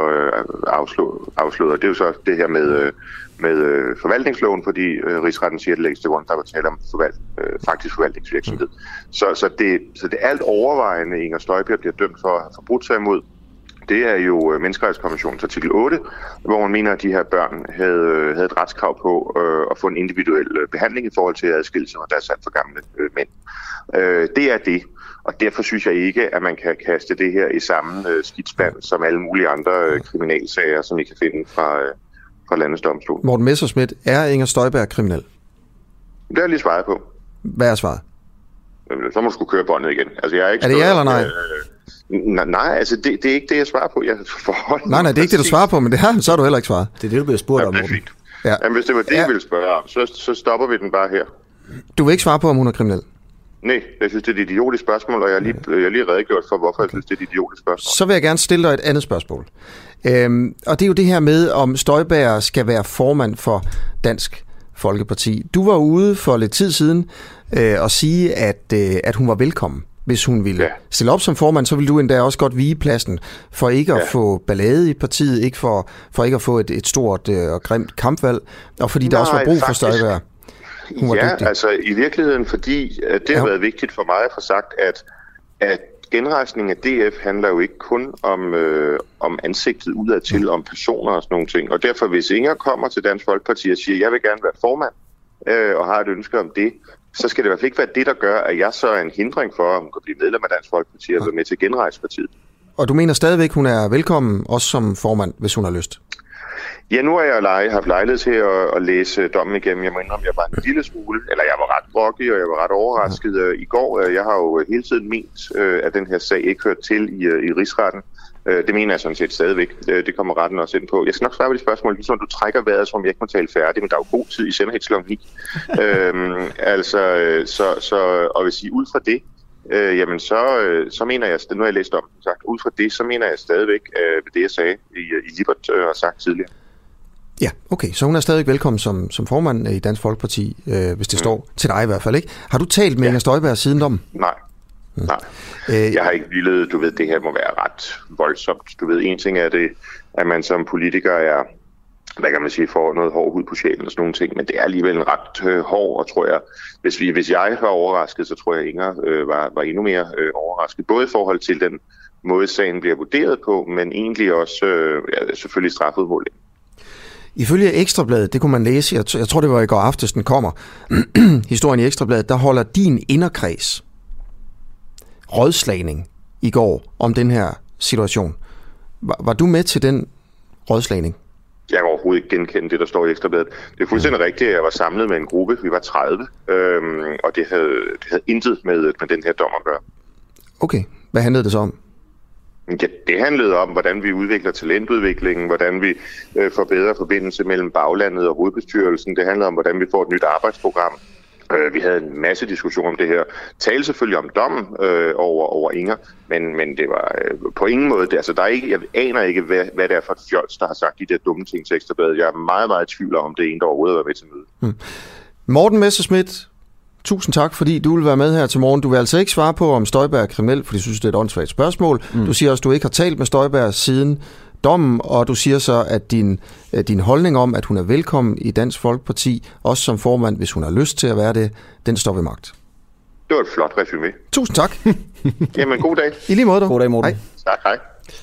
F: afslået. Og det er jo så det her med forvaltningsloven, fordi rigsretten siger, at det lægges til grund, der var tale om faktisk forvaltningsvirksomhed. Så det alt overvejende Inger Støjberg bliver dømt for at have forbrudt sig imod. Det er jo menneskerettighedskonventionens artikel 8, hvor man mener, at de her børn havde et retskrav på at få en individuel behandling i forhold til adskillelse, og der er sat for gamle mænd. Det er det. Og derfor synes jeg ikke, at man kan kaste det her i samme skidspand som alle mulige andre kriminalsager, som I kan finde fra landets domstol.
A: Morten Messerschmidt, er Inger Støjberg kriminel?
F: Det har jeg lige svaret på.
A: Hvad er svaret?
F: Så må du skulle køre båndet igen. Altså, jeg er ikke
A: det ja eller nej?
F: Nej, altså det er ikke det, jeg svarer på. Nej,
A: det er ikke det, du svarer på, men det her, så har du heller ikke svaret.
D: Det er det, du bliver spurgt om, Morten.
F: Ja. Jamen, hvis det var det, jeg ville spørge om, så stopper vi den bare her.
A: Du vil ikke svare på, om hun er kriminel?
F: Nej, jeg synes, det er et idiotisk spørgsmål, og jeg har lige redegjort for, hvorfor jeg synes, det er et idiotisk spørgsmål.
A: Så vil jeg gerne stille dig et andet spørgsmål. Og det er jo det her med, om Støjberg skal være formand for Dansk Folkeparti. Du var ude for lidt tid siden og sige, at hun var velkommen. Hvis hun ville stille op som formand, så ville du endda også godt vige pladsen for ikke at få ballade i partiet, ikke for ikke at få et stort og grimt kampvalg, og fordi der også var brug for Støjberg.
F: Altså i virkeligheden, fordi det har været vigtigt for mig at få sagt, at genrejsning af DF handler jo ikke kun om ansigtet udadtil, om personer og sådan nogle ting. Og derfor, hvis Inger kommer til Dansk Folkeparti og siger, at jeg vil gerne være formand, og har et ønske om det, så skal det i hvert fald ikke være det, der gør, at jeg så er en hindring for, at hun kan blive medlem af Dansk Folkeparti og være med til genrejspartiet.
A: Og du mener stadigvæk, hun er velkommen, også som formand, hvis hun har lyst?
F: Ja, nu har jeg haft lejlighed til at læse dommen igennem. Jeg må indrømme, jeg var en lille smule, eller jeg var ret groggy, og jeg var ret overrasket i går. Jeg har jo hele tiden ment, at den her sag ikke hørt til i rigsretten. Det mener jeg sådan set stadigvæk. Det kommer retten også ind på. Jeg skal nok svare på de spørgsmål, ligesom du trækker vejret, som jeg ikke må tale færdigt, men der er jo god tid, I sender helt kl. 9. Og hvis I ud fra det, jamen så mener jeg, nu har jeg læst om sagt, ud fra det, så mener jeg stadigvæk det, jeg sagde i Lippert har sagt tidligere.
A: Ja, okay. Så hun er stadig velkommen som formand i Dansk Folkeparti, hvis det står til dig i hvert fald, ikke? Har du talt med Inger Støjberg siden dommen?
F: Nej. Jeg har ikke villet, du ved, det her må være ret voldsomt. Du ved, en ting er det, at man som politiker er, hvad kan man sige, får noget hård hud på sjælen og sådan nogle ting, men det er alligevel en ret hård, og tror jeg, hvis jeg var overrasket, så tror jeg, Inger var endnu mere overrasket, både i forhold til den måde, sagen bliver vurderet på, men egentlig også selvfølgelig strafudmåling.
A: Ifølge Ekstrabladet, det kunne man læse, jeg tror det var i går aftes, den kommer, historien i Ekstrabladet, der holder din inderkreds rådslagning i går om den her situation. Var du med til den rådslagning?
F: Jeg kan overhovedet ikke genkende det, der står i Ekstrabladet. Det er fuldstændig rigtigt, at jeg var samlet med en gruppe. Vi var 30, og det havde intet med den her dom at gøre.
A: Okay. Hvad handlede det så om?
F: Ja, det handlede om, hvordan vi udvikler talentudviklingen, hvordan vi forbedrer forbindelse mellem baglandet og hovedbestyrelsen. Det handlede om, hvordan vi får et nyt arbejdsprogram. Vi havde en masse diskussion om det her. Tale selvfølgelig om dommen over Inger, men det var på ingen måde det. Altså, jeg aner ikke, hvad det er for et fjols, der har sagt de der dumme ting til Ekstrabladet. Jeg er meget, meget i tvivl om det ene, der overhovedet var med til møde.
A: Morten Messerschmidt, tusind tak, fordi du vil være med her til morgen. Du vil altså ikke svare på, om Støjberg er kriminel, fordi du synes, det er et åndssvagt spørgsmål. Du siger også, at du ikke har talt med Støjberg siden dommen, og du siger så, at din holdning om, at hun er velkommen i Dansk Folkeparti, også som formand, hvis hun har lyst til at være det, den står ved magt.
F: Det var et flot resumé.
A: Tusind tak.
F: Jamen, god dag.
A: I lige måde, du.
D: God dag, Morten.
A: Hej.
F: Tak, hej.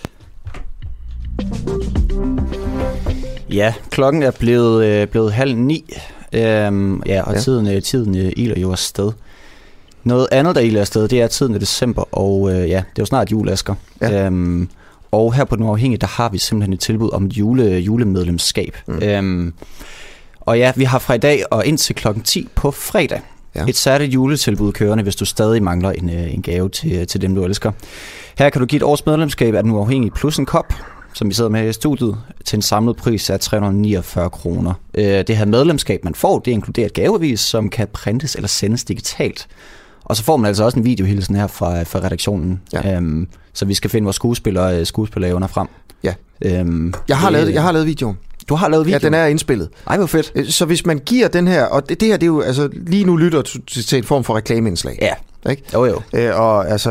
D: Ja, klokken er blevet 8:30. Og tiden iler jo afsted. Noget andet, der iler afsted, det er tiden i december, og det er jo snart jul, Asger. Ja. Og her på Den Uafhængige, der har vi simpelthen et tilbud om et julemedlemskab. Og ja, vi har fra i dag og indtil klokken 10 på fredag et særligt juletilbud kørende, hvis du stadig mangler en gave til dem, du elsker. Her kan du give et års medlemskab af Den Uafhængige plus en kop, som vi sidder med i studiet, til en samlet pris af 349 kroner. Det her medlemskab, man får, det inkluderer et gaveavis, som kan printes eller sendes digitalt. Og så får man altså også en videohilsen her fra redaktionen. Ja. Så vi skal finde vores skuespillerevner frem.
A: Ja. Jeg har lavet videoen.
D: Du har lavet videoen?
A: Ja, den er indspillet.
D: Ej, hvor fedt.
A: Så hvis man giver den her, og det her, det er jo, altså lige nu lytter til en form for reklameindslag.
D: Ja.
A: Ikke?
D: Jo.
A: Og altså,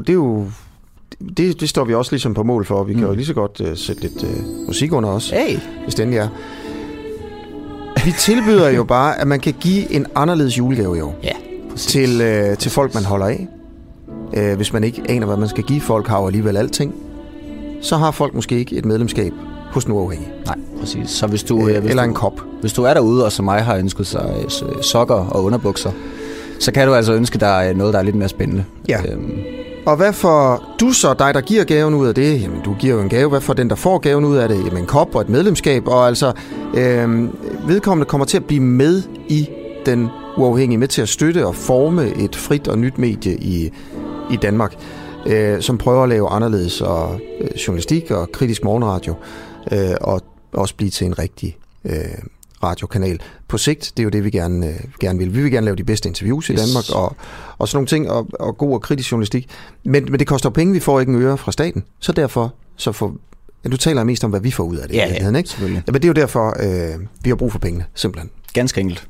A: det står vi også ligesom på mål for. Vi kan jo lige så godt sætte lidt musik under os, hvis den er. Vi tilbyder jo bare, at man kan give en anderledes julegave jo.
D: Ja.
A: Til folk, man holder af. Hvis man ikke aner, hvad man skal give folk, har jo alligevel alting. Så har folk måske ikke et medlemskab hos Den Uafhængige.
D: Nej, præcis. Så hvis du,
A: eller en kop.
D: Hvis du er derude, og som mig har ønsket sig sokker og underbukser, så kan du altså ønske dig noget, der er lidt mere spændende.
A: Ja. Og hvad får du så, dig der giver gaven ud af det? Jamen, du giver jo en gave. Hvad får den, der får gaven ud af det? Jamen, en kop og et medlemskab. Og altså, vedkommende kommer til at blive med i Den Uafhængige, med til at støtte og forme et frit og nyt medie i Danmark, som prøver at lave anderledes og journalistik og kritisk morgenradio, og også blive til en rigtig radiokanal. På sigt, det er jo det, vi gerne vil. Vi vil gerne lave de bedste interviews i Danmark, og sådan nogle ting, og god og kritisk journalistik. Men det koster penge, vi får ikke en øre fra staten, så derfor du taler mest om, hvad vi får ud af det.
D: Ja,
A: ikke?
D: Selvfølgelig.
A: Ja, men det er jo derfor, vi har brug for pengene, simpelthen.
D: Ganske enkelt.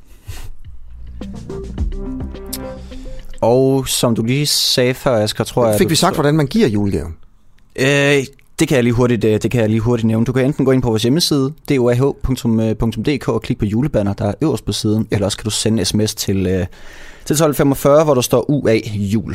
D: Og som du lige sagde før, Asger, tror jeg...
A: Fik vi sagt, hvordan man giver julegaven?
D: Det kan jeg lige hurtigt nævne. Du kan enten gå ind på vores hjemmeside, duah.dk, og klikke på julebanner, der er øverst på siden, eller også kan du sende sms til 1245, hvor der står UA jul.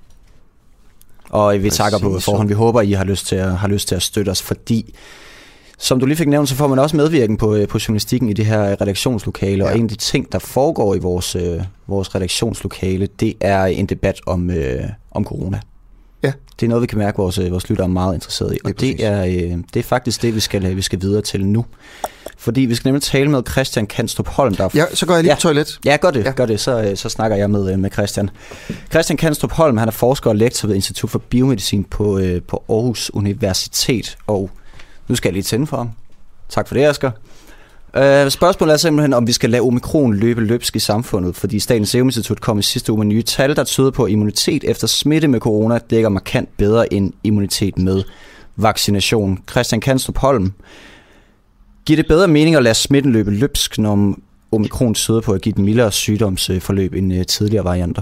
D: Og vi takker på forhånd. Vi håber, I har lyst til at støtte os, fordi... Som du lige fik nævnt, så får man også medvirken på journalistikken i det her redaktionslokale, og en af de ting, der foregår i vores redaktionslokale, det er en debat om corona.
A: Ja.
D: Det er noget, vi kan mærke, vores lyttere er meget interesserede i. Og det er faktisk det, vi skal videre til nu. Fordi vi skal nemlig tale med Christian Kanstrup Holm.
A: Ja, så går jeg lige på toilet.
D: Ja, gør det. Så snakker jeg med Christian. Christian Kanstrup Holm, han er forsker og lektor ved Institut for Biomedicin på Aarhus Universitet. Og nu skal jeg lige tænde for ham. Tak for det, Asger. Spørgsmålet er simpelthen, om vi skal lade omikron løbe løbsk i samfundet, fordi Statens Serum Institut kom i sidste uge med nye tal, der tyder på, at immunitet efter smitte med corona dækker markant bedre end immunitet med vaccination. Christian Kanstrup Holm, giver det bedre mening at lade smitten løbe løbsk, når omikron tyder på at give et mildere sygdomsforløb end tidligere varianter?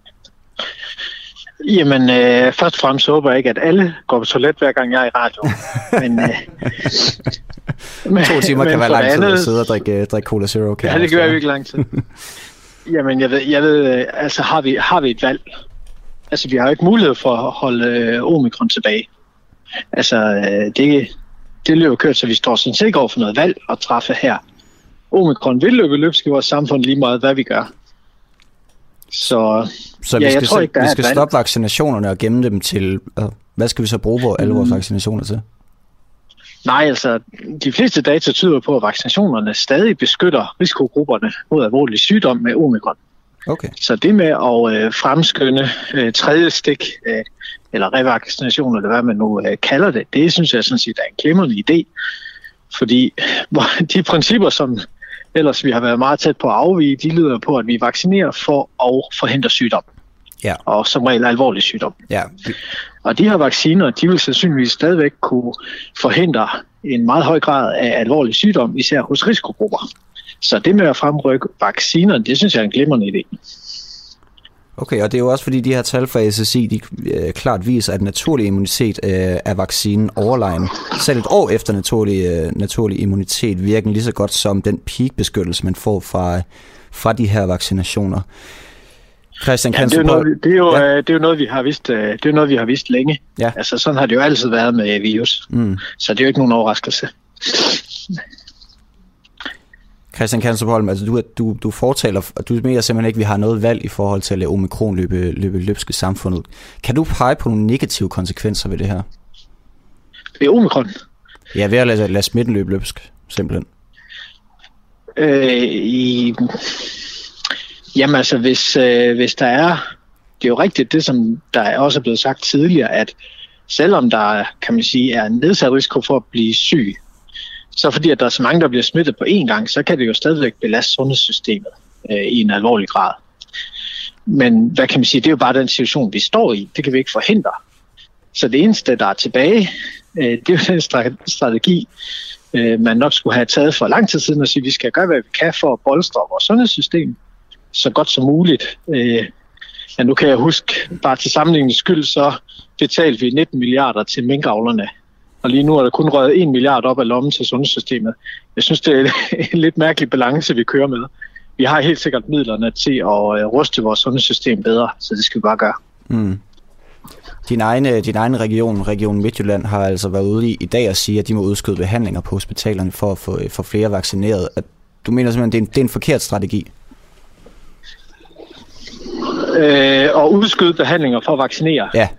G: Jamen, først og fremmest håber jeg ikke, at alle går på toilet, hver gang jeg er i radio. Men
D: 2 timer kan være lang tid at sidde og drikke Cola Zero.
G: Ja, det gør jeg virkelig lang tid. Jamen, jeg ved, altså har vi et valg? Altså, vi har jo ikke mulighed for at holde omikron tilbage. Altså, det løber kørt, så vi står sådan set over for noget valg at træffe her. Omikron vil løbe løbsk i vores samfund lige meget, hvad vi gør. Så
D: vi skal stoppe vaccinationerne og gemme dem til... Hvad skal vi så bruge alle vores vaccinationer til?
G: Nej, altså, de fleste data tyder på, at vaccinationerne stadig beskytter risikogrupperne mod alvorlig sygdom med omikron.
D: Okay.
G: Så det med at fremskynde tredje stik, eller revaccination, eller hvad man nu kalder det, det synes jeg sådan set er en glimrende idé. Fordi de principper, som ellers vi har været meget tæt på at afvige, de lyder på, at vi vaccinerer for at forhindre sygdom.
D: Ja.
G: Og som regel alvorlig sygdom.
D: Ja.
G: Og de her vacciner, de vil sandsynligvis stadigvæk kunne forhindre en meget høj grad af alvorlig sygdom, især hos risikogrupper. Så det med at fremrykke vacciner, det synes jeg er en glimrende idé.
D: Okay, og det er jo også fordi de her tal fra SSI, de klart viser, at naturlig immunitet er vaccinen overlegen. Selv et år efter naturlig immunitet virker lige så godt som den peakbeskyttelse, man får fra de her vaccinationer. Christian,
G: det er jo noget, vi har vidst. Det er jo noget, vi har vidst længe.
D: Ja.
G: Altså sådan har det jo altid været med virus. Så det er jo ikke nogen overraskelse.
D: Christian Kanstrup Holm, altså du fortaler, og du mener simpelthen ikke, at vi har noget valg i forhold til at lade omikron løbe løbsk i samfundet. Kan du pege på nogle negative konsekvenser ved det her?
G: Ved omikron?
D: Ja, ved at lade smitten løbe løbsk, simpelthen.
G: Jamen altså, hvis der er... Det er jo rigtigt det, som der også er blevet sagt tidligere, at selvom der, kan man sige, er en nedsat risiko for at blive syg, så fordi at der er så mange, der bliver smittet på én gang, så kan det jo stadigvæk belaste sundhedssystemet i en alvorlig grad. Men hvad kan man sige, det er jo bare den situation, vi står i. Det kan vi ikke forhindre. Så det eneste, der er tilbage, det er jo den strategi, man nok skulle have taget for lang tid siden, at sige, at vi skal gøre, hvad vi kan for at bolstre vores sundhedssystem så godt som muligt. Ja, nu kan jeg huske, bare til sammenligningens skyld, så betalte vi 19 milliarder til minkavlerne. Og lige nu er der kun røget 1 milliard op af lommen til sundhedssystemet. Jeg synes, det er en lidt mærkelig balance, vi kører med. Vi har helt sikkert midlerne til at ruste vores sundhedssystem bedre, så det skal vi bare gøre.
D: Mm. Din egen Region Midtjylland, har altså været ude i dag og sige, at de må udskyde behandlinger på hospitalerne for at få flere vaccineret. Du mener simpelthen, at det er en forkert strategi?
G: Og udskyde behandlinger for at vaccinere?
D: Ja.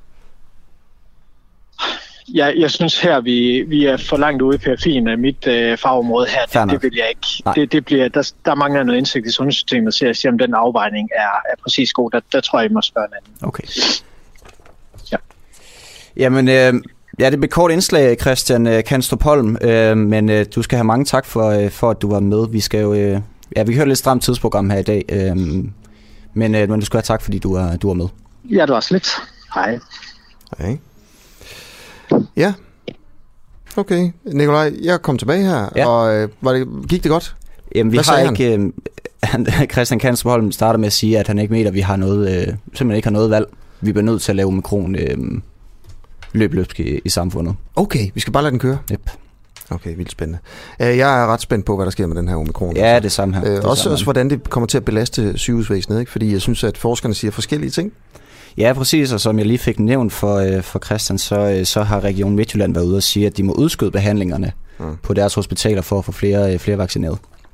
G: Jeg synes her, vi er for langt ude i periferien af mit fagområde her. Det vil jeg ikke. Det bliver, der mangler noget indsigt i sundhedssystemet til at se, om den afvejning er præcis god. Der tror jeg, I må spørge en anden.
D: Okay.
G: Ja.
D: Jamen, det blev kort indslag, Christian Kanstrup Holm, men du skal have mange tak for at du var med. Vi skal jo, vi hører lidt stramt tidsprogram her i dag, men du skal have tak, fordi du er med.
G: Ja, det var slet. Hej.
A: Hej. Ja, okay. Nikolaj, jeg kom tilbage her, og gik det godt?
D: Jamen, vi har ikke... Christian Kanstrup Holm starter med at sige, at han ikke mener, at vi har simpelthen ikke har noget valg. Vi bliver nødt til at lave omikron løbsk i samfundet.
A: Okay, vi skal bare lade den køre?
D: Yep.
A: Okay, vildt spændende. Jeg er ret spændt på, hvad der sker med den her omikron.
D: Ja, det samme her.
A: Også hvordan det kommer til at belaste sygehusvæsenet, ikke? Fordi jeg synes, at forskerne siger forskellige ting.
D: Ja, præcis, og som jeg lige fik nævnt for Christian, så har Region Midtjylland været ude og sige, at de må udskyde behandlingerne på deres hospitaler for at få flere vaccineret.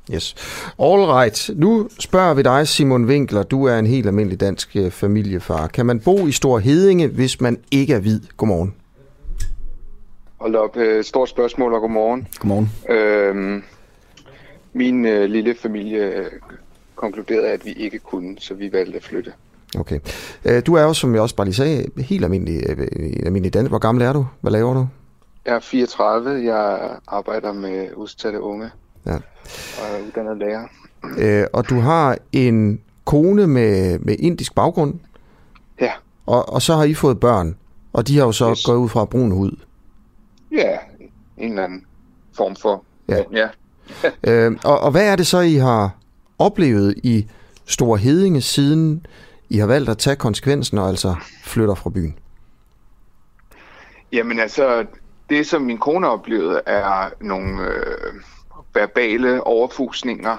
A: Yes. All right. Nu spørger vi dig, Simon Winkler. Du er en helt almindelig dansk familiefar. Kan man bo i Store Heddinge, hvis man ikke er hvid? Godmorgen.
H: Hold op. Stort spørgsmål, og godmorgen.
A: Godmorgen.
H: Min lille familie konkluderede, at vi ikke kunne, så vi valgte at flytte.
A: Okay. Du er jo, som jeg også bare lige sagde, helt almindelig dansk. Hvor gammel er du? Hvad laver du?
H: Jeg er 34. Jeg arbejder med udsatte unge.
A: Ja.
H: Og er uddannet lærer.
A: Og du har en kone med indisk baggrund.
H: Ja.
A: Og så har I fået børn. Og de har jo så gået ud fra brun hud.
H: Ja, en eller anden form for. Ja.
A: Og hvad er det så, I har oplevet i Store Heddinge, siden I har valgt at tage konsekvensen og altså flytter fra byen?
H: Jamen altså, det som min kone oplevede, er nogle verbale overfusninger,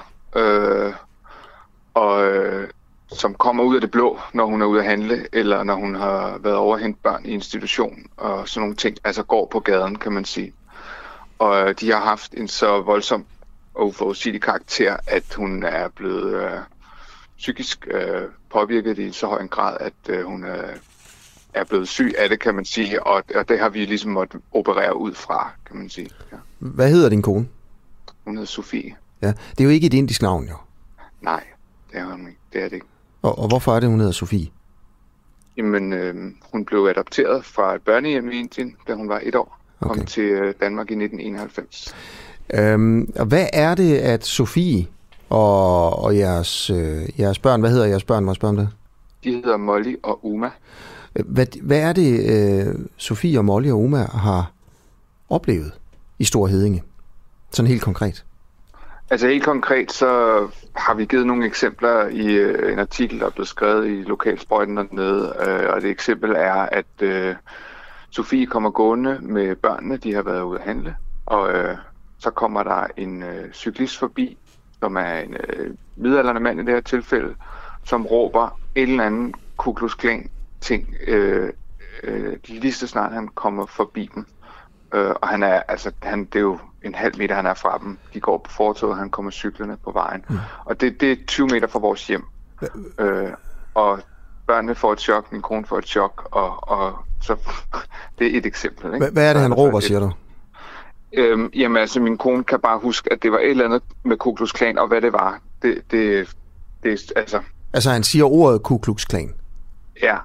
H: som kommer ud af det blå, når hun er ude at handle, eller når hun har været over at hente børn i institution, og sådan nogle ting, altså går på gaden, kan man sige. Og de har haft en så voldsom og uforudsigelig karakter, at hun er blevet psykisk påvirket i så høj en grad, at hun er blevet syg af det, kan man sige, og det har vi ligesom måttet operere ud fra, kan man sige. Ja.
A: Hvad hedder din kone?
H: Hun hedder Sofie.
A: Ja, det er jo ikke et indisk navn, jo.
H: Nej, det er hun ikke. Det er det ikke.
A: Og hvorfor er det, hun hedder Sofie?
H: Jamen, hun blev adopteret fra et børnehjem i Indien, da hun var 1 år. Okay. Kom til Danmark i 1991.
A: Og hvad er det, at Sofie og jeres børn, hvad hedder jeres børn, må jeg spørge om det?
H: De hedder Molly og Uma.
A: Hvad er det, Sofie og Molly og Uma har oplevet i Store Heddinge? Sådan helt konkret.
H: Altså helt konkret, så har vi givet nogle eksempler i en artikel, der er blevet skrevet i Lokalsprøjten dernede. Og det eksempel er, at Sofie kommer gående med børnene, de har været ude at handle. Og så kommer der en cyklist forbi, som er en midaldrende mand i det her tilfælde, som råber en eller anden Ku Klux Klan ting, lige så snart han kommer forbi dem. Og han er, altså, det er jo en halv meter, han er fra dem. De går på fortovet, han kommer cyklerne på vejen. Og det er 20 meter fra vores hjem. Og børnene får et chok, min kone får et chok, og så det er et eksempel. Ikke?
A: Hvad er det, han råber, siger du?
H: Jamen altså, min kone kan bare huske, at det var et eller andet med Ku Klux Klan, og hvad det var. Det altså...
A: Altså, han siger ordet Ku Klux Klan?
H: Ja.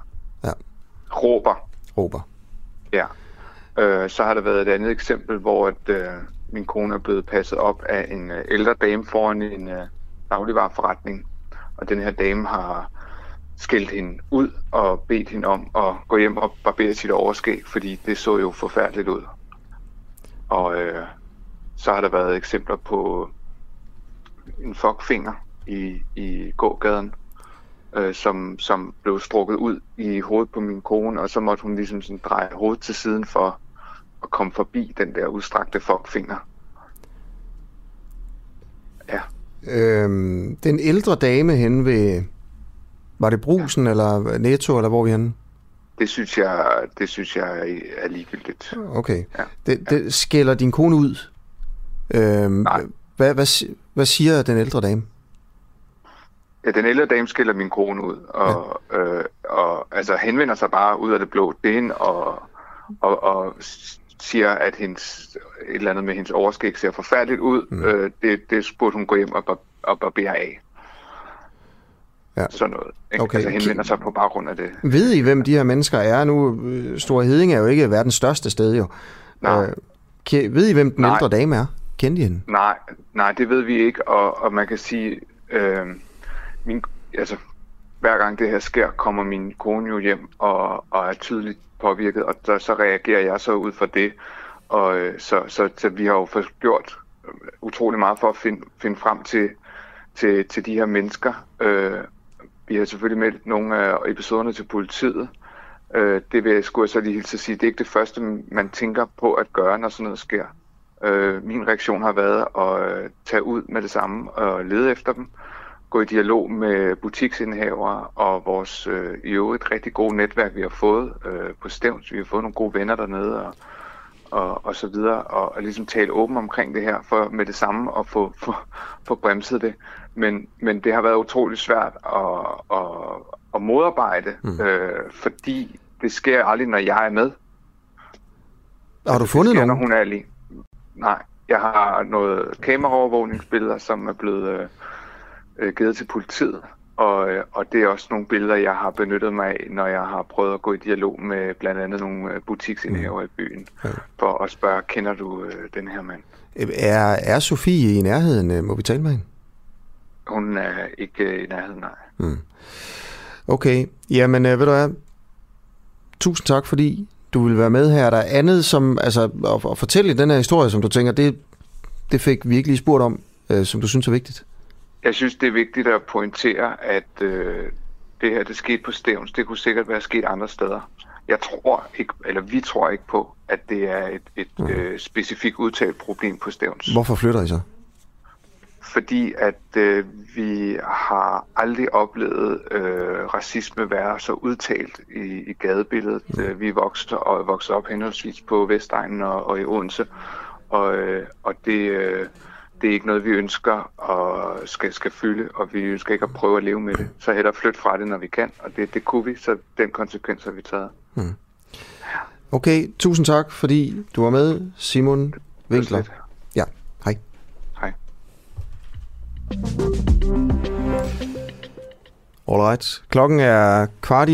A: Råber.
H: Ja. Så har der været et andet eksempel, hvor min kone er blevet passet op af en ældre dame foran en dagligvareforretning. Og den her dame har skældt hende ud og bedt hende om at gå hjem og barbere sit overskæg, fordi det så jo forfærdeligt ud. Og så har der været eksempler på en fuckfinger i gågaden, som blev strukket ud i hovedet på min kone, og så måtte hun ligesom sådan dreje hovedet til siden for at komme forbi den der udstrakte fuckfinger. Ja.
A: Den ældre dame henne ved, var det Brugsen eller Netto, eller hvor er vi henne?
H: Det synes jeg er ligegyldigt.
A: Okay. Ja. Det skælder din kone ud?
H: Nej.
A: Hvad siger den ældre dame?
H: Ja, den ældre dame skælder min kone ud, og altså henvender sig bare ud af det blå den og siger, at et eller andet med hendes overskæg ser forfærdeligt ud. Det burde hun gå hjem og barbere af. Ja. Sådan noget. Okay. Altså henvender sig på baggrund af det.
A: Ved I, hvem de her mennesker er nu? Store Heddinge er jo ikke verdens største sted, jo.
H: Nej.
A: Ved I, hvem den ældre dame er? Kendte I hende?
H: Nej, det ved vi ikke, og man kan sige, hver gang det her sker, kommer min kone jo hjem og er tydeligt påvirket, og så reagerer jeg så ud fra det, og så vi har jo gjort utrolig meget for at finde frem til de her mennesker. Vi har selvfølgelig meldt nogle af episoderne til politiet. Det skulle jeg så lige hilse at sige, det er ikke det første, man tænker på at gøre, når sådan noget sker. Min reaktion har været at tage ud med det samme og lede efter dem, gå i dialog med butiksindehavere og vores i øvrigt rigtig gode netværk, vi har fået på Stevns. Vi har fået nogle gode venner dernede, og så videre, og ligesom tale åben omkring det her, for med det samme at få bremset det. Men det har været utroligt svært at modarbejde, fordi det sker aldrig, når jeg er med.
A: Har du fundet nogen?
H: Når hun er alene. Nej, jeg har noget kameraovervågningsbilleder, som er blevet givet til politiet. Og det er også nogle billeder, jeg har benyttet mig af, når jeg har prøvet at gå i dialog med blandt andet nogle butiksindehavere i byen, for at spørge, kender du den her mand?
A: Er Sofie i nærheden? Må vi tale med hende?
H: Hun er ikke i nærheden, nej.
A: Okay, jamen ved du hvad? Tusind tak, fordi du vil være med her. Der er andet, som altså at fortælle den her historie, som du tænker, det fik virkelig spurgt om, som du synes er vigtigt.
H: Jeg synes, det er vigtigt at pointere, at det her, det skete på Stevns. Det kunne sikkert være sket andre steder. Jeg tror ikke, eller vi tror ikke på, at det er et specifikt udtalt problem på Stevns.
A: Hvorfor flytter I så?
H: Fordi at vi har aldrig oplevet racisme være så udtalt i gadebilledet. Vi er vokset op henholdsvis på Vestegnen og i Odense, og det er ikke noget, vi ønsker og skal fylde, og vi ønsker ikke at prøve at leve med det. Så hellere flytte fra det, når vi kan, og det kunne vi, så den konsekvens har vi taget.
A: Okay, tusind tak, fordi du var med, Simon Winkler. Ja, hej.
H: Hej.
A: Alright, klokken er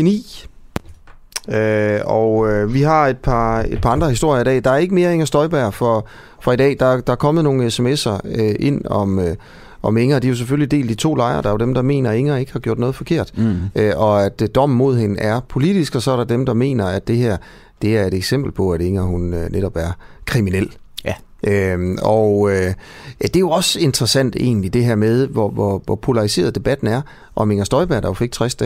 A: 8:15, og vi har et par andre historier i dag. Der er ikke mere Inger Støjberg for i dag. Der er kommet nogle sms'er ind om Inger. De er jo selvfølgelig delt i to lejre. Der er jo dem, der mener, at Inger ikke har gjort noget forkert, og at dommen mod hende er politisk, og så er der dem, der mener, at det her det er et eksempel på, at Inger hun netop er kriminel.
D: Ja.
A: Det er jo også interessant egentlig, det her med, hvor polariseret debatten er om Inger Støjberg, der jo fik 60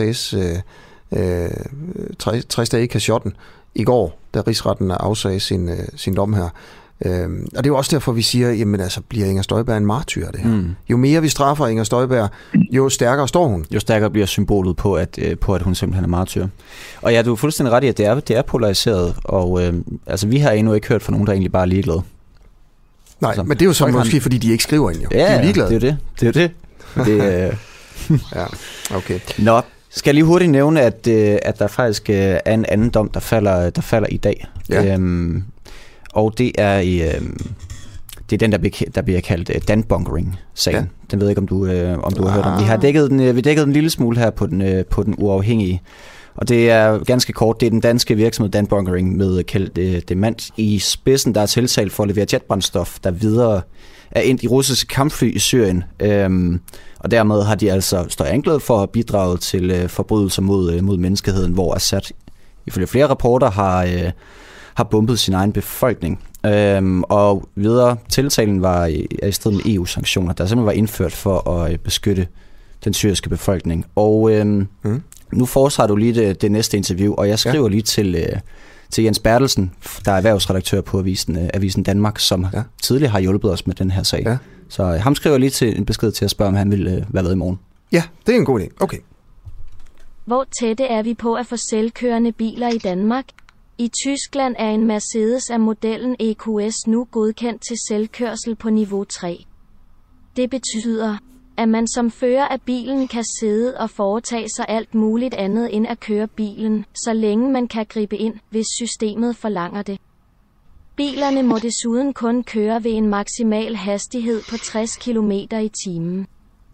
A: dage i kashotten i går, da rigsretten afsagde sin dom her. Og det er jo også derfor, vi siger, jamen altså, bliver Inger Støjberg en martyr, det her? Jo mere vi straffer Inger Støjberg, jo stærkere står hun.
D: Jo stærkere bliver symbolet på, at hun simpelthen er martyr. Og ja, du er fuldstændig ret i, at det er polariseret, og altså, vi har endnu ikke hørt fra nogen, der egentlig bare er ligeglade.
A: Nej, altså, men det er jo så måske, fordi de ikke skriver ind, jo.
D: Ja,
A: de er jo ligeglade.
D: Det er jo det.
A: Ja, okay.
D: Nå, skal jeg lige hurtigt nævne, at der faktisk er en anden dom, der falder i dag.
A: Ja.
D: Og det er det er den, der bliver kaldt danbunkering-sagen. Ja. Den ved jeg ikke, om du har hørt om. Vi dækkede en lille smule her på den uafhængige. Og det er ganske kort. Det er den danske virksomhed Danbunkering med Kjeld Demand i spidsen, der er tiltalt for at levere jetbrændstof, der videre er endt i russiske kampfly i Syrien. Og dermed har de altså stået anklaget for at bidrage til forbrydelser mod menneskeheden, hvor Assad ifølge flere rapporter har bombet sin egen befolkning. Og videre tiltalen er i strid med EU-sanktioner, der simpelthen var indført for at beskytte den syriske befolkning. Og nu fortsætter du lige det næste interview, og jeg skriver lige til Jens Bertelsen, der er erhvervsredaktør på Avisen Danmark, som tidligere har hjulpet os med den her sag. Ja. Så ham skriver lige til en besked til at spørge, om han vil være med i morgen.
A: Ja, det er en god idé. Okay.
I: Hvor tætte er vi på at få selvkørende biler i Danmark? I Tyskland er en Mercedes af modellen EQS nu godkendt til selvkørsel på niveau 3. Det betyder, at man som fører af bilen kan sidde og foretage sig alt muligt andet end at køre bilen, så længe man kan gribe ind, hvis systemet forlanger det. Bilerne må desuden kun køre ved en maksimal hastighed på 60 km/t.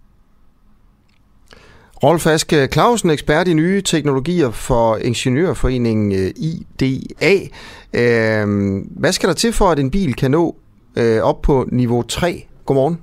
A: Rolf Ask Clausen, ekspert i nye teknologier for Ingeniørforeningen IDA. Hvad skal der til for, at en bil kan nå op på niveau 3? Godmorgen.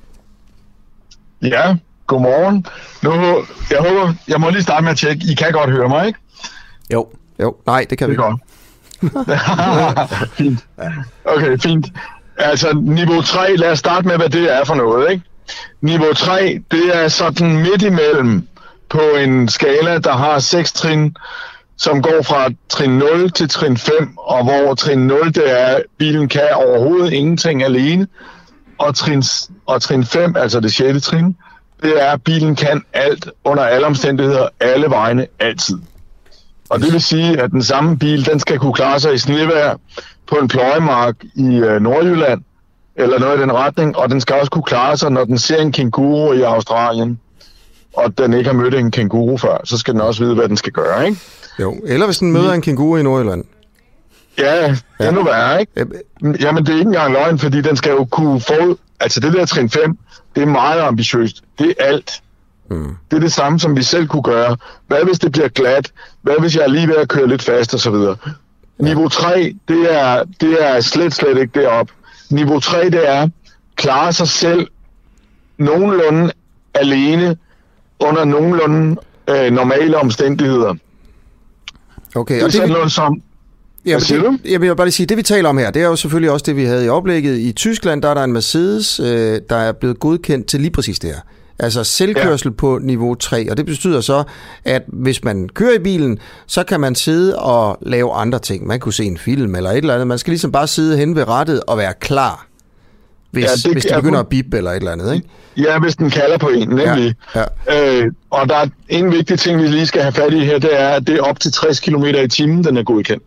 J: Ja, godmorgen. Jeg må lige starte med at tjekke. I kan godt høre mig, ikke?
A: Jo. Nej, det kan vi
J: godt. Fint. Okay, fint. Altså, niveau 3, lad os starte med, hvad det er for noget, ikke? Niveau 3, det er sådan midt imellem på en skala, der har 6 trin, som går fra trin 0 til trin 5, og hvor trin 0, det er, at bilen kan overhovedet ingenting alene, og trin 5, altså det 6. trin, det er, at bilen kan alt under alle omstændigheder, alle vegne, altid. Og det vil sige, at den samme bil, den skal kunne klare sig i snevejr på en pløjemark i Nordjylland, eller noget i den retning, og den skal også kunne klare sig, når den ser en kænguru i Australien, og den ikke har mødt en kænguru før, så skal den også vide, hvad den skal gøre, ikke?
A: Jo, eller hvis den møder en kænguru i Nordjylland.
J: Ja, endnu værre, ikke? Jamen, det er ikke engang løgn, fordi den skal jo kunne få... Altså, det der trin 5, det er meget ambitiøst. Det er alt. Det er det samme, som vi selv kunne gøre. Hvad hvis det bliver glat? Hvad hvis jeg er lige ved at køre lidt fast, og så videre? Niveau 3, det er slet ikke deroppe. Niveau 3, det er klare sig selv nogenlunde alene under nogenlunde normale omstændigheder.
A: Okay,
J: det er sådan noget som...
A: Jeg vil bare lige sige, det vi taler om her, det er jo selvfølgelig også det, vi havde i oplægget. I Tyskland, der er der en Mercedes, der er blevet godkendt til lige præcis det her. Altså selvkørsel på niveau 3, og det betyder så, at hvis man kører i bilen, så kan man sidde og lave andre ting. Man kunne se en film eller et eller andet. Man skal ligesom bare sidde hen ved rattet og være klar, hvis det begynder at bippe eller et eller andet, ikke?
J: Ja, hvis den kalder på en, nemlig. Ja. Og der er en vigtig ting, vi lige skal have fat i her, det er, at det er op til 60 km i timen, den er godkendt.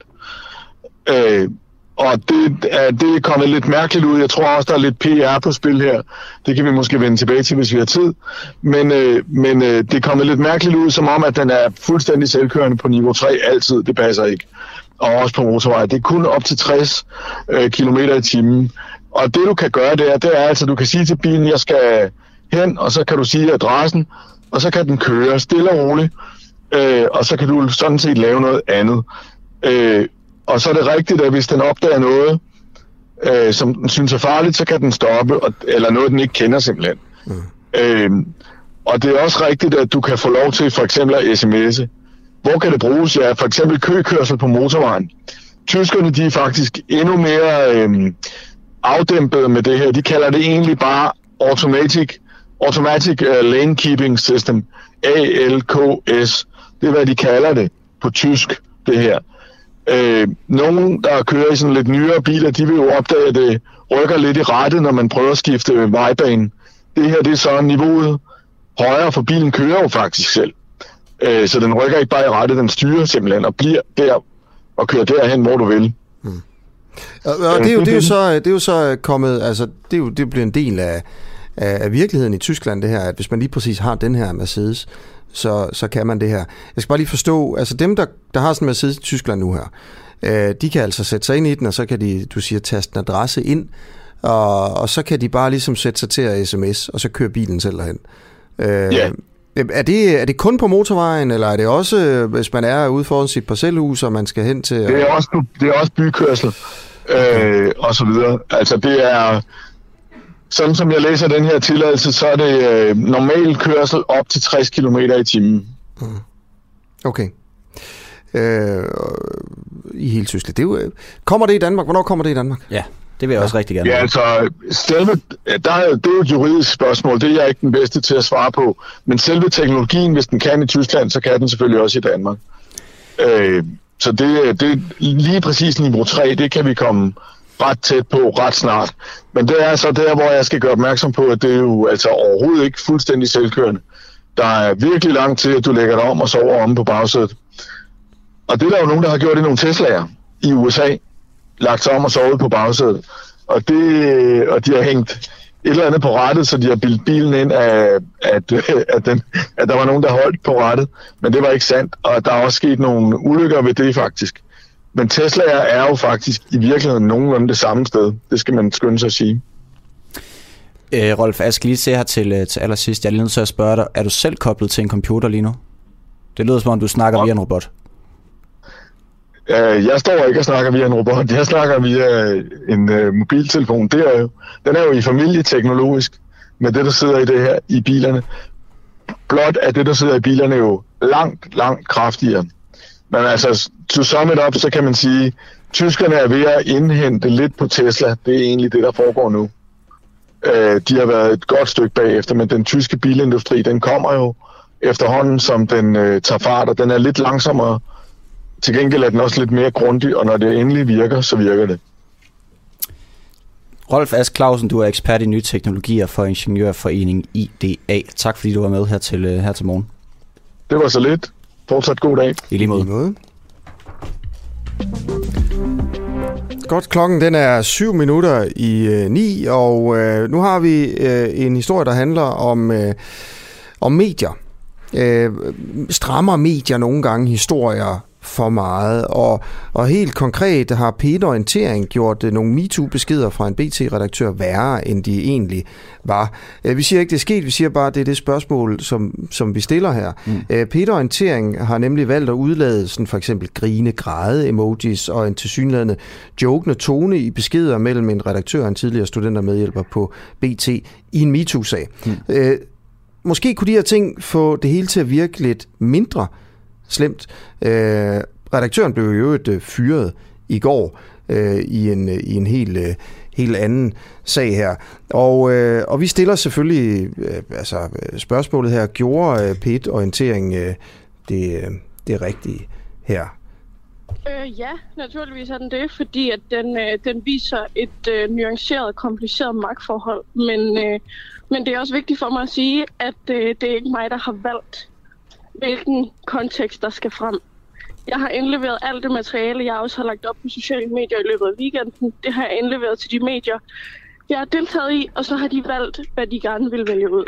J: Og det er kommet lidt mærkeligt ud. Jeg tror også, der er lidt PR på spil her. Det kan vi måske vende tilbage til, hvis vi har tid. Men det er kommet lidt mærkeligt ud, som om, at den er fuldstændig selvkørende på niveau 3 altid. Det passer ikke. Og også på motorvej. Det er kun op til 60 km i timen. Og det du kan gøre, det er altså, du kan sige til bilen, jeg skal hen, og så kan du sige adressen, og så kan den køre stille og roligt. Og så kan du sådan set lave noget andet. Og så er det rigtigt, at hvis den opdager noget, som den synes er farligt, så kan den stoppe, eller noget, den ikke kender simpelthen. Og det er også rigtigt, at du kan få lov til for eksempel at sms'e. Hvor kan det bruges? Ja, for eksempel køkørsel på motorvejen. Tyskerne, de er faktisk endnu mere afdæmpet med det her. De kalder det egentlig bare Automatic Lane Keeping System, ALKS. Det er, hvad de kalder det på tysk, det her. Nogen, der kører i sådan lidt nyere biler, de vil jo opdage, at det rykker lidt i rettet, når man prøver at skifte vejbanen. Det her, det er så niveauet højere, for bilen kører jo faktisk selv. Så den rykker ikke bare i rettet, den styrer simpelthen og bliver der og kører derhen, hvor du vil.
A: Og det er jo så kommet, altså det bliver en del af virkeligheden i Tyskland, det her, at hvis man lige præcis har den her Mercedes, så kan man det her. Jeg skal bare lige forstå, altså dem, der har sådan en Mercedes i Tyskland nu her, de kan altså sætte sig ind i den, og så kan de, du siger, taste en adresse ind, og så kan de bare ligesom sætte sig til at sms, og så kører bilen selv derhen. Er det kun på motorvejen, eller er det også, hvis man er ude foran sit parcelhus, og man skal hen til...
J: Det er også bykørsel, og så videre. Altså det er... Sådan som jeg læser den her tilladelse, så er det normal kørsel op til 60 km i timen.
A: Okay. I hele Tyskland. Kommer det i Danmark? Hvornår kommer det i Danmark?
D: Ja, det vil jeg også rigtig gerne.
J: Ja, altså, det er jo et juridisk spørgsmål. Det er jeg ikke den bedste til at svare på. Men selve teknologien, hvis den kan i Tyskland, så kan den selvfølgelig også i Danmark. Så det lige præcis niveau 3, det kan vi komme ret tæt på, ret snart. Men det er så der, hvor jeg skal gøre opmærksom på, at det er jo altså overhovedet ikke fuldstændig selvkørende. Der er virkelig langt til, at du lægger dig om og sover om på bagsædet. Og det er der jo nogen, der har gjort i nogle Tesla'er i USA. Lagt sig om og sovet på bagsædet. Og de har hængt et eller andet på rattet, så de har bildt bilen ind af, at der var nogen, der holdt på rattet. Men det var ikke sandt, og der er også sket nogle ulykker ved det faktisk. Men Tesla'er er jo faktisk i virkeligheden nogenlunde det samme sted. Det skal man skynde sig at sige.
D: Rolf, jeg skal lige se her til allersidst. Jeg er lige nødt til at spørge dig, er du selv koblet til en computer lige nu? Det lyder som om, du snakker via en robot.
J: Jeg står ikke og snakker via en robot. Jeg snakker via en mobiltelefon. Den er jo i familieteknologisk med det, der sidder i det her i bilerne. Blot at det, der sidder i bilerne, jo langt kraftigere. Men altså, to sum it up, så kan man sige, at tyskerne er ved at indhente lidt på Tesla. Det er egentlig det, der foregår nu. De har været et godt stykke bagefter, men den tyske bilindustri, den kommer jo efterhånden, som den tager fart, og den er lidt langsommere. Til gengæld er den også lidt mere grundig, og når det endelig virker, så virker det.
D: Rolf Ask Clausen, du er ekspert i nye teknologier for Ingeniørforeningen IDA. Tak fordi du var med her til morgen.
J: Det var så lidt. Fortsat god dag.
D: I lige måde.
A: Godt, klokken den er 7:07, og nu har vi en historie, der handler om medier. Strammer medier nogle gange historier for meget, og helt konkret har P1 Orientering gjort nogle MeToo-beskeder fra en BT-redaktør værre, end de egentlig var. Vi siger ikke, det er sket, vi siger bare, at det er det spørgsmål, som vi stiller her. P1 Orientering har nemlig valgt at udlade sådan for eksempel grine-græde-emojis og en tilsyneladende jokende tone i beskeder mellem en redaktør og en tidligere studentermedhjælper på BT i en MeToo-sag. Måske kunne de her ting få det hele til at virke lidt mindre slemt. Redaktøren blev jo fyret i går i en helt anden sag her. Og vi stiller selvfølgelig spørgsmålet her. Gjorde P1 Orientering det rigtige her?
K: Ja, naturligvis er den det, fordi at den viser et nuanceret, kompliceret magtforhold. Men det er også vigtigt for mig at sige, at det er ikke mig, der har valgt, hvilken kontekst der skal frem. Jeg har indleveret alt det materiale, jeg også har lagt op på sociale medier i løbet af weekenden. Det har jeg indleveret til de medier, jeg har deltaget i, og så har de valgt, hvad de gerne vil vælge ud.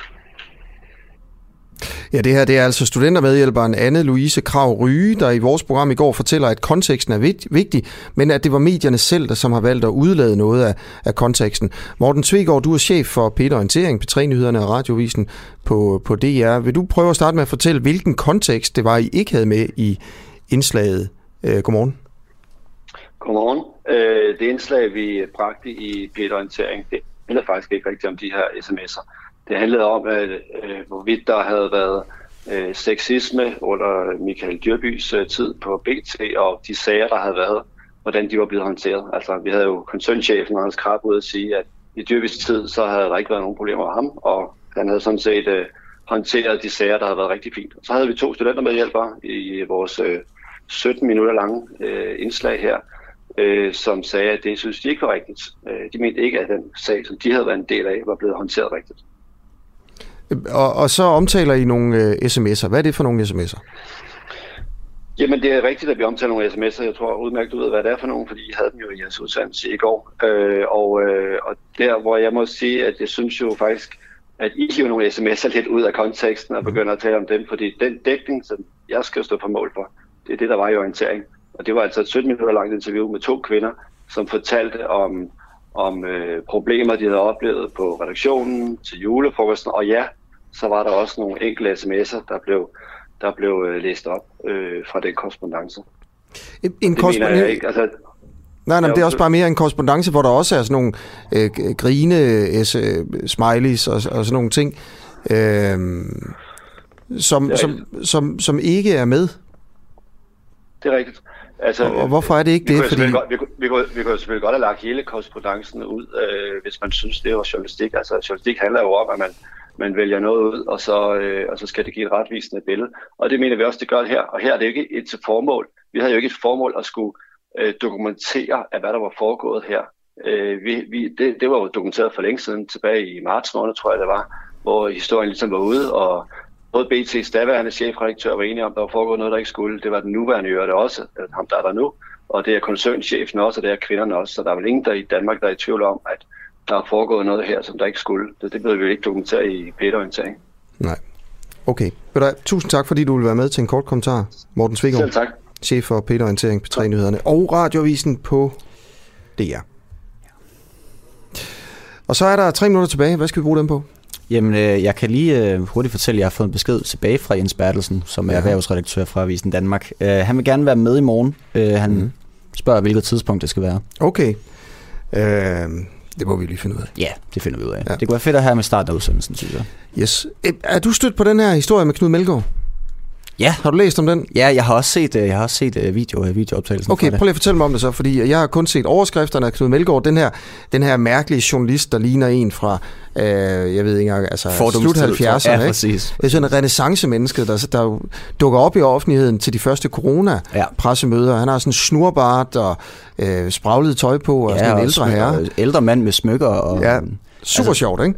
A: Ja, det her det er altså studentermedhjælperen Anne-Louise Krag Ryge, der i vores program i går fortæller, at konteksten er vigtig, men at det var medierne selv, der som har valgt at udlade noget af konteksten. Morten Tvegaard, du er chef for P1 Orientering, P3-nyhederne og Radiovisen på DR. Vil du prøve at starte med at fortælle, hvilken kontekst det var, I ikke havde med i indslaget? Godmorgen.
L: Godmorgen. Det indslag, vi bragte i P1 Orientering, det handler faktisk ikke rigtigt om de her sms'er. Det handlede om, at hvorvidt der havde været sexisme under Michael Dyrbys tid på BT, og de sager, der havde været, hvordan de var blevet håndteret. Altså, vi havde jo koncernchefen Anders Krab ude at sige, at i Dyrbys tid, så havde der ikke været nogen problemer med ham, og han havde sådan set håndteret de sager, der havde været rigtig fint. Så havde vi 2 studentermedhjælpere i vores 17 minutter lange indslag her, som sagde, at det synes de ikke var rigtigt. De mente ikke, at den sag, som de havde været en del af, var blevet håndteret rigtigt.
A: Og så omtaler I nogle sms'er. Hvad er det for nogle sms'er?
L: Jamen, det er rigtigt, at vi omtaler nogle sms'er. Jeg tror udmærket ud af, hvad det er for nogle, fordi jeg havde dem jo i jeres udsendelse i går. Og der, hvor jeg må sige, at jeg synes jo faktisk, at I hiver nogle sms'er lidt ud af konteksten og begynder at tale om dem, fordi den dækning, som jeg skal stå på mål for, det er det, der var i orientering. Og det var altså et 17 minutter langt interview med 2 kvinder, som fortalte om problemer, de havde oplevet på redaktionen til julefrokosten, og ja, så var der også nogle enkelte sms'er, der blev læst op fra den korrespondance.
A: En korrespondance? Altså, nej, det er også bare mere en korrespondance, hvor der også er sådan nogle grine-smileys og sådan nogle ting, som ikke er med.
L: Det er rigtigt. Altså,
A: og hvorfor er det ikke det?
L: Vi kunne selvfølgelig godt have lagt hele korrespondancen ud, hvis man synes, det var journalistik. Altså, journalistik handler jo om, at man vælger noget ud, og så skal det give et retvisende billede. Og det mener vi også, det gør det her. Og her er det jo ikke et formål. Vi havde jo ikke et formål at skulle dokumentere, hvad der var foregået her. Det var jo dokumenteret for længe siden, tilbage i marts måned, tror jeg det var, hvor historien ligesom var ude, og både BT's daværende chefredaktør var enige om, at der var foregået noget, der ikke skulle. Det var den nuværende det også, ham der er der nu, og det er koncernchefen også, og det er kvinderne også. Så der er vel ingen der i Danmark, der er i tvivl om, at der er foregået noget her, som der ikke skulle. Det blev vi ikke dokumenteret i P1 Orientering.
A: Nej. Okay. Tusind tak, fordi du vil være med til en kort kommentar. Morten Tvegaard.
L: Selv tak.
A: Chef for P1 Orientering, P3-nyhederne og Radiovisen på DR. Og så er der 3 minutter tilbage. Hvad skal vi bruge dem på?
D: Jamen, jeg kan lige hurtigt fortælle, at jeg har fået en besked tilbage fra Jens Bertelsen, som er erhvervsredaktør fra Avisen Danmark. Han vil gerne være med i morgen. Han spørger, hvilket tidspunkt det skal være.
A: Okay. Det må vi lige finde ud af.
D: Ja, det finder vi ud af. Ja. Det kunne være fedt at have med starten af udsendelsen, synes jeg.
A: Yes. Er du stødt på den her historie med Knud Meldgaard?
D: Ja.
A: Har du læst om den?
D: Ja, jeg har også set videooptagelsen.
A: Okay, prøv lige at fortælle mig om det så, fordi jeg har kun set overskrifterne af Knud Meldgaard, den her mærkelige journalist, der ligner en fra, jeg ved ikke engang, altså slut 70'erne.
D: Ja, præcis.
A: Det er sådan en renaissance-menneske, der dukker op i offentligheden til de første corona-pressemøder. Han har sådan snurbart og spraglet tøj på, og sådan en ældre herre.
D: Ældre mand med smykker. Og
A: ja, super sjovt, ikke?
D: Jo.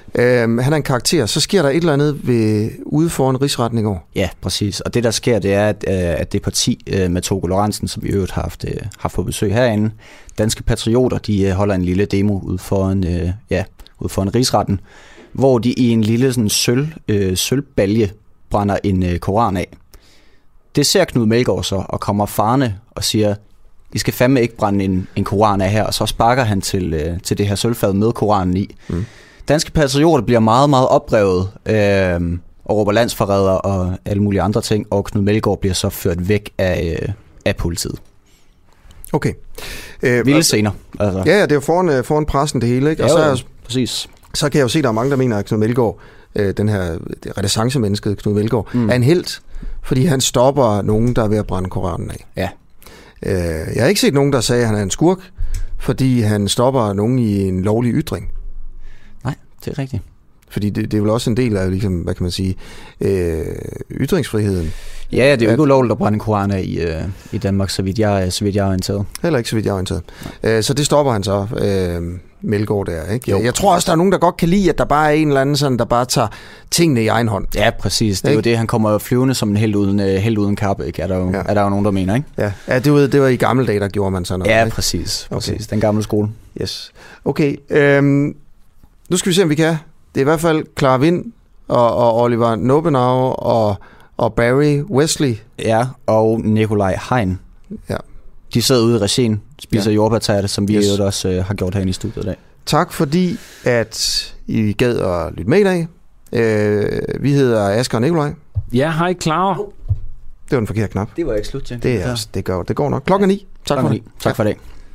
A: Han er en karakter. Så sker der et eller andet ude foran rigsretten i går.
D: Ja, præcis. Og det, der sker, det er, at det parti med Togo Lorentzen, som vi i øvrigt har haft på besøg herinde, Danske Patrioter, de holder en lille demo ude foran rigsretten, hvor de i en lille sådan sølvbalje brænder en koran af. Det ser Knud Meldgaard så, og kommer farne og siger, I skal fandme ikke brænde en koran af her, og så sparker han til det her sølvfad med koranen i. Danske Patrioter bliver meget, meget oprevet og råber landsforræder og alle mulige andre ting, og Knud Meldgaard bliver så ført væk af politiet.
A: Okay.
D: Vilde scener. Altså.
A: Ja, det er jo foran pressen det hele, ikke? Og
D: ja, præcis.
A: Så kan jeg jo se, at der er mange, der mener, at Knud Meldgaard, den her renæssancemennesket Knud Meldgaard, er en helt, fordi han stopper nogen, der er ved at brænde koranen af.
D: Ja.
A: Jeg har ikke set nogen, der sagde, at han er en skurk, fordi han stopper nogen i en lovlig ytring.
D: Nej, det er rigtigt.
A: Fordi det er vel også en del af, ligesom, hvad kan man sige, ytringsfriheden.
D: Ja, det er jo ikke ulovligt at brænde koraner i Danmark, så vidt jeg er orienteret.
A: Heller ikke, så vidt jeg er orienteret. Så det stopper han så, Meldgaard der, ikke? Jeg tror også, der er nogen, der godt kan lide, at der bare er en eller anden, sådan, der bare tager tingene i egen hånd.
D: Ja, præcis. Det er jo det, han kommer flyvende som en helt uden kappe, ikke? Er der jo nogen, der mener, ikke?
A: Ja, det var i gamle dage, der gjorde man sådan noget.
D: Ja,
A: ikke?
D: præcis. Okay. Den gamle skole.
A: Yes. Okay, nu skal vi se, om vi kan. Det er i hvert fald Clara Wind og Oliver Nobenau og Barry Wesley.
D: Ja, og Nikolaj Hein.
A: Ja.
D: De sidder ude i regien, spiser jordbærtærte, som vi også har gjort herinde i studiet i dag.
A: Tak fordi, at I gad at lytte med i dag. Vi hedder Asger og Nikolaj.
O: Ja, hej Clara.
A: Det var den forkerte knap.
D: Det var ikke slut til.
A: Det går nok. Klokken 9. Tak for det.
D: Tak for det.